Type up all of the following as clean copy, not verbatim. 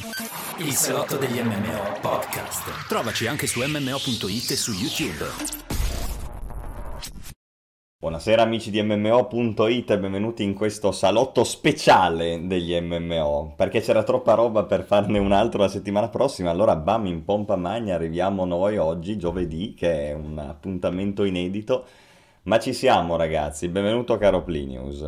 Il salotto degli MMO podcast. Trovaci anche su mmo.it e su YouTube. Buonasera amici di MMO.it e benvenuti in questo salotto speciale degli MMO, perché c'era troppa roba per farne un altro la settimana prossima, allora bam, in pompa magna arriviamo noi oggi, giovedì, che è un appuntamento inedito, ma ci siamo ragazzi, benvenuto caro Plinius.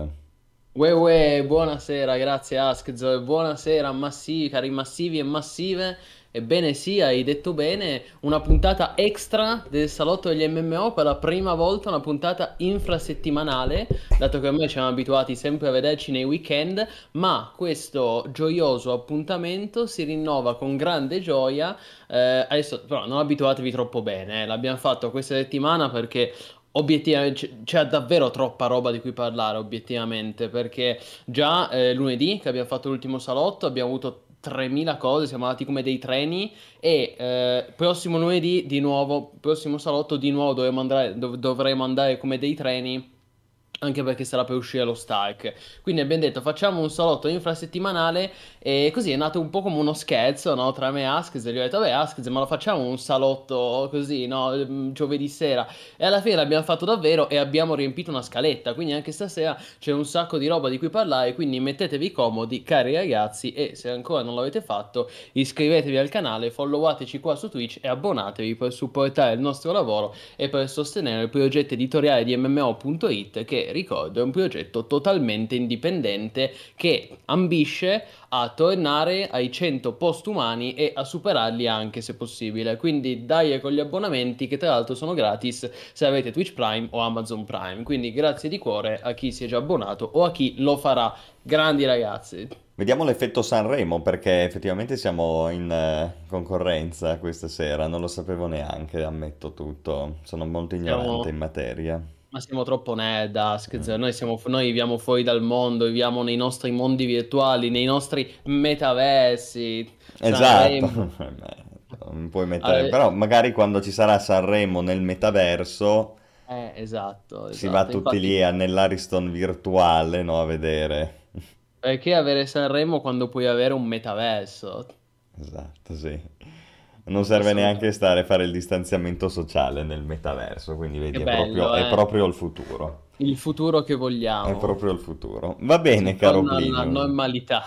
Uè, buonasera, grazie Askzo, buonasera cari massivi e massive. Ebbene sì, hai detto bene, una puntata extra del salotto degli MMO, per la prima volta una puntata infrasettimanale, dato che ormai ci siamo abituati sempre a vederci nei weekend, ma questo gioioso appuntamento si rinnova con grande gioia. Adesso però non abituatevi troppo bene, l'abbiamo fatto questa settimana perché obiettivamente c'è davvero troppa roba di cui parlare, obiettivamente, perché già lunedì che abbiamo fatto l'ultimo salotto abbiamo avuto 3000 cose, siamo andati come dei treni e prossimo lunedì di nuovo, prossimo salotto di nuovo dovremo andare come dei treni. Anche perché sarà per uscire lo Stark. Quindi abbiamo detto facciamo un salotto infrasettimanale. E così è nato un po' come uno scherzo, no? Tra me e Askez. E gli ho detto, vabbè Askez, ma lo facciamo un salotto così, no? Giovedì sera. E alla fine l'abbiamo fatto davvero e abbiamo riempito una scaletta. Quindi anche stasera c'è un sacco di roba di cui parlare. Quindi mettetevi comodi, cari ragazzi. E se ancora non l'avete fatto, iscrivetevi al canale, followateci qua su Twitch e abbonatevi per supportare il nostro lavoro e per sostenere il progetto editoriale di MMO.it, che ricordo è un progetto totalmente indipendente che ambisce a tornare ai 100 post umani e a superarli anche se possibile. Quindi dai con gli abbonamenti, che tra l'altro sono gratis se avete Twitch Prime o Amazon Prime. Quindi grazie di cuore a chi si è già abbonato o a chi lo farà. Grandi ragazzi. Vediamo l'effetto Sanremo perché effettivamente siamo in concorrenza questa sera, non lo sapevo neanche, ammetto tutto, sono molto ignorante in materia. Ma siamo troppo nerd, Askez. Noi viviamo fuori dal mondo, viviamo nei nostri mondi virtuali, nei nostri metaversi. Esatto, Sanremo. non puoi mettere, però magari quando ci sarà Sanremo nel metaverso Esatto, si va esatto. tutti Infatti, lì nell'Ariston virtuale, no, a vedere. perché avere Sanremo quando puoi avere un metaverso? Esatto, sì. Non serve neanche stare a fare il distanziamento sociale nel metaverso, quindi Che vedi, bello, è proprio il futuro. il futuro che È vogliamo. proprio il futuro. Va bene, caro Torna alla Plinius. normalità.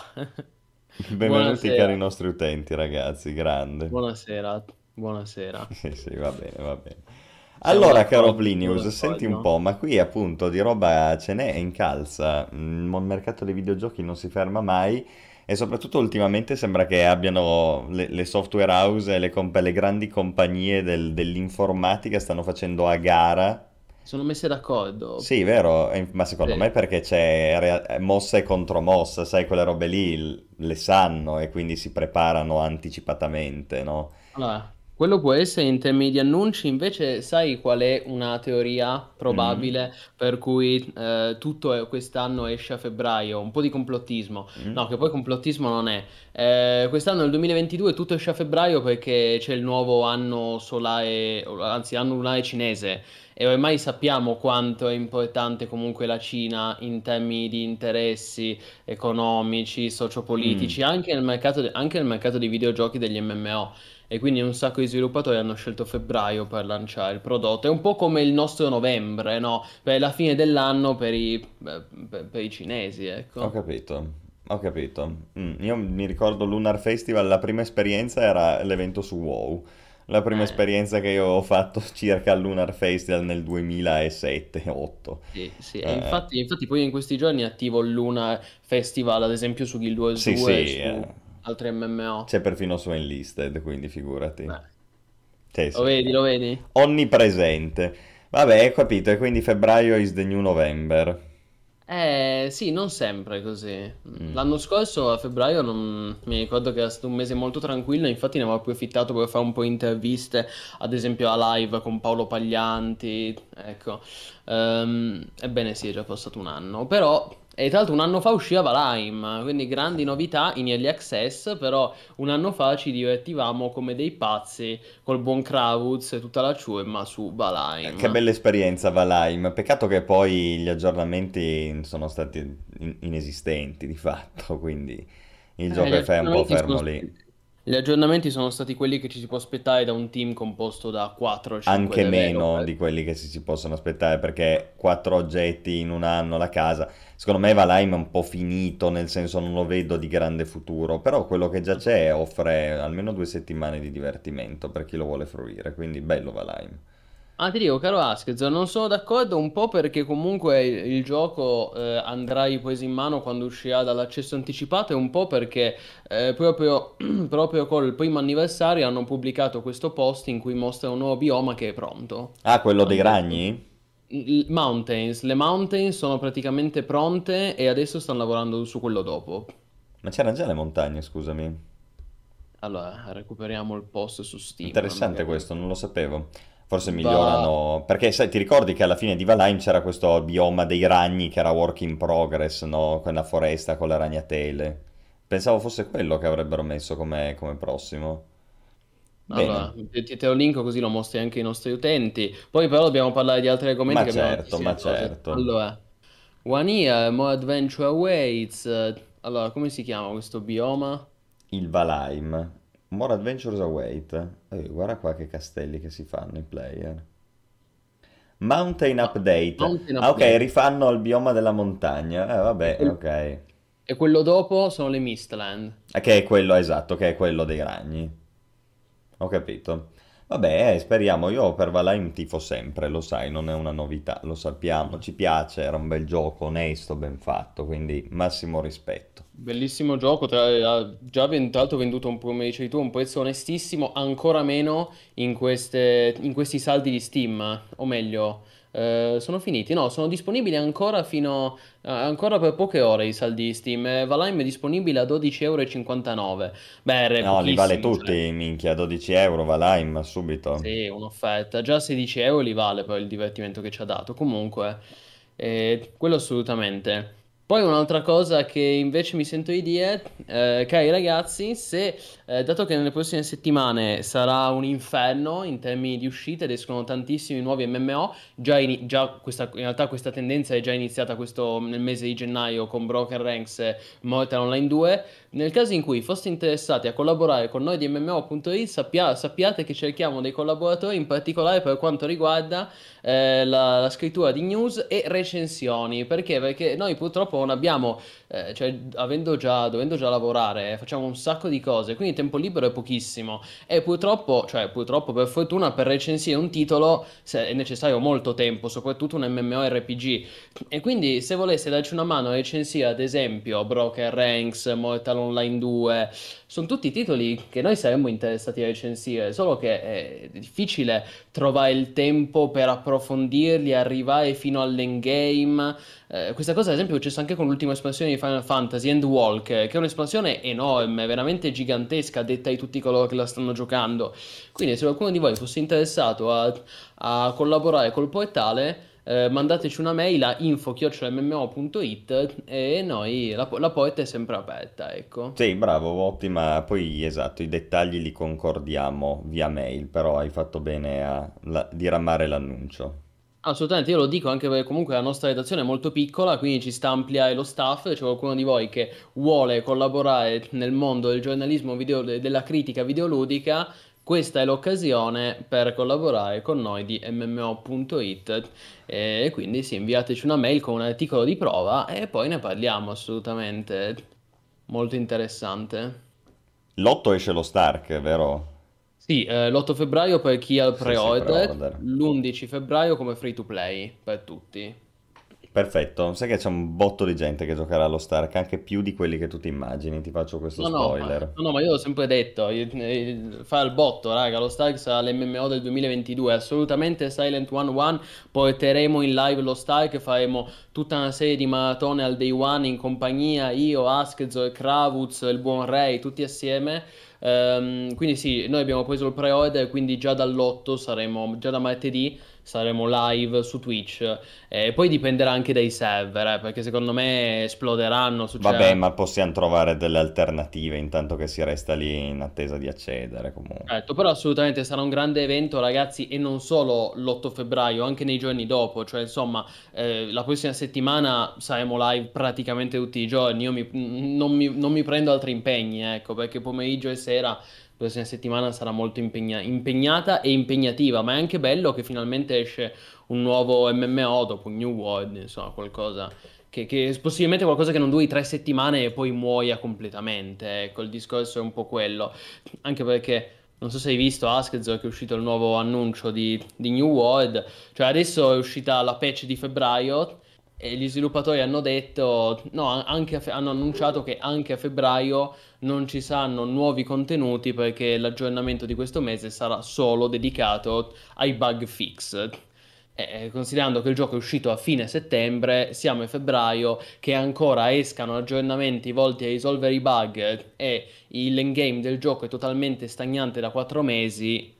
Benvenuti cari Buonasera, nostri utenti, ragazzi, grande. buonasera, buonasera. Sì, sì, va bene, va bene. Siamo Allora, caro d'accordo, siamo Plinius, senti un d'accordo. po', ma qui appunto di roba ce n'è in calza. Il mercato dei videogiochi non si ferma mai e soprattutto ultimamente sembra che abbiano le software house e le grandi compagnie dell'informatica stanno facendo a gara. Sono messe d'accordo. Sì, vero, ma secondo Sì. me perché c'è mossa e contromossa, sai, quelle robe lì le sanno e quindi si preparano anticipatamente, no? Allora, quello può essere in termini di annunci, invece sai qual è una teoria Mm, probabile per cui quest'anno esce a febbraio? Un po' di complottismo. mm, No, che poi complottismo non è. Quest'anno nel 2022 tutto esce a febbraio perché c'è il nuovo anno solare, anzi anno lunare cinese. E ormai sappiamo quanto è importante comunque la Cina in termini di interessi economici, mm. sociopolitici, anche nel mercato dei videogiochi degli MMO. E quindi un sacco di sviluppatori hanno scelto febbraio per lanciare il prodotto. È un po' come il nostro novembre, no? Per la fine dell'anno per i cinesi, Ho ecco. capito, ho capito. Io mi ricordo Lunar Festival, la prima esperienza era l'evento su WoW. La prima Eh, esperienza che io ho fatto circa al Lunar Festival nel 2007-8. sì, sì. E infatti poi in questi giorni è attivo il Luna Festival, ad esempio su Guild Wars Sì, 2 e sì, su altri MMO. c'è perfino su Enlisted, quindi figurati. Eh, Sì, lo sì, vedi, lo vedi? onnipresente. Vabbè, ho capito, e quindi febbraio is the new November. Sì, non sempre così. Mm. L'anno scorso a febbraio non mi ricordo che era stato un mese molto tranquillo, infatti ne avevo approfittato per fare un po' di interviste, ad esempio a live con Paolo Paglianti, ecco. Ebbene sì, è già passato un anno, però, e tra l'altro un anno fa usciva Valheim, quindi grandi novità in early access, però un anno fa ci divertivamo come dei pazzi col buon Kravuz e tutta la ciurma su Che Valheim. bella esperienza Valheim, peccato che poi gli aggiornamenti sono stati inesistenti di fatto, quindi il Gli gioco è un po' aggiornamenti fermo lì. Gli aggiornamenti sono stati quelli che ci si può aspettare da un team composto da 4-5 Anche meno developer. di quelli che si possono aspettare, perché 4 oggetti in un anno la casa. Secondo me Valheim è un po' finito, nel senso non lo vedo di grande futuro, però quello che già c'è offre almeno 2 settimane di divertimento per chi lo vuole fruire, quindi bello Valheim. Ah, ti dico, caro Askez, non sono d'accordo un po' perché comunque il gioco andrà ripreso in mano quando uscirà dall'accesso anticipato e un po' perché proprio, proprio col primo anniversario hanno pubblicato questo post in cui mostra un nuovo bioma che è pronto. Ah, quello Hanno dei detto, ragni? Le mountains sono praticamente pronte e adesso stanno lavorando su quello dopo. Ma c'erano già le montagne, scusami. Allora, recuperiamo il post su Steam, Interessante magari. questo, non lo sapevo. Forse Va. migliorano. Perché sai, ti ricordi che alla fine di Valheim c'era questo bioma dei ragni che era work in progress, no? Quella foresta con le ragnatele. Pensavo fosse quello che avrebbero messo come prossimo. Bene, Allora, te lo linko così lo mostri anche ai nostri utenti. Poi però dobbiamo parlare di altri argomenti ma che abbiamo certo, ma tantissime cose. certo. Allora, One Year, More Adventure Awaits. Allora, come si chiama questo bioma? Il Valheim. More Adventures Await. Guarda qua che castelli che si fanno i player. Mountain Update. Mountain Ah, ok, Update. rifanno il bioma della montagna. E, Vabbè, quel- ok. e quello dopo sono le Mistland. Che è quello, esatto, che è quello dei ragni. Ho capito. Vabbè, speriamo. Io per Valheim tifo sempre, lo sai, non è una novità, lo sappiamo, ci piace, era un bel gioco, onesto, ben fatto, quindi massimo rispetto. Bellissimo gioco, ha già tra l'altro venduto un po' come dicevi tu, un prezzo onestissimo, ancora meno in questi saldi di Steam, o meglio, sono finiti, no, sono disponibili ancora ancora per poche ore i saldi di Steam, Valheim è disponibile a 12,59 €, beh, è No, li vale pochissimo, cioè, tutti, minchia, 12 euro, Valheim, subito. sì, un'offerta, già 16 € li vale per il divertimento che ci ha dato, comunque, quello assolutamente. Poi un'altra cosa che invece mi sento di dire, cari ragazzi, se dato che nelle prossime settimane sarà un inferno in termini di uscite ed escono tantissimi nuovi MMO, in realtà questa tendenza è già iniziata nel mese di gennaio con Broken Ranks e Mortal Online 2, nel caso in cui foste interessati a collaborare con noi di MMO.it, sappiate che cerchiamo dei collaboratori in particolare per quanto riguarda la scrittura di news e recensioni. Perché? Perché noi purtroppo non abbiamo, cioè, dovendo già lavorare, facciamo un sacco di cose, quindi tempo libero è pochissimo. E purtroppo, cioè, purtroppo per fortuna, per recensire un titolo è necessario molto tempo, soprattutto un MMORPG. E quindi se volesse darci una mano a recensire, ad esempio, Broken Ranks, Mortal Online 2, sono tutti titoli che noi saremmo interessati a recensire, solo che è difficile trovare il tempo per approfondirli, arrivare fino all'endgame. Questa cosa, ad esempio, è successa anche con l'ultima espansione di Final Fantasy Endwalk, che è un'espansione enorme, veramente gigantesca, detta di tutti coloro che la stanno giocando. Quindi, se qualcuno di voi fosse interessato a collaborare col portale, mandateci una mail a info@mmo.it e noi la porta è sempre aperta, ecco. Sì, bravo, ottima. Poi, esatto, i dettagli li concordiamo via mail, però hai fatto bene a diramare l'annuncio. Assolutamente, io lo dico anche perché comunque la nostra redazione è molto piccola, quindi ci sta a ampliare lo staff. C'è qualcuno di voi che vuole collaborare nel mondo del giornalismo video, della critica videoludica. Questa è l'occasione per collaborare con noi di MMO.it. E quindi sì, inviateci una mail con un articolo di prova e poi ne parliamo assolutamente. Molto interessante. L'8 esce lo Stark, vero? Sì, l'8 febbraio per chi ha il Sì, sì, pre-order, pre-order. l'11 febbraio come free to play per tutti. Perfetto, sai che c'è un botto di gente che giocherà allo Stark, anche più di quelli che tu ti immagini, ti faccio questo spoiler. No, ma io l'ho sempre detto, fa il botto, raga, lo Stark sarà l'MMO del 2022, assolutamente Silent One One, porteremo in live lo Stark, faremo tutta una serie di maratone al day one in compagnia, io, Askzo, Kravuz, il buon Ray, tutti assieme. Quindi sì, noi abbiamo preso il pre-order, quindi già dall'8 saremo, già da martedì saremo live su Twitch. Poi dipenderà anche dai server, perché secondo me esploderanno, Vabbè, succederà. ma possiamo trovare delle alternative intanto che si resta lì in attesa di accedere comunque. Certo, però assolutamente sarà un grande evento, ragazzi, e non solo l'8 febbraio, anche nei giorni dopo, cioè insomma, la prossima settimana saremo live praticamente tutti i giorni, non mi prendo altri impegni, ecco, perché pomeriggio e sera sera, la prossima settimana sarà molto impegnata e impegnativa, ma è anche bello che finalmente esce un nuovo MMO dopo New World, insomma, qualcosa che possibilmente qualcosa che non duri 3 settimane e poi muoia completamente. Ecco, il discorso è un po' quello. Anche perché non so se hai visto Askzo che è uscito il nuovo annuncio di New World, cioè adesso è uscita la patch di febbraio e gli sviluppatori hanno detto, no, hanno annunciato che anche a febbraio non ci saranno nuovi contenuti perché l'aggiornamento di questo mese sarà solo dedicato ai bug fix. Considerando che il gioco è uscito a fine settembre, siamo a febbraio, che ancora escano aggiornamenti volti a risolvere i bug e l'endgame del gioco è totalmente stagnante da 4 mesi,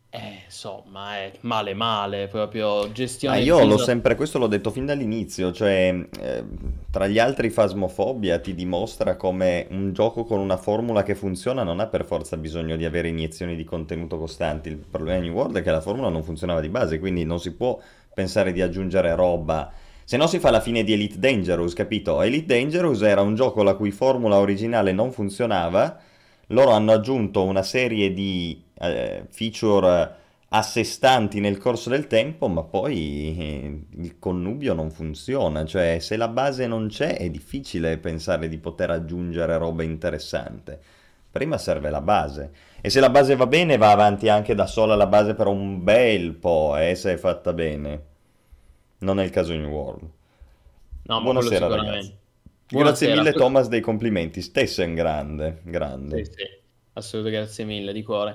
insomma, è male male, proprio Ma gestione io l'ho disastrosa. sempre, questo l'ho detto fin dall'inizio, cioè tra gli altri Phasmophobia ti dimostra come un gioco con una formula che funziona non ha per forza bisogno di avere iniezioni di contenuto costanti. Il problema di New World è che la formula non funzionava di base, quindi non si può pensare di aggiungere roba. Se no si fa la fine di Elite Dangerous, capito? Elite Dangerous era un gioco la cui formula originale non funzionava, loro hanno aggiunto una serie di feature a sé stanti nel corso del tempo, ma poi il connubio non funziona, cioè se la base non c'è è difficile pensare di poter aggiungere roba interessante. Prima serve la base e se la base va bene va avanti anche da sola la base per un bel po', se è fatta bene. Non è il caso in New World. No, ma quello Buonasera ragazzi. sicuramente. Grazie Buonasera. mille Thomas dei complimenti, Stessen grande, grande. Sì, sì, assolutamente, grazie mille di cuore.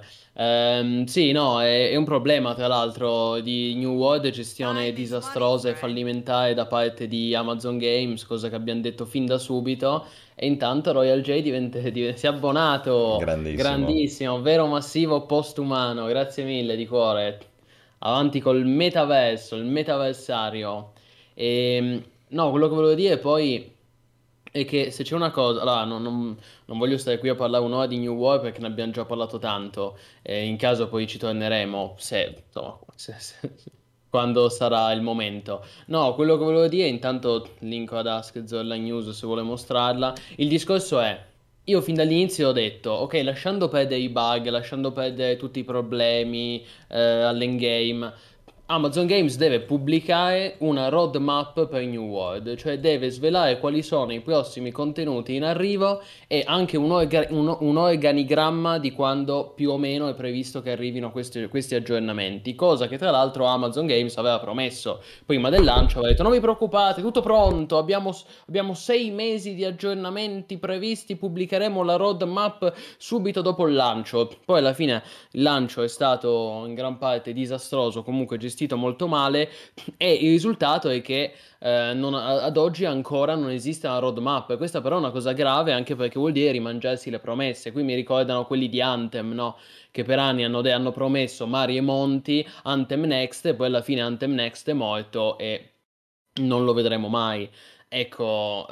Sì, no, è un problema tra l'altro di New World, gestione disastrosa e fallimentare da parte di Amazon Games, cosa che abbiamo detto fin da subito. E intanto Royal J si è abbonato, Grandissimo. grandissimo, vero massivo postumano, grazie mille di cuore. Avanti col metaverso, il metaversario. No, quello che volevo dire poi è che se c'è una cosa, allora non voglio stare qui a parlare un'ora di New World perché ne abbiamo già parlato tanto, in caso poi ci torneremo, se, insomma, quando sarà il momento. No, quello che volevo dire, intanto linko ad Ask Zolla News se vuole mostrarla, il discorso è, io fin dall'inizio ho detto, ok, lasciando perdere i bug, lasciando perdere tutti i problemi all'endgame, Amazon Games deve pubblicare una roadmap per New World, cioè deve svelare quali sono i prossimi contenuti in arrivo e anche un organigramma di quando più o meno è previsto che arrivino questi aggiornamenti, cosa che tra l'altro Amazon Games aveva promesso prima del lancio, aveva detto non vi preoccupate, tutto pronto, abbiamo 6 mesi di aggiornamenti previsti, pubblicheremo la roadmap subito dopo il lancio, poi alla fine il lancio è stato in gran parte disastroso, comunque gestito molto male e il risultato è che ad oggi ancora non esiste una roadmap. Questa però è una cosa grave anche perché vuol dire rimangiarsi le promesse. Qui mi ricordano quelli di Anthem, no? Che per anni hanno promesso mari e monti, Anthem Next e poi alla fine Anthem Next è morto e non lo vedremo mai. Ecco,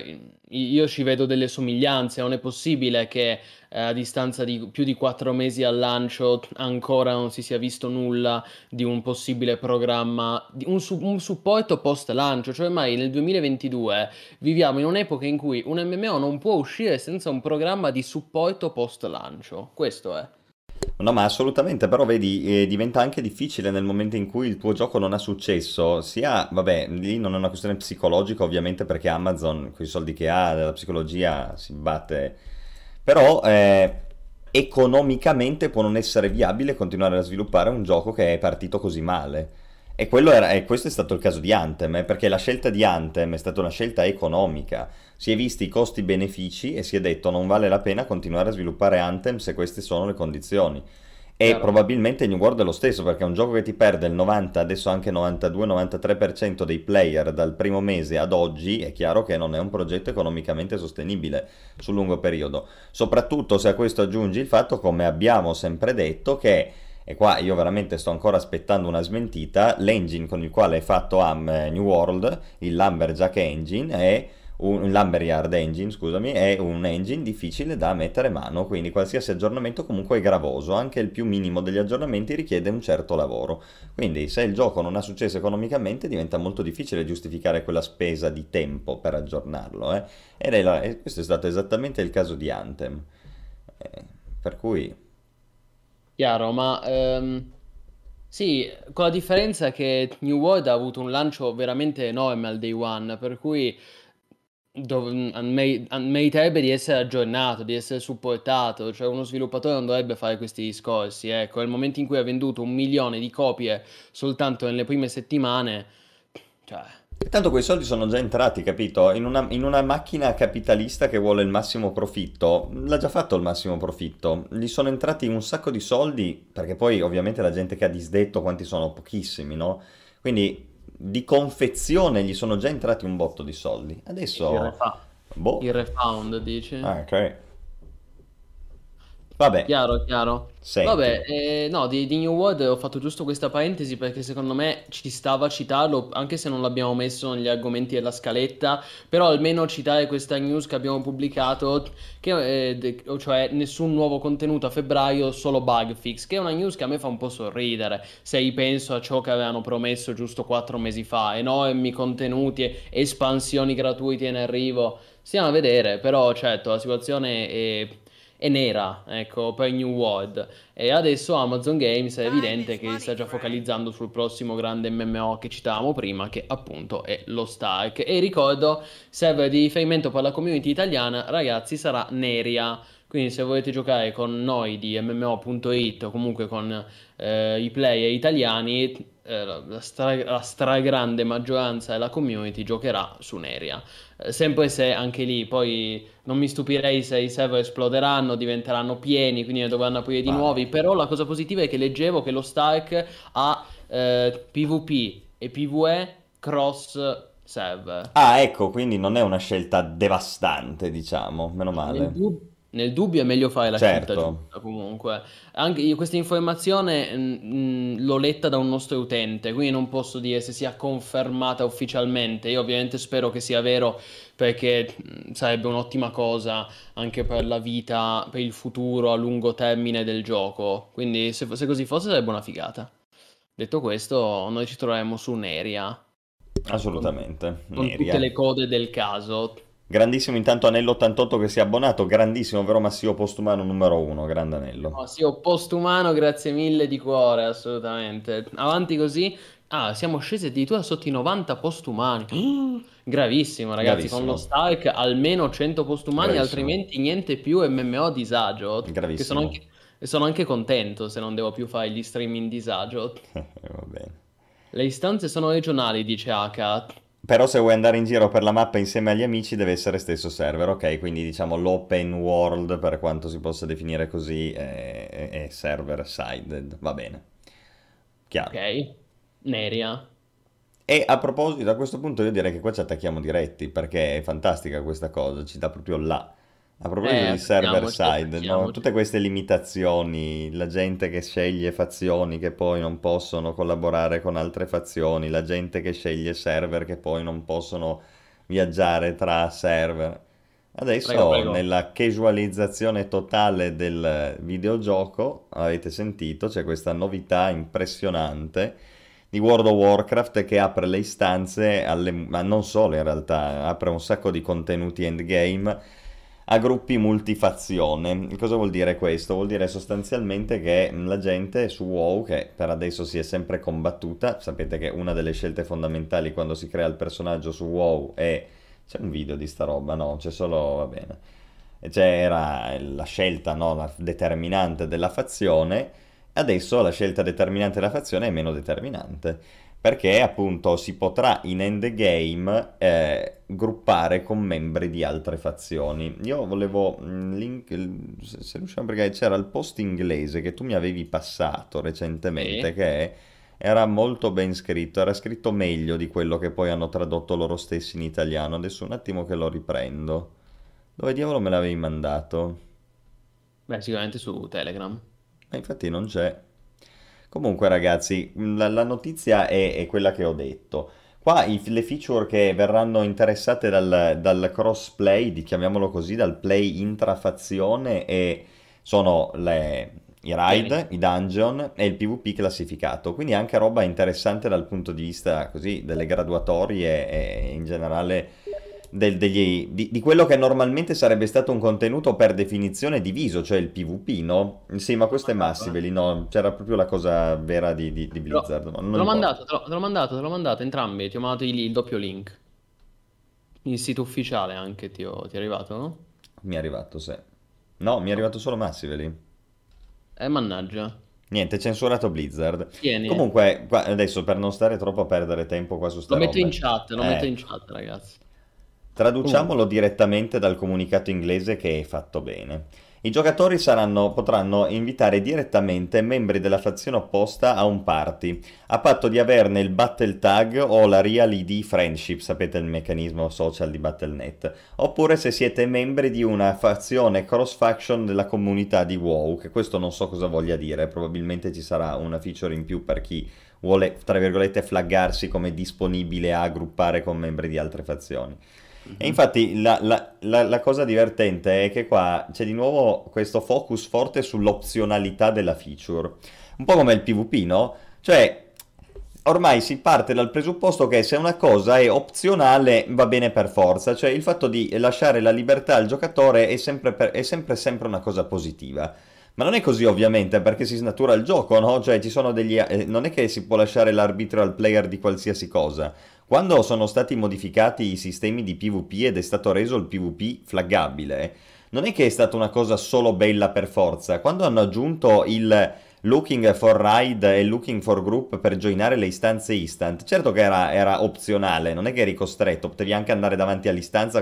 io ci vedo delle somiglianze, non è possibile che a distanza di più di 4 mesi al lancio ancora non si sia visto nulla di un possibile programma, di un supporto post lancio, cioè ormai nel 2022 viviamo in un'epoca in cui un MMO non può uscire senza un programma di supporto post lancio, questo è. No, ma assolutamente, però vedi, diventa anche difficile nel momento in cui il tuo gioco non ha successo, sia, vabbè, lì non è una questione psicologica ovviamente perché Amazon, con i soldi che ha, della psicologia si batte, però economicamente può non essere viabile continuare a sviluppare un gioco che è partito così male. E questo è stato il caso di Anthem, perché la scelta di Anthem è stata una scelta economica. Si è visti i costi-benefici e si è detto non vale la pena continuare a sviluppare Anthem se queste sono le condizioni. E Chiaro. probabilmente New World è lo stesso, perché è un gioco che ti perde il 90, adesso anche 92-93% dei player dal primo mese ad oggi, è chiaro che non è un progetto economicamente sostenibile sul lungo periodo. Soprattutto se a questo aggiungi il fatto, come abbiamo sempre detto, che e qua io veramente sto ancora aspettando una smentita, l'engine con il quale è fatto New World, il Lumberjack Engine, è un Lumberyard Engine, scusami, è un engine difficile da mettere mano, quindi qualsiasi aggiornamento comunque è gravoso, anche il più minimo degli aggiornamenti richiede un certo lavoro. Quindi se il gioco non ha successo economicamente diventa molto difficile giustificare quella spesa di tempo per aggiornarlo, e questo è stato esattamente il caso di Anthem. Eh, Per cui, Chiaro, ma sì, con la differenza che New World ha avuto un lancio veramente enorme al day one, per cui meriterebbe di essere aggiornato, di essere supportato, cioè uno sviluppatore non dovrebbe fare questi discorsi, ecco, nel momento in cui ha venduto 1 milione di copie soltanto nelle prime settimane, cioè, e tanto quei soldi sono già entrati, capito? In una macchina capitalista che vuole il massimo profitto, l'ha già fatto il massimo profitto. Gli sono entrati un sacco di soldi, perché poi ovviamente la gente che ha disdetto quanti sono pochissimi, no? Quindi di confezione gli sono già entrati un botto di soldi. il Adesso, refa- il boh, refound, dici? ah, ok. Vabbè, Chiaro, chiaro. senti. Vabbè, no, di New World ho fatto giusto questa parentesi perché secondo me ci stava a citarlo, anche se non l'abbiamo messo negli argomenti della scaletta, però almeno citare questa news che abbiamo pubblicato, che, cioè nessun nuovo contenuto a febbraio, solo bug fix, che è una news che a me fa un po' sorridere, se ripenso a ciò che avevano promesso giusto 4 mesi fa, enormi contenuti, espansioni gratuite in arrivo. Stiamo a vedere, però certo la situazione è nera, ecco, per New World. E adesso Amazon Games è evidente che si sta già focalizzando sul prossimo grande MMO che citavamo prima, che appunto è lo Stark. E ricordo, server di riferimento per la community italiana, ragazzi, sarà Neria. Quindi se volete giocare con noi di MMO.it o comunque con i player italiani, la stragrande maggioranza della community giocherà su Neria. Sempre se anche lì poi non mi stupirei se i server esploderanno, diventeranno pieni, quindi ne dovranno aprire di Ma nuovi. Però la cosa positiva è che leggevo che lo Stark ha PvP e PvE cross server. ah, ecco, quindi non è una scelta devastante, diciamo, meno Nel, male. nel dubbio è meglio fare la scelta Certo, giusta comunque. Anche io questa informazione l'ho letta da un nostro utente, quindi non posso dire se sia confermata ufficialmente. Io ovviamente spero che sia vero perché sarebbe un'ottima cosa anche per la vita, per il futuro a lungo termine del gioco. Quindi se così fosse sarebbe una figata. Detto questo, noi ci troveremo su Neria con, assolutamente. con tutte Neria. le code del caso. Grandissimo intanto Anello88 che si è abbonato, grandissimo, vero Massimo Postumano numero uno, grande Anello. No, sì, ho postumano, grazie mille di cuore, assolutamente. Avanti così. Ah, siamo scesi addirittura sotto i 90 postumani. Gravissimo, ragazzi, con lo Gravissimo, Stark almeno 100 postumani, gravissimo, altrimenti niente più MMO a disagio. Che gravissimo. sono anche contento se non devo più fare gli stream in disagio. Va bene. Le istanze sono regionali, dice Aka. Però se vuoi andare in giro per la mappa insieme agli amici deve essere stesso server, ok? Quindi diciamo l'open world, per quanto si possa definire così, è server sided, va bene. Ok. Chiaro. Neria. E a proposito, a questo punto io direi che qua ci attacchiamo diretti, perché è fantastica questa cosa, ci dà proprio là. A proposito di server Attacchiamoci, side, no? attacchiamoci. Tutte queste limitazioni, la gente che sceglie fazioni che poi non possono collaborare con altre fazioni, la gente che sceglie server che poi non possono viaggiare tra server. Prego, Adesso, prego. nella casualizzazione totale del videogioco, avete sentito, c'è questa novità impressionante di World of Warcraft che apre le istanze, ma non solo in realtà, apre un sacco di contenuti endgame a gruppi multifazione. Cosa vuol dire questo? Vuol dire sostanzialmente che la gente su WoW, che per adesso si è sempre combattuta, sapete che una delle scelte fondamentali quando si crea il personaggio su WoW è... C'è un video di sta roba? No, c'è solo... va bene. C'era la scelta, no, la determinante della fazione, adesso la scelta determinante della fazione è meno determinante, perché appunto si potrà in endgame gruppare con membri di altre fazioni. Io volevo se riusciamo, perché c'era il post inglese che tu mi avevi passato recentemente, Sì. che era molto ben scritto, era scritto meglio di quello che poi hanno tradotto loro stessi in italiano. Adesso un attimo che lo riprendo. Dove diavolo me l'avevi mandato? Beh, sicuramente su Telegram. Infatti non c'è. Comunque ragazzi, la notizia è quella che ho detto. Qua le feature che verranno interessate dal crossplay, chiamiamolo così, dal play intrafazione, sono i Chiari. raid, i dungeon e il PvP classificato. Quindi anche roba interessante dal punto di vista così delle graduatorie e in generale di quello che normalmente sarebbe stato un contenuto per definizione diviso, cioè il PvP, no? Sì, ma questo è Massively, no? C'era proprio la cosa vera di Blizzard, no? Non Te l'ho importa. mandato, te l'ho mandato entrambi, ti ho mandato il doppio link. Il sito ufficiale anche ti è arrivato, no? Mi è arrivato, sì. No, mi è No. arrivato solo Massively. Mannaggia. Niente, censurato Blizzard. Tieni. Comunque, adesso per non stare troppo a perdere tempo qua su Lo sta metto in roba. chat, lo metto Eh, in chat, ragazzi. Comunque. Traduciamolo direttamente dal comunicato inglese che è fatto bene. I giocatori potranno invitare direttamente membri della fazione opposta a un party, a patto di averne il Battle Tag o la Real ID Friendship, sapete il meccanismo social di Battle.net, oppure se siete membri di una fazione cross-faction della comunità di WoW, che questo non so cosa voglia dire, probabilmente ci sarà una feature in più per chi vuole, tra virgolette, flaggarsi come disponibile a gruppare con membri di altre fazioni. E Mhm. infatti la cosa divertente è che qua c'è di nuovo questo focus forte sull'opzionalità della feature. Un po' come il PvP, no? Cioè, ormai si parte dal presupposto che se una cosa è opzionale va bene per forza, cioè il fatto di lasciare la libertà al giocatore è sempre una cosa positiva. Ma non è così ovviamente perché si snatura il gioco, no? Cioè ci sono non è che si può lasciare l'arbitro al player di qualsiasi cosa. Quando sono stati modificati i sistemi di PvP ed è stato reso il PvP flaggabile, non è che è stata una cosa solo bella per forza. Quando hanno aggiunto il Looking for Ride e Looking for Group per joinare le istanze instant, certo che era opzionale, non è che eri costretto, potevi anche andare davanti all'istanza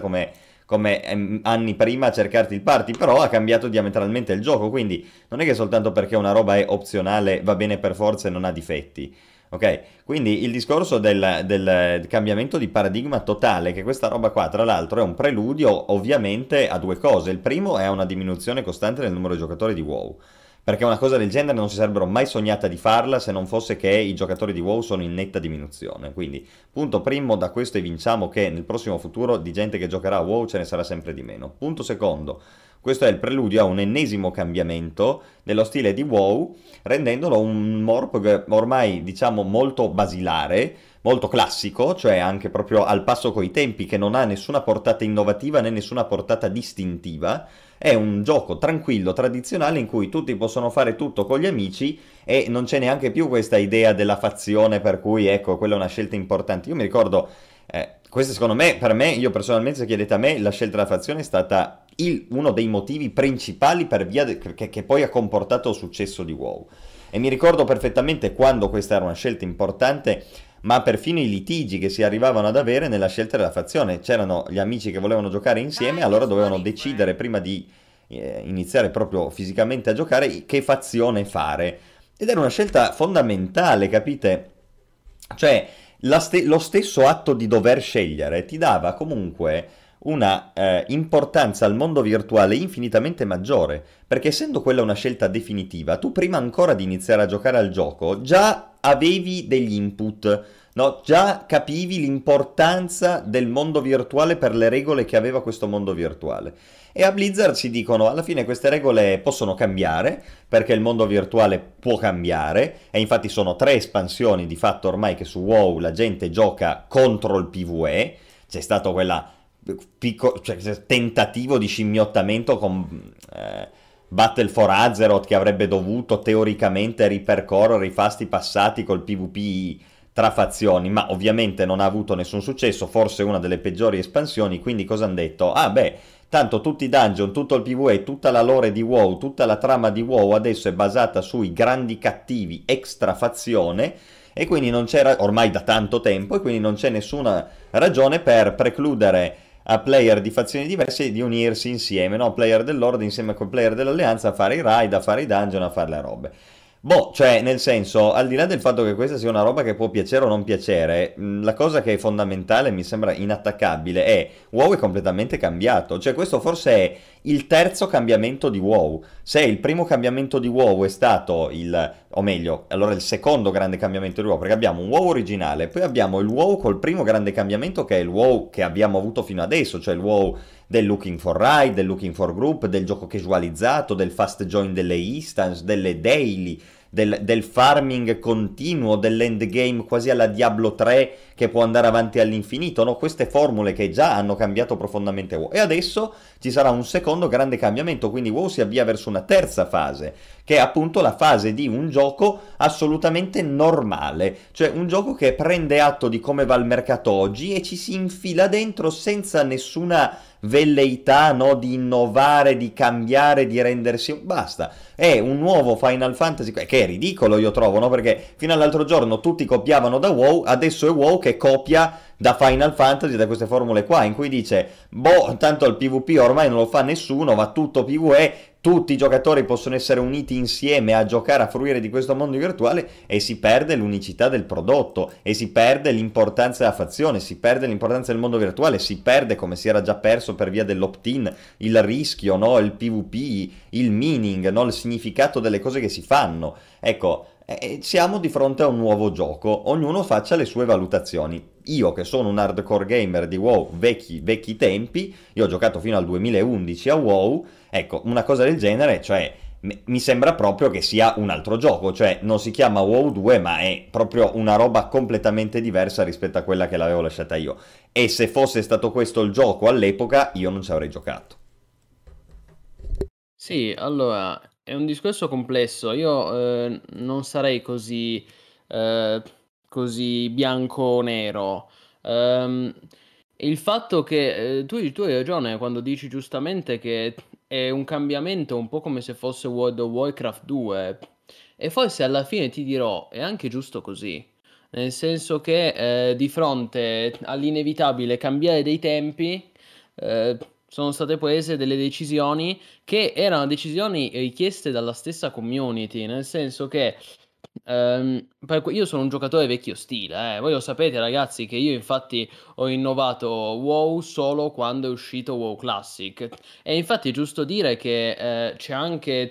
come anni prima a cercarti il party, però ha cambiato diametralmente il gioco, quindi non è che soltanto perché una roba è opzionale va bene per forza e non ha difetti. Ok, quindi il discorso del cambiamento di paradigma totale, che questa roba qua tra l'altro è un preludio ovviamente a due cose. Il primo è a una diminuzione costante del numero di giocatori di WoW, perché una cosa del genere non si sarebbero mai sognata di farla se non fosse che i giocatori di WoW sono in netta diminuzione. Quindi, punto primo, da questo evinciamo che nel prossimo futuro di gente che giocherà a WoW ce ne sarà sempre di meno. Punto secondo, questo è il preludio a un ennesimo cambiamento dello stile di WoW, rendendolo un MORPG ormai diciamo molto basilare, molto classico, cioè anche proprio al passo coi tempi, che non ha nessuna portata innovativa né nessuna portata distintiva. È un gioco tranquillo, tradizionale, in cui tutti possono fare tutto con gli amici e non c'è neanche più questa idea della fazione per cui, ecco, quella è una scelta importante. Io mi ricordo, questo secondo me, per me, io personalmente, se chiedete a me, la scelta della fazione è stata uno dei motivi principali per via che poi ha comportato il successo di WoW. E mi ricordo perfettamente quando questa era una scelta importante, ma perfino i litigi che si arrivavano ad avere nella scelta della fazione. C'erano gli amici che volevano giocare insieme, allora dovevano decidere prima di iniziare proprio fisicamente a giocare che fazione fare. Ed era una scelta fondamentale, capite? Cioè, lo stesso atto di dover scegliere ti dava comunque una importanza al mondo virtuale infinitamente maggiore, perché essendo quella una scelta definitiva, tu prima ancora di iniziare a giocare al gioco già avevi degli input, no? Già capivi l'importanza del mondo virtuale per le regole che aveva questo mondo virtuale. E a Blizzard ci dicono, alla fine queste regole possono cambiare, perché il mondo virtuale può cambiare, e infatti sono 3 espansioni di fatto ormai che su WoW la gente gioca contro il PvE, c'è stato quella tentativo di scimmiottamento con Battle for Azeroth, che avrebbe dovuto teoricamente ripercorrere i fasti passati col PvP tra fazioni, ma ovviamente non ha avuto nessun successo, forse una delle peggiori espansioni. Quindi cosa hanno detto? Ah beh, tanto tutti i dungeon, tutto il PvE, tutta la lore di WoW, tutta la trama di WoW adesso è basata sui grandi cattivi extra fazione, e quindi non c'era, ormai da tanto tempo, e quindi non c'è nessuna ragione per precludere a player di fazioni diverse di unirsi insieme, no? Player dell'Horde insieme con player dell'Alleanza a fare i raid, a fare i dungeon, a fare le robe. Boh, cioè, nel senso, al di là del fatto che questa sia una roba che può piacere o non piacere, la cosa che è fondamentale, mi sembra inattaccabile, è WoW è completamente cambiato. Cioè, questo forse è il terzo cambiamento di WoW. Se il primo cambiamento di WoW è stato o meglio, allora il secondo grande cambiamento di WoW, perché abbiamo un WoW originale, poi abbiamo il WoW col primo grande cambiamento, che è il WoW che abbiamo avuto fino adesso, cioè il WoW del Looking for Ride, del Looking for Group, del gioco casualizzato, del fast join delle instance, delle daily, del farming continuo, dell'endgame quasi alla Diablo 3 che può andare avanti all'infinito, no? Queste formule che già hanno cambiato profondamente WoW. E adesso ci sarà un secondo grande cambiamento, quindi WoW si avvia verso una terza fase, che è appunto la fase di un gioco assolutamente normale, cioè un gioco che prende atto di come va il mercato oggi e ci si infila dentro senza nessuna velleità, no, di innovare, di cambiare, di rendersi... Basta, è un nuovo Final Fantasy, che è ridicolo io trovo, no? Perché fino all'altro giorno tutti copiavano da WoW, adesso è WoW che copia da Final Fantasy, da queste formule qua, in cui dice, boh, tanto il PvP ormai non lo fa nessuno, va tutto PvE, tutti i giocatori possono essere uniti insieme a giocare, a fruire di questo mondo virtuale, e si perde l'unicità del prodotto, e si perde l'importanza della fazione, si perde l'importanza del mondo virtuale, si perde, come si era già perso per via dell'opt-in, il rischio, no? Il PvP, il meaning, no? Il significato delle cose che si fanno. Ecco, siamo di fronte a un nuovo gioco, ognuno faccia le sue valutazioni. Io che sono un hardcore gamer di WoW vecchi tempi, io ho giocato fino al 2011 a WoW, ecco, una cosa del genere, cioè mi sembra proprio che sia un altro gioco, cioè non si chiama WoW 2 ma è proprio una roba completamente diversa rispetto a quella che l'avevo lasciata io. E se fosse stato questo il gioco all'epoca, io non ci avrei giocato. Sì, allora, è un discorso complesso. Io non sarei eh, così bianco o nero. Ehm, il fatto che tu hai ragione quando dici giustamente che è un cambiamento un po' come se fosse World of Warcraft 2. E forse alla fine ti dirò, è anche giusto così. Nel senso che di fronte all'inevitabile cambiare dei tempi, sono state prese delle decisioni che erano decisioni richieste dalla stessa community, nel senso che io sono un giocatore vecchio stile, voi lo sapete ragazzi che io infatti ho innovato WoW solo quando è uscito WoW Classic e infatti è giusto dire che c'è anche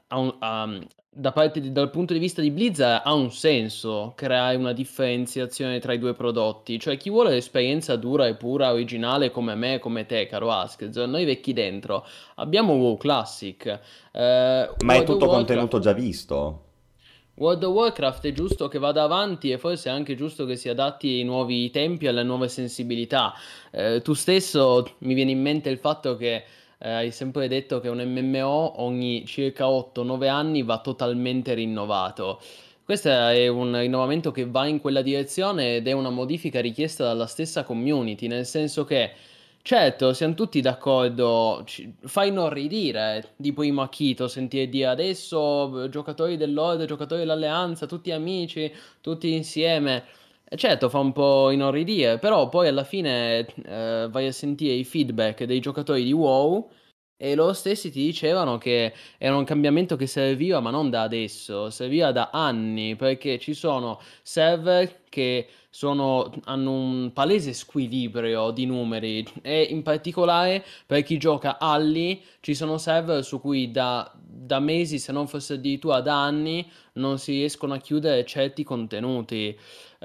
dal punto di vista di Blizzard ha un senso creare una differenziazione tra i due prodotti, cioè chi vuole l'esperienza dura e pura, originale come me, come te, caro Ask, noi vecchi dentro abbiamo WoW Classic, Ma è World of tutto Warcraft. contenuto già visto? World of Warcraft è giusto che vada avanti e forse è anche giusto che si adatti ai nuovi tempi e alle nuove sensibilità. Tu stesso mi viene in mente il fatto che hai sempre detto che un MMO ogni circa 8-9 anni va totalmente rinnovato. Questo è un rinnovamento che va in quella direzione ed è una modifica richiesta dalla stessa community, nel senso che certo, siamo tutti d'accordo, fa inorridire di primo acchito sentire dire adesso giocatori dell'Orde, giocatori dell'Alleanza, tutti amici, tutti insieme. E certo, fa un po' inorridire, però poi alla fine vai a sentire i feedback dei giocatori di WoW e loro stessi ti dicevano che era un cambiamento che serviva, ma non da adesso, serviva da anni, perché ci sono server che hanno un palese squilibrio di numeri e in particolare per chi gioca Alli ci sono server su cui da mesi, se non fosse addirittura da anni, non si riescono a chiudere certi contenuti.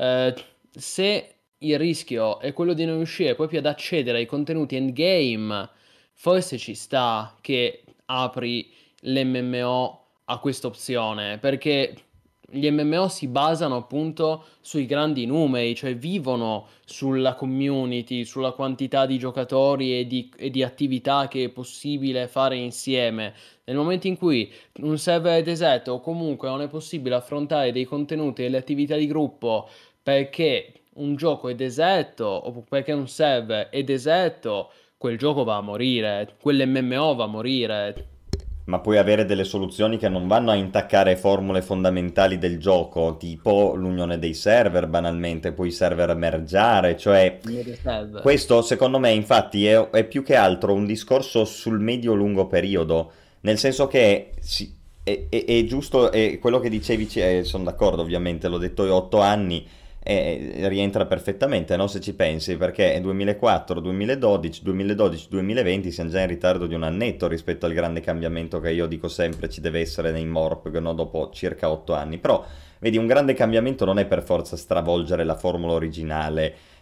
Se il rischio è quello di non riuscire proprio ad accedere ai contenuti endgame, forse ci sta che apri l'MMO a questa opzione, perché gli MMO si basano appunto sui grandi numeri, cioè vivono sulla community, sulla quantità di giocatori e di attività che è possibile fare insieme. Nel momento in cui un server è deserto o comunque non è possibile affrontare dei contenuti e le attività di gruppo perché un gioco è deserto o perché un server è deserto, quel gioco va a morire, quell'MMO va a morire. Ma puoi avere delle soluzioni che non vanno a intaccare formule fondamentali del gioco, tipo l'unione dei server, banalmente, puoi server mergiare, cioè... Media server. Questo, secondo me, infatti, è più che altro un discorso sul medio-lungo periodo, nel senso che è giusto, è quello che dicevi, sono d'accordo ovviamente, l'ho detto io, 8 anni, rientra perfettamente, no? Se ci pensi, perché è 2004, 2012, 2012, 2020, siamo già in ritardo di un annetto rispetto al grande cambiamento che io dico sempre ci deve essere nei Morpg, no? Dopo circa 8 anni, però vedi, un grande cambiamento non è per forza stravolgere la formula originale,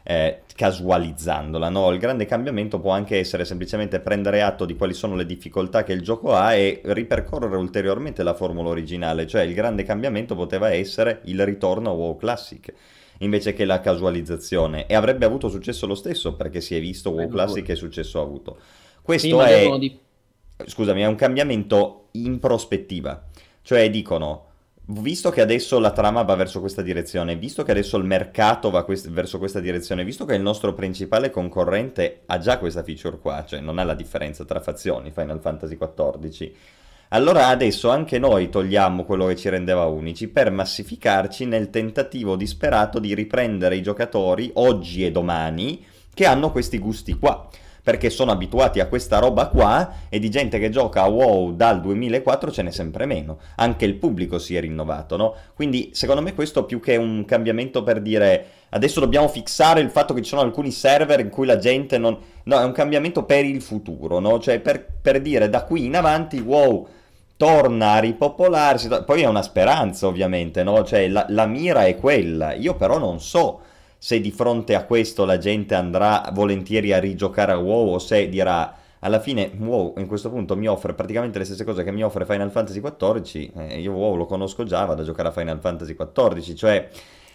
casualizzandola, no? Il grande cambiamento può anche essere semplicemente prendere atto di quali sono le difficoltà che il gioco ha e ripercorrere ulteriormente la formula originale, cioè il grande cambiamento poteva essere il ritorno a WoW Classic invece che la casualizzazione, e avrebbe avuto successo lo stesso perché si è visto WoW Classic che successo ha avuto. Sì, Questo ma devono è, di... scusami, è un cambiamento in prospettiva, cioè dicono, visto che adesso la trama va verso questa direzione, visto che adesso il mercato va verso questa direzione, visto che il nostro principale concorrente ha già questa feature qua, cioè non ha la differenza tra fazioni, Final Fantasy XIV, allora adesso anche noi togliamo quello che ci rendeva unici per massificarci nel tentativo disperato di riprendere i giocatori oggi e domani che hanno questi gusti qua, perché sono abituati a questa roba qua e di gente che gioca a WoW dal 2004 ce n'è sempre meno, anche il pubblico si è rinnovato, no? Quindi secondo me questo più che un cambiamento per dire adesso dobbiamo fissare il fatto che ci sono alcuni server in cui la gente non... No, è un cambiamento per il futuro, no? Cioè per dire da qui in avanti WoW torna a ripopolarsi, poi è una speranza ovviamente, no? Cioè la mira è quella, io però non so se di fronte a questo la gente andrà volentieri a rigiocare a WoW o se dirà alla fine WoW in questo punto mi offre praticamente le stesse cose che mi offre Final Fantasy XIV, io WoW lo conosco già, vado a giocare a Final Fantasy XIV, cioè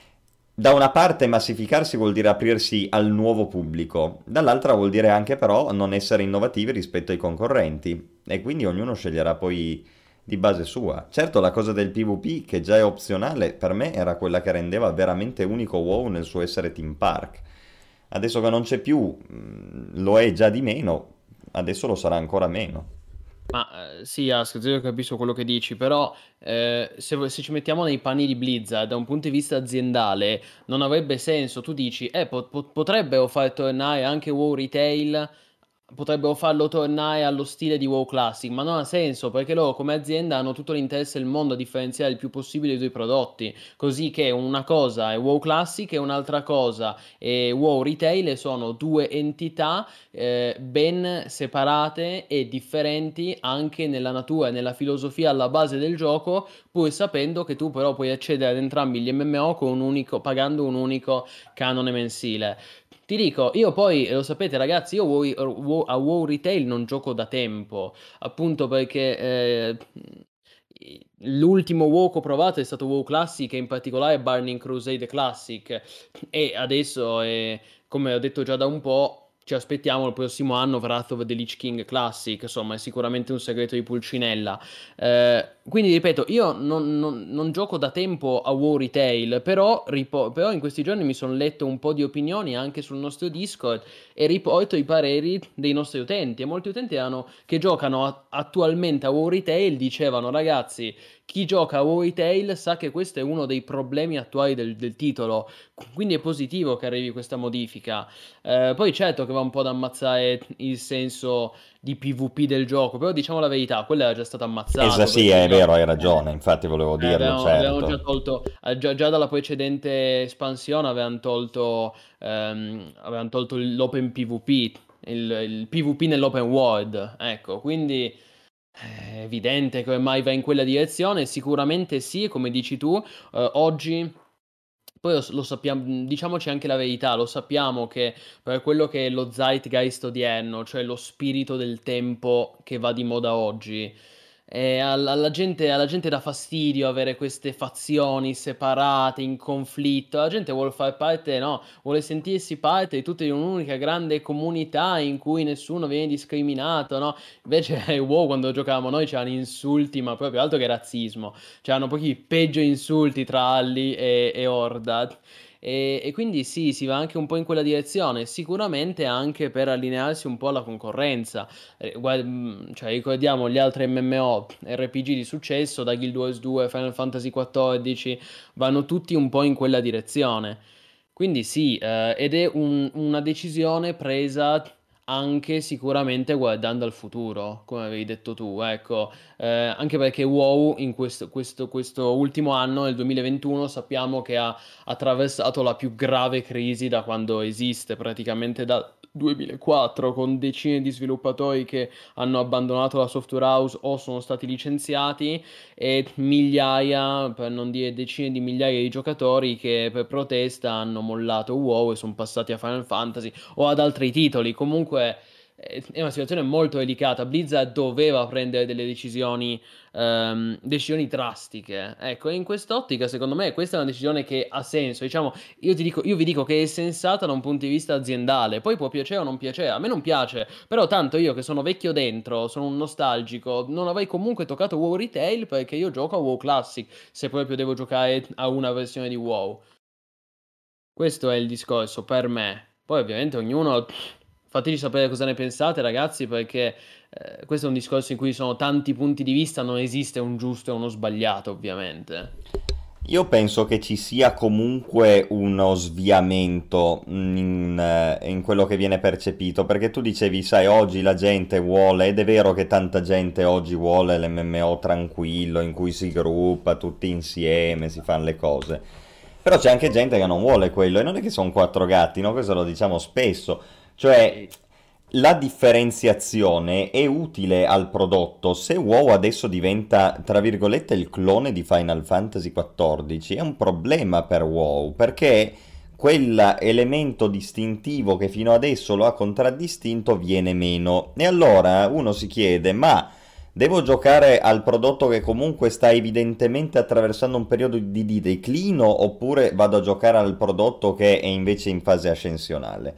da una parte massificarsi vuol dire aprirsi al nuovo pubblico, dall'altra vuol dire anche però non essere innovativi rispetto ai concorrenti e quindi ognuno sceglierà poi di base sua. Certo la cosa del PvP che già è opzionale per me era quella che rendeva veramente unico WoW nel suo essere team park. Adesso che non c'è più, lo è già di meno, adesso lo sarà ancora meno. Ma sì, Ask, io capisco quello che dici, però se ci mettiamo nei panni di Blizzard da un punto di vista aziendale, non avrebbe senso. Tu dici, potrebbero fare tornare anche WoW Retail, potrebbero farlo tornare allo stile di WoW Classic, ma non ha senso perché loro come azienda hanno tutto l'interesse del mondo a differenziare il più possibile i due prodotti, così che una cosa è WoW Classic e un'altra cosa è WoW Retail e sono due entità ben separate e differenti anche nella natura e nella filosofia alla base del gioco, pur sapendo che tu però puoi accedere ad entrambi gli MMO con pagando un unico canone mensile. Ti dico, io poi, lo sapete ragazzi, io a WoW Retail non gioco da tempo, appunto perché l'ultimo WoW che ho provato è stato WoW Classic e in particolare Burning Crusade Classic e adesso, come ho detto già da un po', ci aspettiamo il prossimo anno Wrath of the Lich King Classic, insomma è sicuramente un segreto di Pulcinella. Quindi ripeto, io non gioco da tempo a WoW Retail, però in questi giorni mi sono letto un po' di opinioni anche sul nostro Discord e riporto i pareri dei nostri utenti. E molti utenti che giocano attualmente a WoW Retail dicevano, ragazzi, chi gioca a WoW Retail sa che questo è uno dei problemi attuali del titolo, quindi è positivo che arrivi questa modifica. Poi certo che va un po' ad ammazzare il senso di PvP del gioco, però diciamo la verità, quello era già stato ammazzato Sì, perché è vero, hai ragione, infatti volevo dirlo, avevano già certo. tolto, già dalla precedente espansione avevano tolto l'open PvP, il PvP nell'open world, ecco, quindi è evidente che ormai va in quella direzione, sicuramente sì, come dici tu, oggi... Poi lo sappiamo, diciamoci anche la verità, lo sappiamo che per quello che è lo zeitgeist odierno, cioè lo spirito del tempo che va di moda oggi, alla gente dà fastidio avere queste fazioni separate, in conflitto, la gente vuole fare parte, no, vuole sentirsi parte di tutta un'unica grande comunità in cui nessuno viene discriminato, no? Invece, wow, quando giocavamo noi c'erano insulti, ma proprio altro che razzismo. C'erano proprio i peggio insulti tra Alli e Horda. E quindi sì, si va anche un po' in quella direzione, sicuramente anche per allinearsi un po' alla concorrenza. Cioè, ricordiamo gli altri MMO RPG di successo, da Guild Wars 2, Final Fantasy XIV, vanno tutti un po' in quella direzione. Quindi sì, ed è una decisione presa anche sicuramente guardando al futuro, come avevi detto tu, ecco, anche perché WoW in questo ultimo anno, nel 2021, sappiamo che ha attraversato la più grave crisi da quando esiste, praticamente 2004 con decine di sviluppatori che hanno abbandonato la software house o sono stati licenziati e migliaia, per non dire decine di migliaia di giocatori che per protesta hanno mollato WoW e sono passati a Final Fantasy o ad altri titoli. Comunque è una situazione molto delicata. Blizzard doveva prendere delle decisioni drastiche. Ecco, e in quest'ottica, secondo me, questa è una decisione che ha senso. Diciamo, io vi dico che è sensata da un punto di vista aziendale. Poi può piacere o non piacere. A me non piace, però tanto io che sono vecchio dentro, sono un nostalgico, non avrei comunque toccato WoW Retail perché io gioco a WoW Classic, se proprio devo giocare a una versione di WoW. Questo è il discorso per me. Poi ovviamente ognuno fateci sapere cosa ne pensate, ragazzi, perché questo è un discorso in cui ci sono tanti punti di vista, non esiste un giusto e uno sbagliato, ovviamente. Io penso che ci sia comunque uno sviamento in quello che viene percepito, perché tu dicevi, sai, oggi la gente vuole, ed è vero che tanta gente oggi vuole l'MMO tranquillo, in cui si gruppa tutti insieme, si fanno le cose. Però c'è anche gente che non vuole quello, e non è che sono quattro gatti, no? Questo lo diciamo spesso. Cioè, la differenziazione è utile al prodotto. Se WoW adesso diventa, tra virgolette, il clone di Final Fantasy XIV, è un problema per WoW, perché quell'elemento distintivo che fino adesso lo ha contraddistinto viene meno. E allora uno si chiede, ma devo giocare al prodotto che comunque sta evidentemente attraversando un periodo di declino, oppure vado a giocare al prodotto che è invece in fase ascensionale?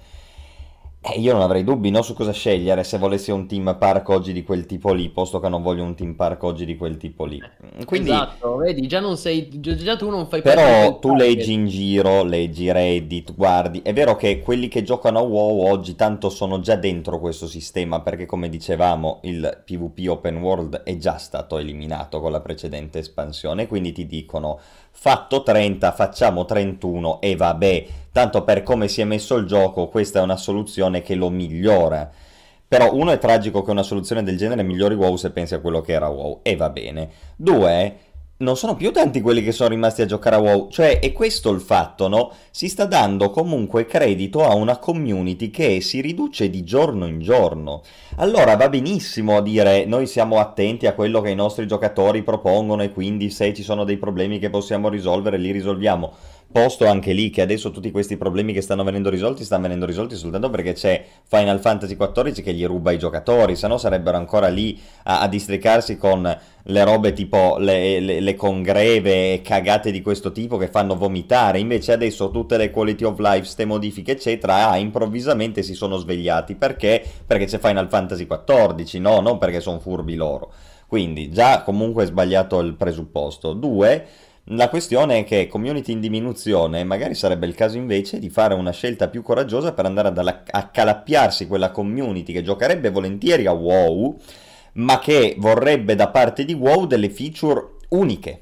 Io non avrei dubbi, no, su cosa scegliere se volessi un team park oggi di quel tipo lì, posto che non voglio un team park oggi di quel tipo lì. Quindi, Esatto, vedi, già non sei, già tu non fai parte di però quel tu leggi target. in giro, leggi Reddit, guardi, è vero che quelli che giocano a WoW oggi tanto sono già dentro questo sistema, perché come dicevamo il PvP Open World è già stato eliminato con la precedente espansione, quindi ti dicono fatto 30, facciamo 31 e vabbè, tanto per come si è messo il gioco questa è una soluzione che lo migliora. Però uno, è tragico che una soluzione del genere migliori WoW se pensi a quello che era WoW, e va bene. Due, non sono più tanti quelli che sono rimasti a giocare a WoW, cioè è questo il fatto, no? Si sta dando comunque credito a una community che si riduce di giorno in giorno. Allora va benissimo dire noi siamo attenti a quello che i nostri giocatori propongono e quindi se ci sono dei problemi che possiamo risolvere li risolviamo. Posto anche lì che adesso tutti questi problemi che stanno venendo risolti soltanto perché c'è Final Fantasy XIV che gli ruba i giocatori, se no sarebbero ancora lì a districarsi con le robe tipo le congreve e cagate di questo tipo che fanno vomitare. Invece adesso tutte le quality of life, ste modifiche eccetera, improvvisamente si sono svegliati. Perché? Perché c'è Final Fantasy XIV, no? Non perché sono furbi loro. Quindi già comunque è sbagliato il presupposto. Due, la questione è che community in diminuzione, magari sarebbe il caso invece di fare una scelta più coraggiosa per andare ad accalappiarsi quella community che giocherebbe volentieri a WoW, ma che vorrebbe da parte di WoW delle feature uniche.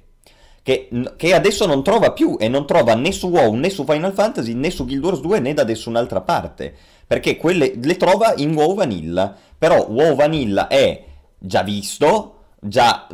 Che adesso non trova più, e non trova né su WoW né su Final Fantasy né su Guild Wars 2 né da nessun'altra parte, perché quelle le trova in WoW Vanilla. Però WoW Vanilla è già visto, già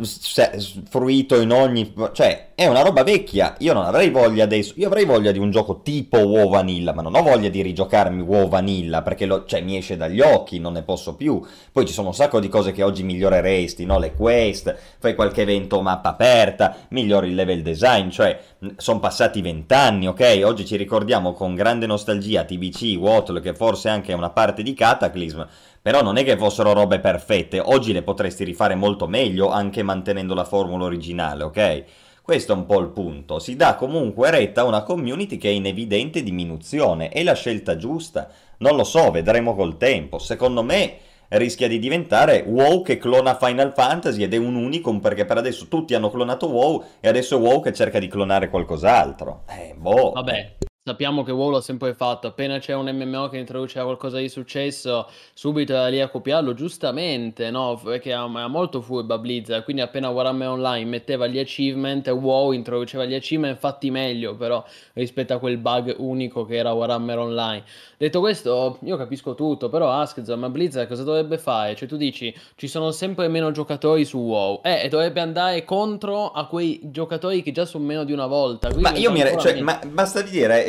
fruito in ogni, cioè è una roba vecchia. Io non avrei voglia adesso, io avrei voglia di un gioco tipo WoW Vanilla, ma non ho voglia di rigiocarmi WoW Vanilla perché cioè, mi esce dagli occhi, non ne posso più. Poi ci sono un sacco di cose che oggi miglioreresti, no? Le quest, fai qualche evento mappa aperta, migliori il level design, cioè sono passati 20 anni, ok? Oggi ci ricordiamo con grande nostalgia TBC, WOTL, che forse anche è una parte di Cataclysm, però non è che fossero robe perfette. Oggi le potresti rifare molto meglio anche mantenendo la formula originale, ok? Questo è un po' il punto. Si dà comunque retta a una community che è in evidente diminuzione. È la scelta giusta? Non lo so, vedremo col tempo. Secondo me rischia di diventare WoW che clona Final Fantasy, ed è un unicum perché per adesso tutti hanno clonato WoW e adesso è WoW che cerca di clonare qualcos'altro. Boh. Vabbè, sappiamo che WoW l'ha sempre fatto, appena c'è un MMO che introduce qualcosa di successo, subito è lì a copiarlo, giustamente, no? Perché era molto furba Blizzard, quindi appena Warhammer Online metteva gli achievement, WoW introduceva gli achievement fatti meglio, però, rispetto a quel bug unico che era Warhammer Online. Detto questo, io capisco tutto, però Askz, ma Blizzard cosa dovrebbe fare? Cioè tu dici, ci sono sempre meno giocatori su WoW, e dovrebbe andare contro a quei giocatori che già sono meno di una volta, Ma quindi io diventa ancora cioè, meno. ma basta dire,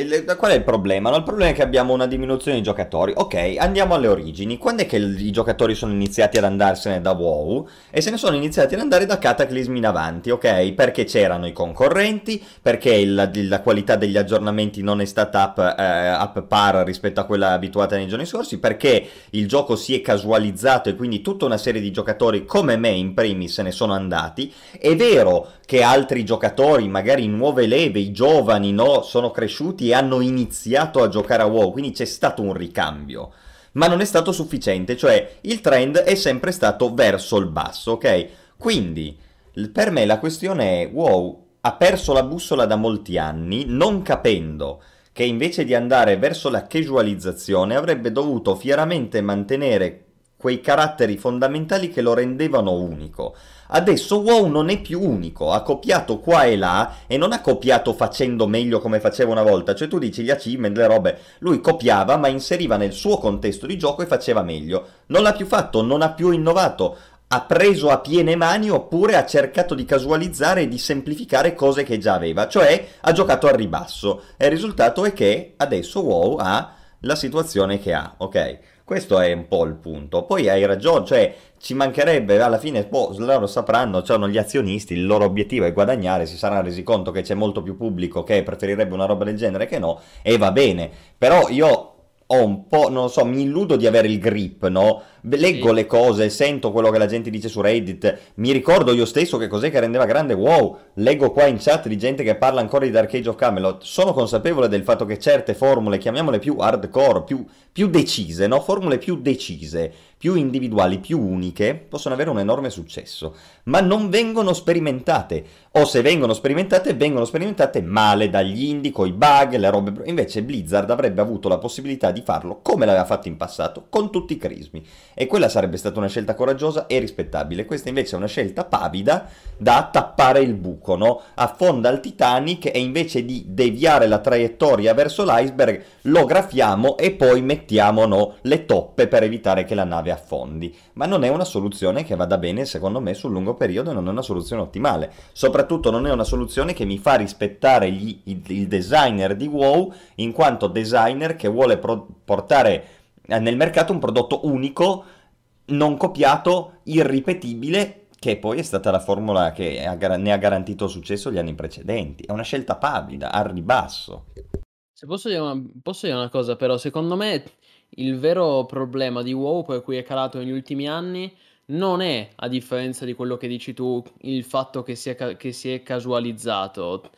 qual è il problema? No, il problema è che abbiamo una diminuzione di giocatori. Ok, andiamo alle origini. Quando è che i giocatori sono iniziati ad andarsene da WoW? E se ne sono iniziati ad andare da Cataclysm in avanti, ok? Perché c'erano i concorrenti, perché la qualità degli aggiornamenti non è stata up par rispetto a quella abituata nei giorni scorsi, perché il gioco si è casualizzato e quindi tutta una serie di giocatori come me in primis se ne sono andati. È vero che altri giocatori, magari nuove leve, i giovani, no, sono cresciuti e hanno iniziato a giocare a WoW, quindi c'è stato un ricambio, ma non è stato sufficiente, cioè il trend è sempre stato verso il basso, ok? Quindi per me la questione è: WoW ha perso la bussola da molti anni, non capendo che invece di andare verso la casualizzazione avrebbe dovuto fieramente mantenere quei caratteri fondamentali che lo rendevano unico. Adesso WoW non è più unico, ha copiato qua e là e non ha copiato facendo meglio come faceva una volta, cioè tu dici gli achievement, le robe, lui copiava ma inseriva nel suo contesto di gioco e faceva meglio. Non l'ha più fatto, non ha più innovato, ha preso a piene mani oppure ha cercato di casualizzare e di semplificare cose che già aveva, cioè ha giocato al ribasso e il risultato è che adesso WoW ha la situazione che ha, ok? Questo è un po' il punto. Poi hai ragione, cioè ci mancherebbe, alla fine loro sapranno, cioè gli azionisti, il loro obiettivo è guadagnare, si saranno resi conto che c'è molto più pubblico che preferirebbe una roba del genere che no, e va bene. Però io ho un po', non lo so, mi illudo di avere il grip, no? Leggo Sì. le cose, sento quello che la gente dice su Reddit, mi ricordo io stesso che cos'è che rendeva grande WoW, leggo qua in chat di gente che parla ancora di Dark Age of Camelot, sono consapevole del fatto che certe formule, chiamiamole più hardcore, più decise, no? Formule più decise, più individuali, più uniche, possono avere un enorme successo, ma non vengono sperimentate, o se vengono sperimentate male dagli indie, coi bug, le robe. Invece Blizzard avrebbe avuto la possibilità di farlo come l'aveva fatto in passato, con tutti i crismi. E quella sarebbe stata una scelta coraggiosa e rispettabile. Questa invece è una scelta pavida da tappare il buco, no? Affonda il Titanic e invece di deviare la traiettoria verso l'iceberg lo graffiamo e poi mettiamo, no, le toppe per evitare che la nave affondi. Ma non è una soluzione che vada bene, secondo me, sul lungo periodo, e non è una soluzione ottimale. Soprattutto non è una soluzione che mi fa rispettare il designer di WoW in quanto designer che vuole portare nel mercato un prodotto unico, non copiato, irripetibile, che poi è stata la formula che ne ha garantito successo gli anni precedenti. È una scelta pavida, al ribasso. Se posso dire una cosa, però, secondo me il vero problema di WoW, per cui è calato negli ultimi anni, non è, a differenza di quello che dici tu, il fatto che si è casualizzato.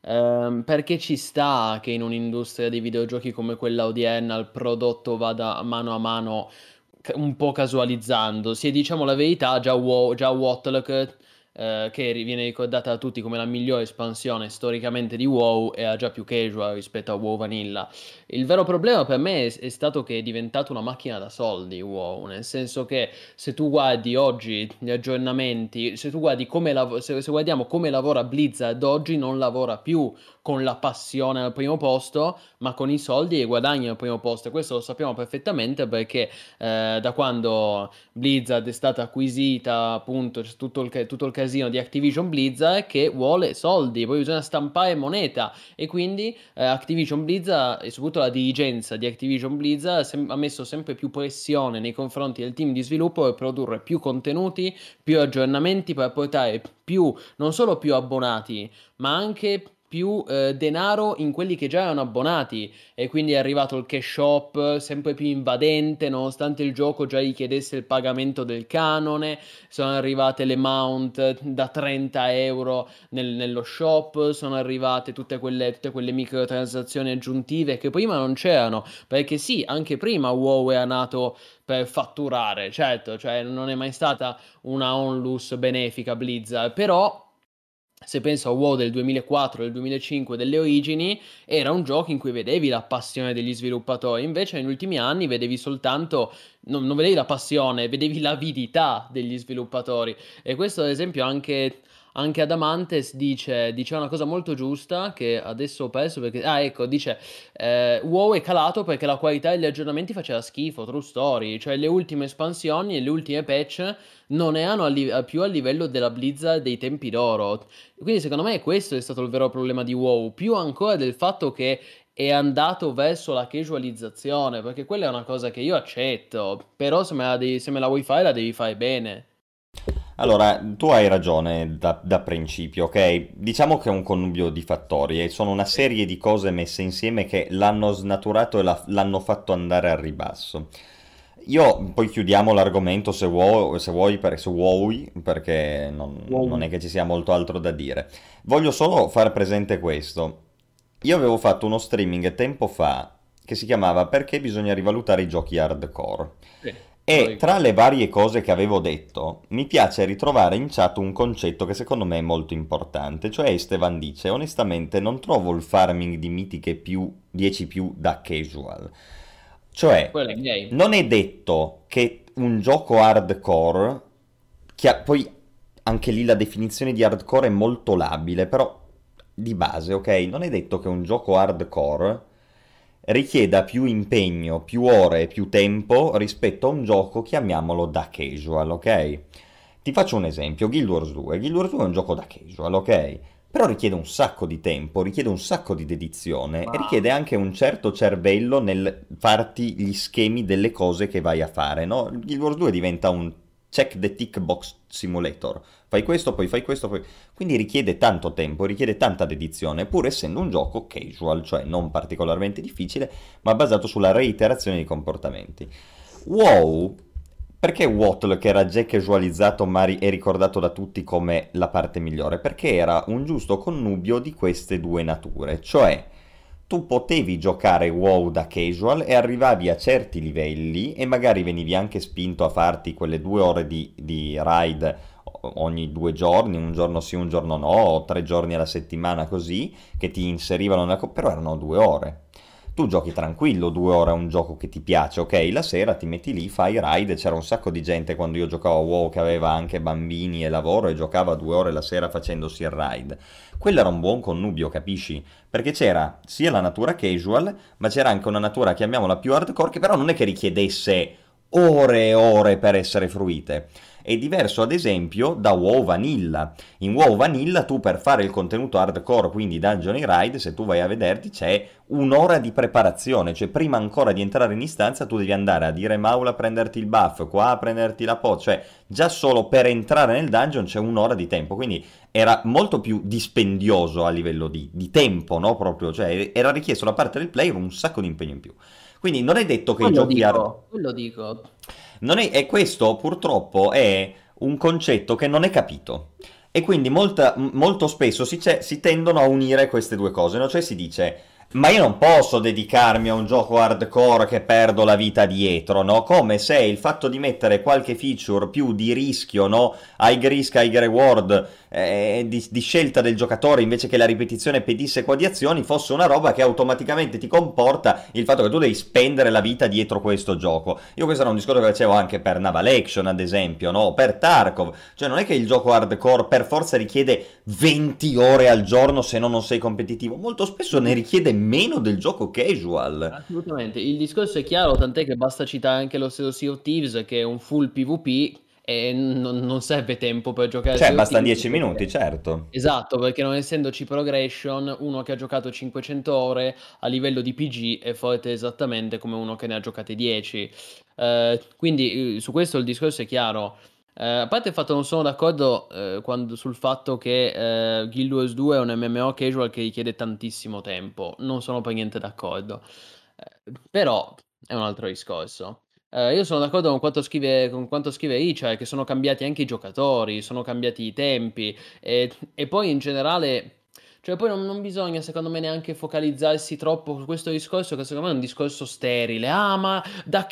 Perché ci sta che in un'industria dei videogiochi come quella odierna il prodotto vada mano a mano un po' casualizzando. Se diciamo la verità, già Warlock, che viene ricordata da tutti come la migliore espansione storicamente di WoW, era già più casual rispetto a WoW Vanilla. Il vero problema per me è stato che è diventato una macchina da soldi WoW, nel senso che se tu guardi oggi gli aggiornamenti, se tu guardi se guardiamo come lavora Blizzard oggi, non lavora più con la passione al primo posto, ma con i soldi e i guadagni al primo posto. E questo lo sappiamo perfettamente perché da quando Blizzard è stata acquisita, appunto, c'è tutto il casino di Activision Blizzard che vuole soldi, poi bisogna stampare moneta e quindi Activision Blizzard e soprattutto la dirigenza di Activision Blizzard ha messo sempre più pressione nei confronti del team di sviluppo per produrre più contenuti, più aggiornamenti, per portare più, non solo più abbonati, ma anche più denaro in quelli che già erano abbonati, e quindi è arrivato il cash shop sempre più invadente nonostante il gioco già richiedesse il pagamento del canone. Sono arrivate le mount da 30 euro nello shop, sono arrivate tutte quelle microtransazioni aggiuntive che prima non c'erano, perché sì, anche prima WoW era nato per fatturare, certo, cioè non è mai stata una onlus benefica Blizzard, però se penso a WoW del 2004, del 2005, delle origini, era un gioco in cui vedevi la passione degli sviluppatori, invece negli ultimi anni vedevi soltanto, non vedevi la passione, vedevi l'avidità degli sviluppatori. E questo ad esempio anche Adamantes dice una cosa molto giusta che adesso ho perso perché, ah ecco, dice WoW è calato perché la qualità degli aggiornamenti faceva schifo, true story, cioè le ultime espansioni e le ultime patch non erano più a livello della Blizzard dei tempi d'oro. Quindi secondo me questo è stato il vero problema di WoW, più ancora del fatto che è andato verso la casualizzazione, perché quella è una cosa che io accetto, però se me la vuoi fare la devi fare bene. Allora, tu hai ragione da principio, ok? Diciamo che è un connubio di fattori e sono una Sì. serie di cose messe insieme che l'hanno snaturato e l'hanno fatto andare al ribasso. Io poi chiudiamo l'argomento se vuoi, perché non Wow. è che ci sia molto altro da dire. Voglio solo far presente questo. Io avevo fatto uno streaming tempo fa che si chiamava Perché bisogna rivalutare i giochi hardcore. Sì, me lo E tra ricordo. le varie cose che avevo detto, mi piace ritrovare in chat un concetto che secondo me è molto importante, cioè Esteban dice, onestamente non trovo il farming di mitiche più 10 più da casual. Cioè, Quello è gay. non è detto che un gioco hardcore, poi anche lì la definizione di hardcore è molto labile, però di base, ok? Non è detto che un gioco hardcore richieda più impegno, più ore, più tempo rispetto a un gioco, chiamiamolo da casual, ok? Ti faccio un esempio, Guild Wars 2. Guild Wars 2 è un gioco da casual, ok? Però richiede un sacco di tempo, richiede un sacco di dedizione e Ma richiede anche un certo cervello nel farti gli schemi delle cose che vai a fare, no? Guild Wars 2 diventa un check the tick box simulator. Fai questo, poi fai questo, poi... Quindi richiede tanto tempo, richiede tanta dedizione, pur essendo un gioco casual, cioè non particolarmente difficile, ma basato sulla reiterazione di comportamenti. WoW, perché WOTL, che era già casualizzato ma è ricordato da tutti come la parte migliore? Perché era un giusto connubio di queste due nature, cioè tu potevi giocare WoW da casual e arrivavi a certi livelli e magari venivi anche spinto a farti quelle 2 ore di raid ogni 2 giorni, un giorno sì, un giorno no, o 3 giorni alla settimana così, che ti inserivano nella... però erano 2 ore. Tu giochi tranquillo 2 ore a un gioco che ti piace, ok? La sera ti metti lì, fai raid, c'era un sacco di gente quando io giocavo a WoW che aveva anche bambini e lavoro e giocava 2 ore la sera facendosi il raid. Quello era un buon connubio, capisci? Perché c'era sia la natura casual, ma c'era anche una natura, chiamiamola più hardcore, che però non è che richiedesse ore e ore per essere fruite. È diverso ad esempio da WoW Vanilla. In WoW Vanilla tu per fare il contenuto hardcore, quindi Dungeon e Raid, se tu vai a vederti c'è un'ora di preparazione, cioè prima ancora di entrare in istanza tu devi andare a dire Maula a prenderti il buff, qua a prenderti la pot, cioè già solo per entrare nel dungeon c'è un'ora di tempo, quindi era molto più dispendioso a livello di tempo, no? Proprio, cioè era richiesto da parte del player un sacco di impegno in più. Quindi non è detto che i giochi hard... quello dico. Non è, e questo purtroppo è un concetto che non è capito. E quindi molto spesso si tendono a unire queste due cose, no? Cioè si dice, ma io non posso dedicarmi a un gioco hardcore che perdo la vita dietro, no? Come se il fatto di mettere qualche feature più di rischio, no? High risk, high reward, di scelta del giocatore invece che la ripetizione pedissequa di azioni fosse una roba che automaticamente ti comporta il fatto che tu devi spendere la vita dietro questo gioco. Io questo era un discorso che facevo anche per Naval Action, ad esempio, no? Per Tarkov. Cioè non è che il gioco hardcore per forza richiede 20 ore al giorno se no non sei competitivo. Molto spesso ne richiede meno del gioco casual. Assolutamente, il discorso è chiaro, tant'è che basta citare anche lo stesso Sea of Thieves che è un full PvP e non serve tempo per giocare a Cioè, Sea of bastano Thieves 10 minuti, perché... certo. Esatto, perché non essendoci progression, uno che ha giocato 500 ore a livello di PG è forte esattamente come uno che ne ha giocate 10. Quindi su questo il discorso è chiaro. A parte il fatto non sono d'accordo sul fatto che Guild Wars 2 è un MMO casual che richiede tantissimo tempo. Non sono per niente d'accordo. Però è un altro discorso. Io sono d'accordo con quanto scrive Richard, che sono cambiati anche i giocatori, sono cambiati i tempi e poi in generale, cioè poi non bisogna secondo me neanche focalizzarsi troppo su questo discorso che secondo me è un discorso sterile. Ah, ma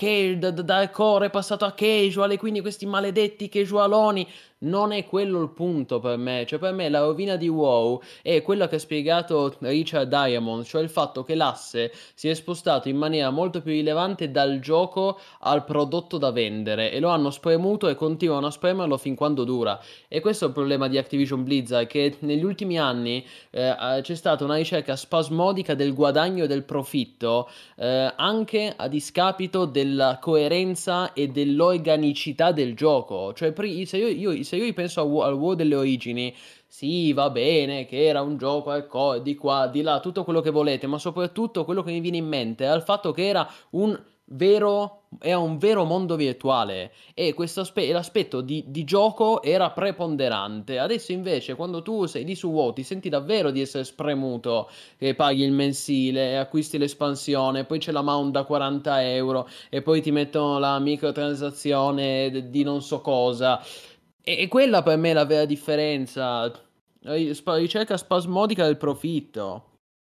da core è passato a casual e quindi questi maledetti casualoni. Non è quello il punto per me, cioè per me la rovina di WoW è quella che ha spiegato Richard Diamond, cioè il fatto che l'asse si è spostato in maniera molto più rilevante dal gioco al prodotto da vendere e lo hanno spremuto e continuano a spremerlo fin quando dura. E questo è il problema di Activision Blizzard, che negli ultimi anni c'è stata una ricerca spasmodica del guadagno e del profitto, anche a discapito della coerenza e dell'organicità del gioco. Cioè, se io ripenso al WoW delle origini, sì, va bene, che era un gioco di qua, di là, tutto quello che volete, ma soprattutto quello che mi viene in mente è il fatto che era un vero mondo virtuale e l'aspetto di gioco era preponderante. Adesso invece, quando tu sei lì su WoW, ti senti davvero di essere spremuto, che paghi il mensile, acquisti l'espansione, poi c'è la mount da 40 € e poi ti mettono la microtransazione di non so cosa. E quella per me è la vera differenza. Ricerca spasmodica del profitto.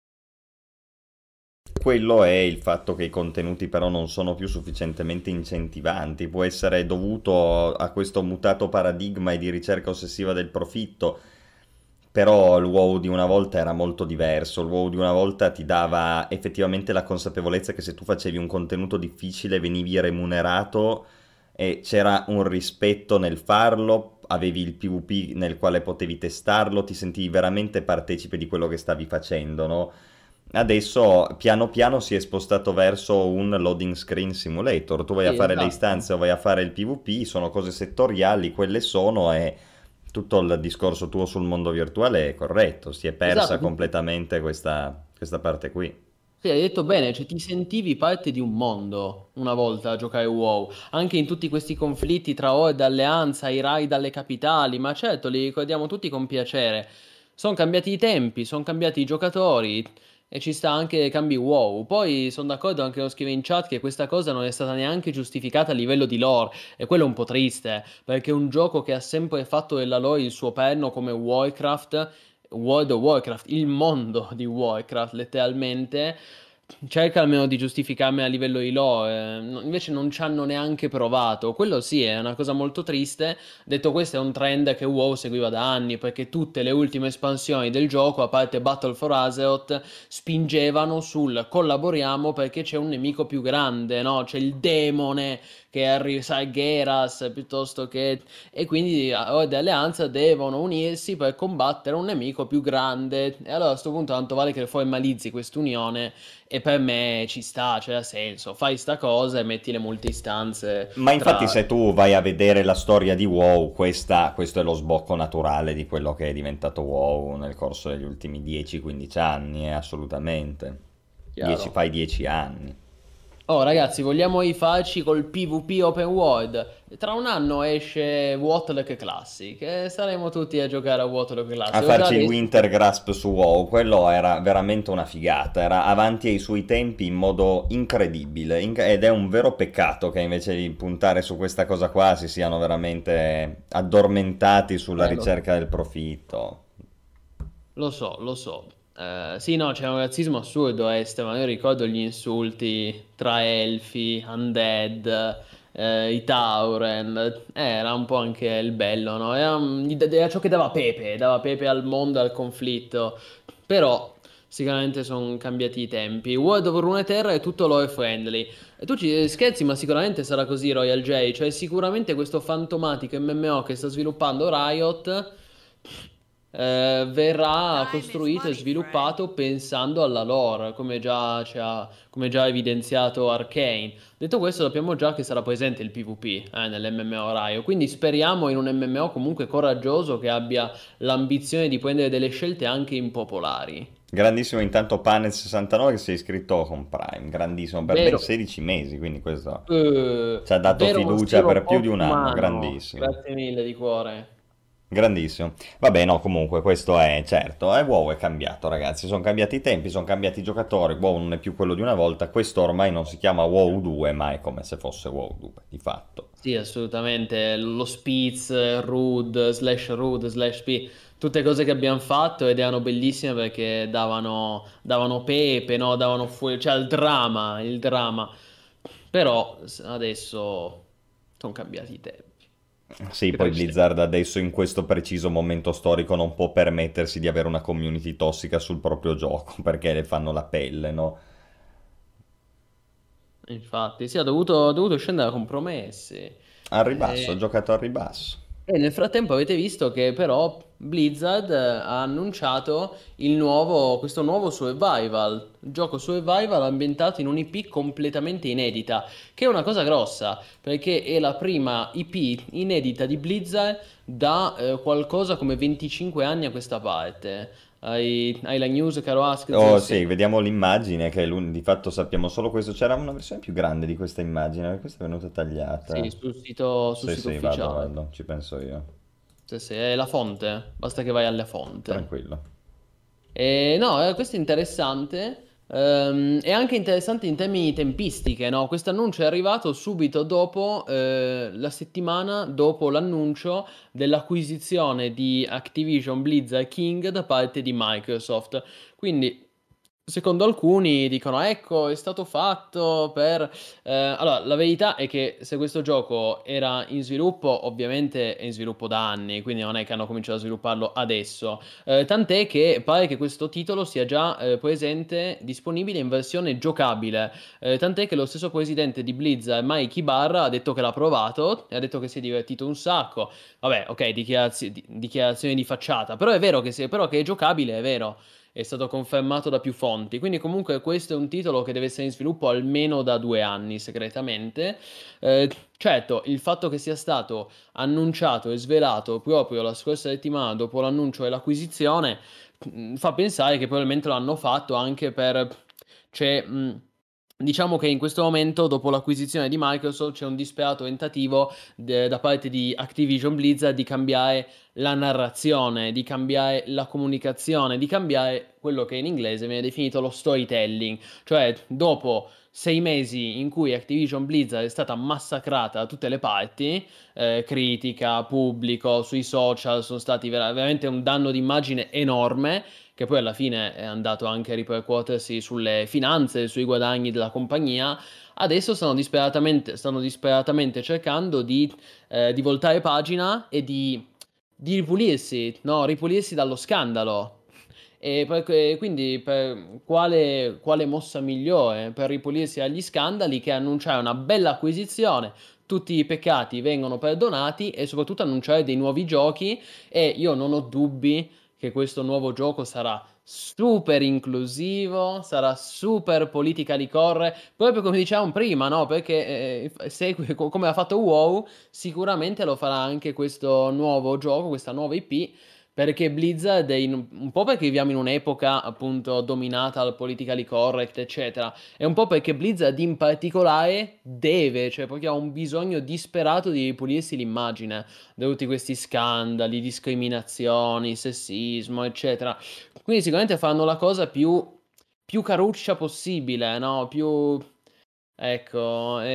Quello è il fatto che i contenuti però non sono più sufficientemente incentivanti, può essere dovuto a questo mutato paradigma e di ricerca ossessiva del profitto, però il WoW di una volta era molto diverso, il WoW di una volta ti dava effettivamente la consapevolezza che se tu facevi un contenuto difficile venivi remunerato e c'era un rispetto nel farlo, avevi il PvP nel quale potevi testarlo, ti sentivi veramente partecipe di quello che stavi facendo, no? Adesso piano piano si è spostato verso un loading screen simulator. Tu vai a Sì, fare le esatto. istanze o vai a fare il PvP, sono cose settoriali, quelle sono e tutto il discorso tuo sul mondo virtuale è corretto. Si è Esatto, persa completamente questa parte qui. sì, hai detto bene, cioè ti sentivi parte di un mondo una volta a giocare WoW, anche in tutti questi conflitti tra Horde e Alleanza, i raid alle capitali, ma certo li ricordiamo tutti con piacere. Sono cambiati i tempi, sono cambiati i giocatori e ci sta anche ai cambi WoW. Poi sono d'accordo anche con scrive in chat che questa cosa non è stata neanche giustificata a livello di lore e quello è un po' triste, perché un gioco che ha sempre fatto della lore il suo perno come Warcraft, World of Warcraft, il mondo di Warcraft letteralmente, cerca almeno di giustificarmi a livello di lore, invece non ci hanno neanche provato. Quello sì, è una cosa molto triste. Detto questo, è un trend che WoW seguiva da anni, perché tutte le ultime espansioni del gioco, a parte Battle for Azeroth, spingevano sul collaboriamo perché c'è un nemico più grande, no? C'è il demone che arriva, sai, Geras, piuttosto che... E quindi Horde e Alleanza devono unirsi per combattere un nemico più grande. E allora a questo punto tanto vale che formalizzi quest'unione e per me ci sta, c'è senso. Fai sta cosa e metti le multistanze Ma infatti tra... se tu vai a vedere la storia di WoW, questo è lo sbocco naturale di quello che è diventato WoW nel corso degli ultimi 10-15 anni, assolutamente. Chiaro. Fai 10 anni. Oh ragazzi, vogliamo i facci col PvP Open World? Tra un anno esce Warlock Classic e saremo tutti a giocare a Warlock A Classic. Ho già farci il adesso... Winter Grasp su WoW, quello era veramente una figata, era avanti ai suoi tempi in modo incredibile ed è un vero peccato che invece di puntare su questa cosa qua si siano veramente addormentati sulla Lo so. ricerca del profitto. Lo so, lo so. Sì, no, c'è un razzismo assurdo a Est, ma io ricordo gli insulti tra elfi, undead, i Tauren. Era un po' anche il bello, no? Era ciò che dava pepe al mondo, al conflitto. Però sicuramente sono cambiati i tempi. World of Runeterra è tutto lore friendly. E tu ci scherzi, ma sicuramente sarà così Royal J. Cioè, sicuramente questo fantomatico MMO che sta sviluppando Riot verrà costruito e sviluppato pensando alla lore, come già evidenziato Arcane. Detto questo, sappiamo già che sarà presente il PvP nell'MMO Raio, quindi speriamo in un MMO comunque coraggioso che abbia l'ambizione di prendere delle scelte anche impopolari. Grandissimo intanto Panes69 che si è iscritto con Prime, grandissimo, per ben Vero, 16 mesi, quindi questo ci ha dato vero fiducia Monsiro per più di Post un anno, Umano, grandissimo. grazie mille di cuore. Grandissimo. Vabbè, no, comunque questo è certo. WoW è cambiato, ragazzi. Sono cambiati i tempi, sono cambiati i giocatori. WoW non è più quello di una volta. Questo ormai non si chiama WoW 2, ma è come se fosse WoW 2, di fatto. Sì, assolutamente. Lo Spitz, Rude, slash P, tutte cose che abbiamo fatto ed erano bellissime perché davano pepe, no? Davano fuori, cioè il dramma. Però adesso sono cambiati i tempi. Sì, poi Cresce. Blizzard adesso in questo preciso momento storico non può permettersi di avere una community tossica sul proprio gioco perché le fanno la pelle, no? Infatti, sì, ha dovuto scendere a compromessi. Al ribasso, ha Eh, giocato al ribasso. E nel frattempo avete visto che però Blizzard ha annunciato questo nuovo Survival, gioco Survival ambientato in un'IP completamente inedita, che è una cosa grossa, perché è la prima IP inedita di Blizzard da qualcosa come 25 anni a questa parte. Hai la news, caro Ask? Oh sì, vediamo l'immagine che di fatto sappiamo solo questo. C'era una versione più grande di questa immagine, perché questa è venuta Sì, tagliata. sul Sì, sito sì, vado, ufficiale. vado, ci penso io. Sì, sì, è la fonte, basta che vai alla fonte. Tranquillo. No, questo è interessante. È anche interessante in termini di tempistiche, no? Questo annuncio è arrivato subito dopo, la settimana dopo l'annuncio dell'acquisizione di Activision Blizzard King da parte di Microsoft. Quindi, secondo alcuni, dicono: ecco, è stato fatto per. Allora, la verità è che se questo gioco era in sviluppo, ovviamente è in sviluppo da anni, quindi non è che hanno cominciato a svilupparlo adesso. Tant'è che pare che questo titolo sia già presente, disponibile in versione giocabile. Tant'è che lo stesso presidente di Blizzard, Mike Ibarra, ha detto che l'ha provato e ha detto che si è divertito un sacco. Vabbè, ok, dichiarazioni di facciata, però è vero però che è giocabile, è vero. È stato confermato da più fonti. Quindi, comunque, questo è un titolo che deve essere in sviluppo almeno da 2 anni, segretamente. Certo, il fatto che sia stato annunciato e svelato proprio la scorsa settimana dopo l'annuncio e l'acquisizione fa pensare che probabilmente lo hanno fatto anche per. Cioè, diciamo che in questo momento, dopo l'acquisizione di Microsoft, c'è un disperato tentativo da parte di Activision Blizzard di cambiare la narrazione, di cambiare la comunicazione, di cambiare quello che in inglese viene definito lo storytelling. Cioè, dopo 6 mesi in cui Activision Blizzard è stata massacrata da tutte le parti, critica, pubblico, sui social, sono stati veramente un danno d'immagine enorme, che poi alla fine è andato anche a ripercuotersi sulle finanze, sui guadagni della compagnia. Adesso stanno disperatamente cercando di voltare pagina e di ripulirsi, no, ripulirsi dallo scandalo. Quindi quale mossa migliore per ripulirsi dagli scandali che annunciare una bella acquisizione, tutti i peccati vengono perdonati e soprattutto annunciare dei nuovi giochi, e io non ho dubbi che questo nuovo gioco sarà super inclusivo, sarà super politically correct, proprio come dicevamo prima, no? Perché segue come ha fatto WoW, sicuramente lo farà anche questo nuovo gioco, questa nuova IP. Perché Blizzard un po' perché viviamo in un'epoca appunto dominata dal politically correct, eccetera, e un po' perché Blizzard in particolare cioè proprio ha un bisogno disperato di ripulirsi l'immagine da tutti questi scandali, discriminazioni, sessismo, eccetera. Quindi sicuramente fanno la cosa più caruccia possibile, no? Ecco,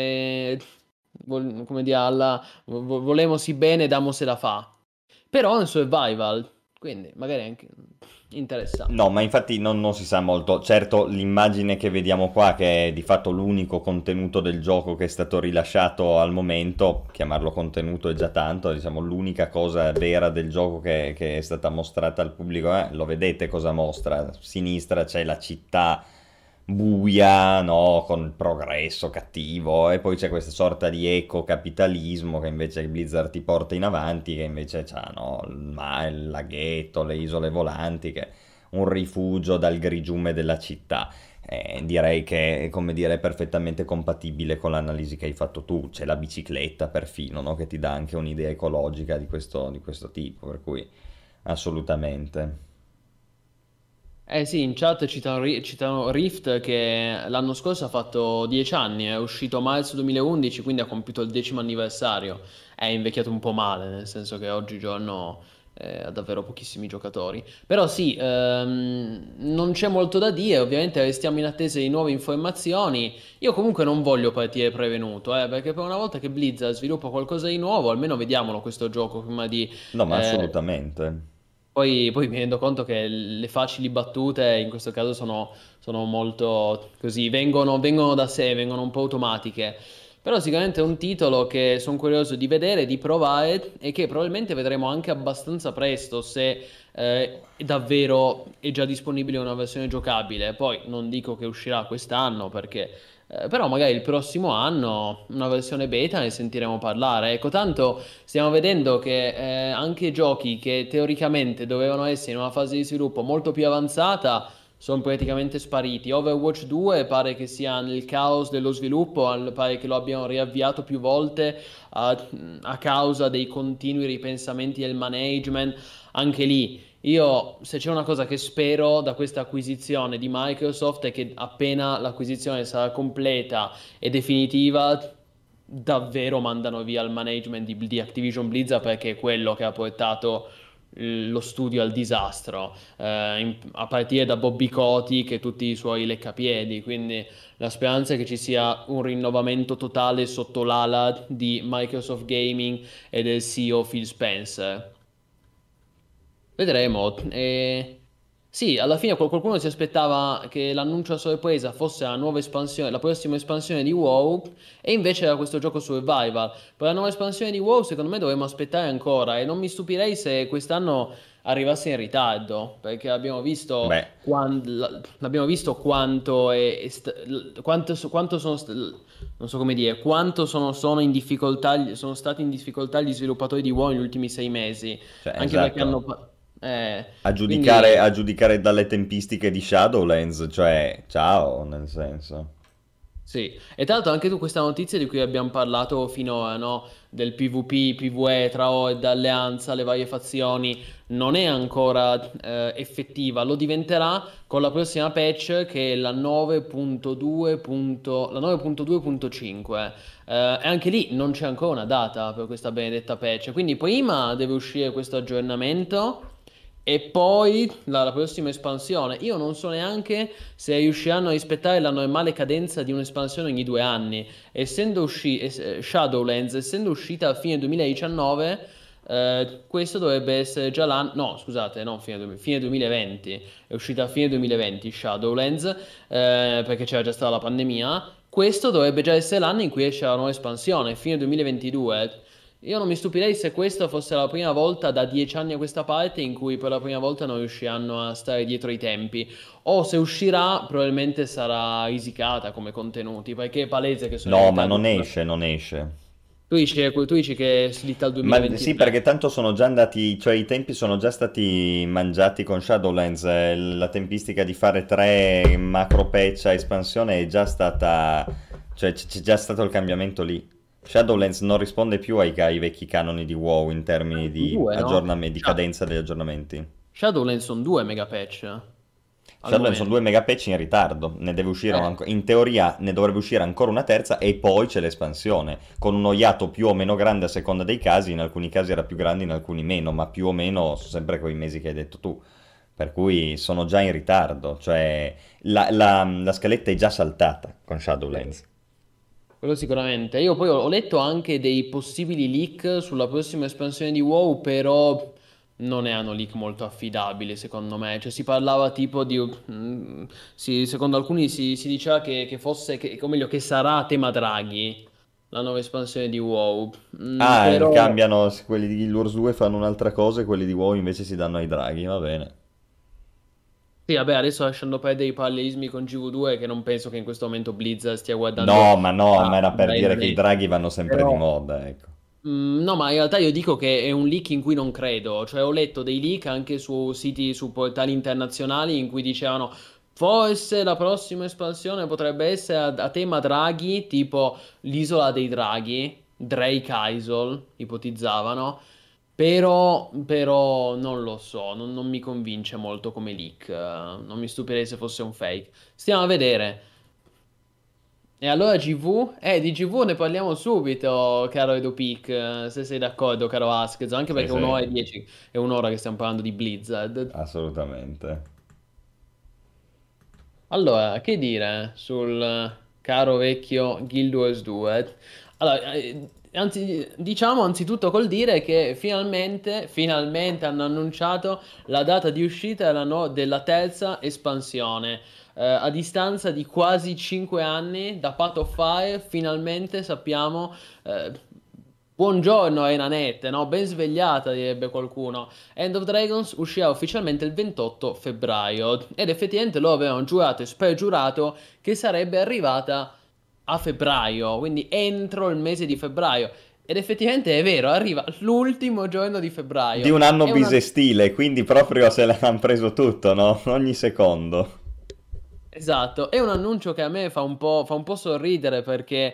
come dire, volemosi bene, damosi da fa. Però è un survival, quindi magari è anche interessante. No, ma infatti non si sa molto. Certo, l'immagine che vediamo qua, che è di fatto l'unico contenuto del gioco che è stato rilasciato al momento, chiamarlo contenuto è già tanto, diciamo l'unica cosa vera del gioco che è stata mostrata al pubblico, lo vedete cosa mostra? A sinistra c'è la città buia, no? Con il progresso cattivo, e poi c'è questa sorta di ecocapitalismo che invece Blizzard ti porta in avanti, che invece c'ha, no? Il laghetto, le isole volanti, che un rifugio dal grigiume della città. Direi che, come dire, è perfettamente compatibile con l'analisi che hai fatto tu. C'è la bicicletta perfino, no? Che ti dà anche un'idea ecologica di questo tipo, per cui assolutamente. Eh sì, in chat citano Rift che l'anno scorso ha fatto 10 anni, è uscito a marzo 2011, quindi ha compiuto il 10° anniversario. È invecchiato un po' male, nel senso che oggigiorno ha davvero pochissimi giocatori. Però sì, non c'è molto da dire, ovviamente restiamo in attesa di nuove informazioni. Io comunque non voglio partire prevenuto, perché per una volta che Blizzard sviluppa qualcosa di nuovo, almeno vediamolo questo gioco prima di. No, ma eh, assolutamente. poi mi rendo conto che le facili battute in questo caso sono molto così, vengono da sé, vengono un po' automatiche. Però sicuramente è un titolo che sono curioso di vedere, di provare e che probabilmente vedremo anche abbastanza presto se davvero è già disponibile una versione giocabile. Poi non dico che uscirà quest'anno perché però magari il prossimo anno una versione beta ne sentiremo parlare. Ecco, tanto stiamo vedendo che anche giochi che teoricamente dovevano essere in una fase di sviluppo molto più avanzata sono praticamente spariti. Overwatch 2 pare che sia nel caos dello sviluppo, pare che lo abbiano riavviato più volte a causa dei continui ripensamenti del management. Anche lì, io se c'è una cosa che spero da questa acquisizione di Microsoft è che appena l'acquisizione sarà completa e definitiva, davvero mandano via il management di Activision Blizzard perché è quello che ha portato lo studio al disastro, a partire da Bobby Kotick e tutti i suoi leccapiedi. Quindi la speranza è che ci sia un rinnovamento totale sotto l'ala di Microsoft Gaming e del CEO Phil Spencer. Vedremo. Sì, alla fine qualcuno si aspettava che l'annuncio a sorpresa fosse la nuova espansione, la prossima espansione di WoW, e invece era questo gioco survival. Per la nuova espansione di WoW, secondo me dovremmo aspettare ancora, e non mi stupirei se quest'anno arrivasse in ritardo, perché abbiamo visto, Beh, abbiamo visto quanto quanto sono, non so come dire, quanto sono in difficoltà, sono stati in difficoltà gli sviluppatori di WoW negli ultimi 6 mesi, cioè, anche perché hanno... esatto. quindi A giudicare dalle tempistiche di Shadowlands, cioè, ciao, nel senso. sì, e tra l'altro anche tu questa notizia di cui abbiamo parlato finora, no? Del PvP, PvE tra Horde, Alleanza, le varie fazioni, non è ancora effettiva, lo diventerà con la prossima patch che è la 9.2. La 9.2.5. E anche lì non c'è ancora una data per questa benedetta patch, quindi prima deve uscire questo aggiornamento. E poi la prossima espansione. Io non so neanche se riusciranno a rispettare la normale cadenza di un'espansione ogni 2 anni. Shadowlands, essendo uscita a fine 2019, questo dovrebbe essere già l'anno. No, scusate, no, fine 2020. È uscita a fine 2020 Shadowlands, perché c'era già stata la pandemia. Questo dovrebbe già essere l'anno in cui esce la nuova espansione, fine 2022. Io non mi stupirei se questa fosse la prima volta da 10 anni a questa parte in cui per la prima volta non riusciranno a stare dietro i tempi. O se uscirà, probabilmente sarà risicata come contenuti, perché è palese che sono in No, ma ritardo. non esce, non esce. Tu dici che è slitta al Ma sì, perché 2023. tanto sono già andati, cioè i tempi sono già stati mangiati con Shadowlands, la tempistica di fare 3 macro patch a espansione è già stata, cioè c'è già stato il cambiamento lì. Shadowlands non risponde più ai vecchi canoni di WoW in termini di Due, no? aggiornamenti, di cadenza degli aggiornamenti. Shadowlands sono 2 megapatch al Shadowlands sono 2 momento. megapatch in ritardo, ne deve uscire Eh. in teoria ne dovrebbe uscire ancora una terza e poi c'è l'espansione, con uno iato più o meno grande a seconda dei casi, in alcuni casi era più grande, in alcuni meno, ma più o meno sono sempre quei mesi che hai detto tu, per cui sono già in ritardo, cioè la scaletta è già saltata con Shadowlands. Quello sicuramente. Io poi ho letto anche dei possibili leak sulla prossima espansione di WoW, però non erano leak molto affidabili, secondo me. Cioè, si parlava tipo di... secondo alcuni si diceva che fosse, o meglio, che sarà a tema draghi, la nuova espansione di WoW. Però... Cambiano, quelli di Guild Wars 2 fanno un'altra cosa e quelli di WoW invece si danno ai draghi, va bene. Sì, vabbè, adesso lasciando perdere i parallelismi con GV2, che non penso che in questo momento Blizzard stia guardando No, ma a era per dare il dire che i re. draghi vanno sempre di Però... moda, ecco. No, ma in realtà io dico che è un leak in cui non credo, cioè ho letto dei leak anche su siti, su portali internazionali in cui dicevano forse la prossima espansione potrebbe essere a tema draghi, tipo l'isola dei draghi, Drake Isle, ipotizzavano, però non lo so, non mi convince molto come leak, non mi stupirei se fosse un fake. Stiamo a vedere. E allora GV? Di GV ne parliamo subito, caro EdoPic, se sei d'accordo, caro Askez, anche Sì, perché sì, un'ora e 10 è un'ora che stiamo parlando di Blizzard. assolutamente. Allora, che dire sul caro vecchio Guild Wars 2? Allora, Diciamo anzitutto col dire che finalmente hanno annunciato la data di uscita della terza espansione. A distanza di quasi 5 anni da Path of Fire, finalmente sappiamo. Buongiorno Enanette, no? Ben svegliata, direbbe qualcuno. End of Dragons uscirà ufficialmente il 28 febbraio. Ed effettivamente lo avevano giurato e spergiurato che sarebbe arrivata a febbraio, quindi entro il mese di febbraio. Ed effettivamente è vero, arriva l'ultimo giorno di Di febbraio. un anno È una... bisestile, quindi proprio se l'hanno preso tutto, no? Ogni secondo. Esatto, è un annuncio che a me fa un po' sorridere perché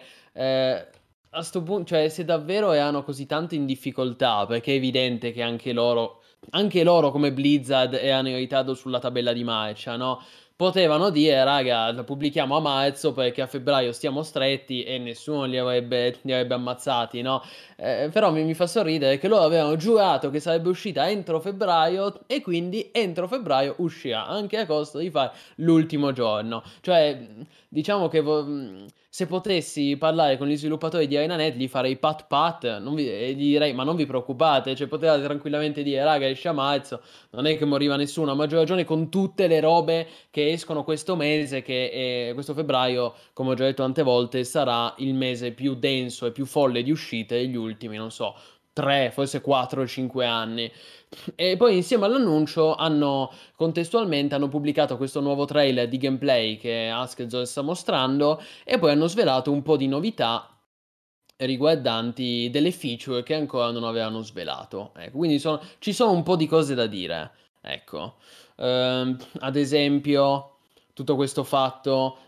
a sto punto, cioè se davvero erano così tanto in difficoltà, perché è evidente che anche loro come Blizzard erano in ritardo sulla tabella di marcia, no? Potevano dire, raga, la pubblichiamo a marzo perché a febbraio stiamo stretti e nessuno li avrebbe ammazzati, no? Però mi fa sorridere che loro avevano giurato che sarebbe uscita entro febbraio e quindi entro febbraio uscirà, anche a costo di fare l'ultimo giorno. Cioè, diciamo che se potessi parlare con gli sviluppatori di ArenaNet gli farei pat pat e gli direi ma non vi preoccupate, cioè potevate tranquillamente dire raga esce a marzo, non è che moriva nessuno, a maggior ragione con tutte le robe che escono questo mese, questo febbraio, come ho già detto tante volte, sarà il mese più denso e più folle di uscite degli ultimi, non so, 3, forse 4 o 5 anni. E poi insieme all'annuncio contestualmente hanno pubblicato questo nuovo trailer di gameplay che Asked sta mostrando e poi hanno svelato un po' di novità riguardanti delle feature che ancora non avevano svelato. Ecco, quindi ci sono un po' di cose da dire. Ecco, ad esempio, tutto questo fatto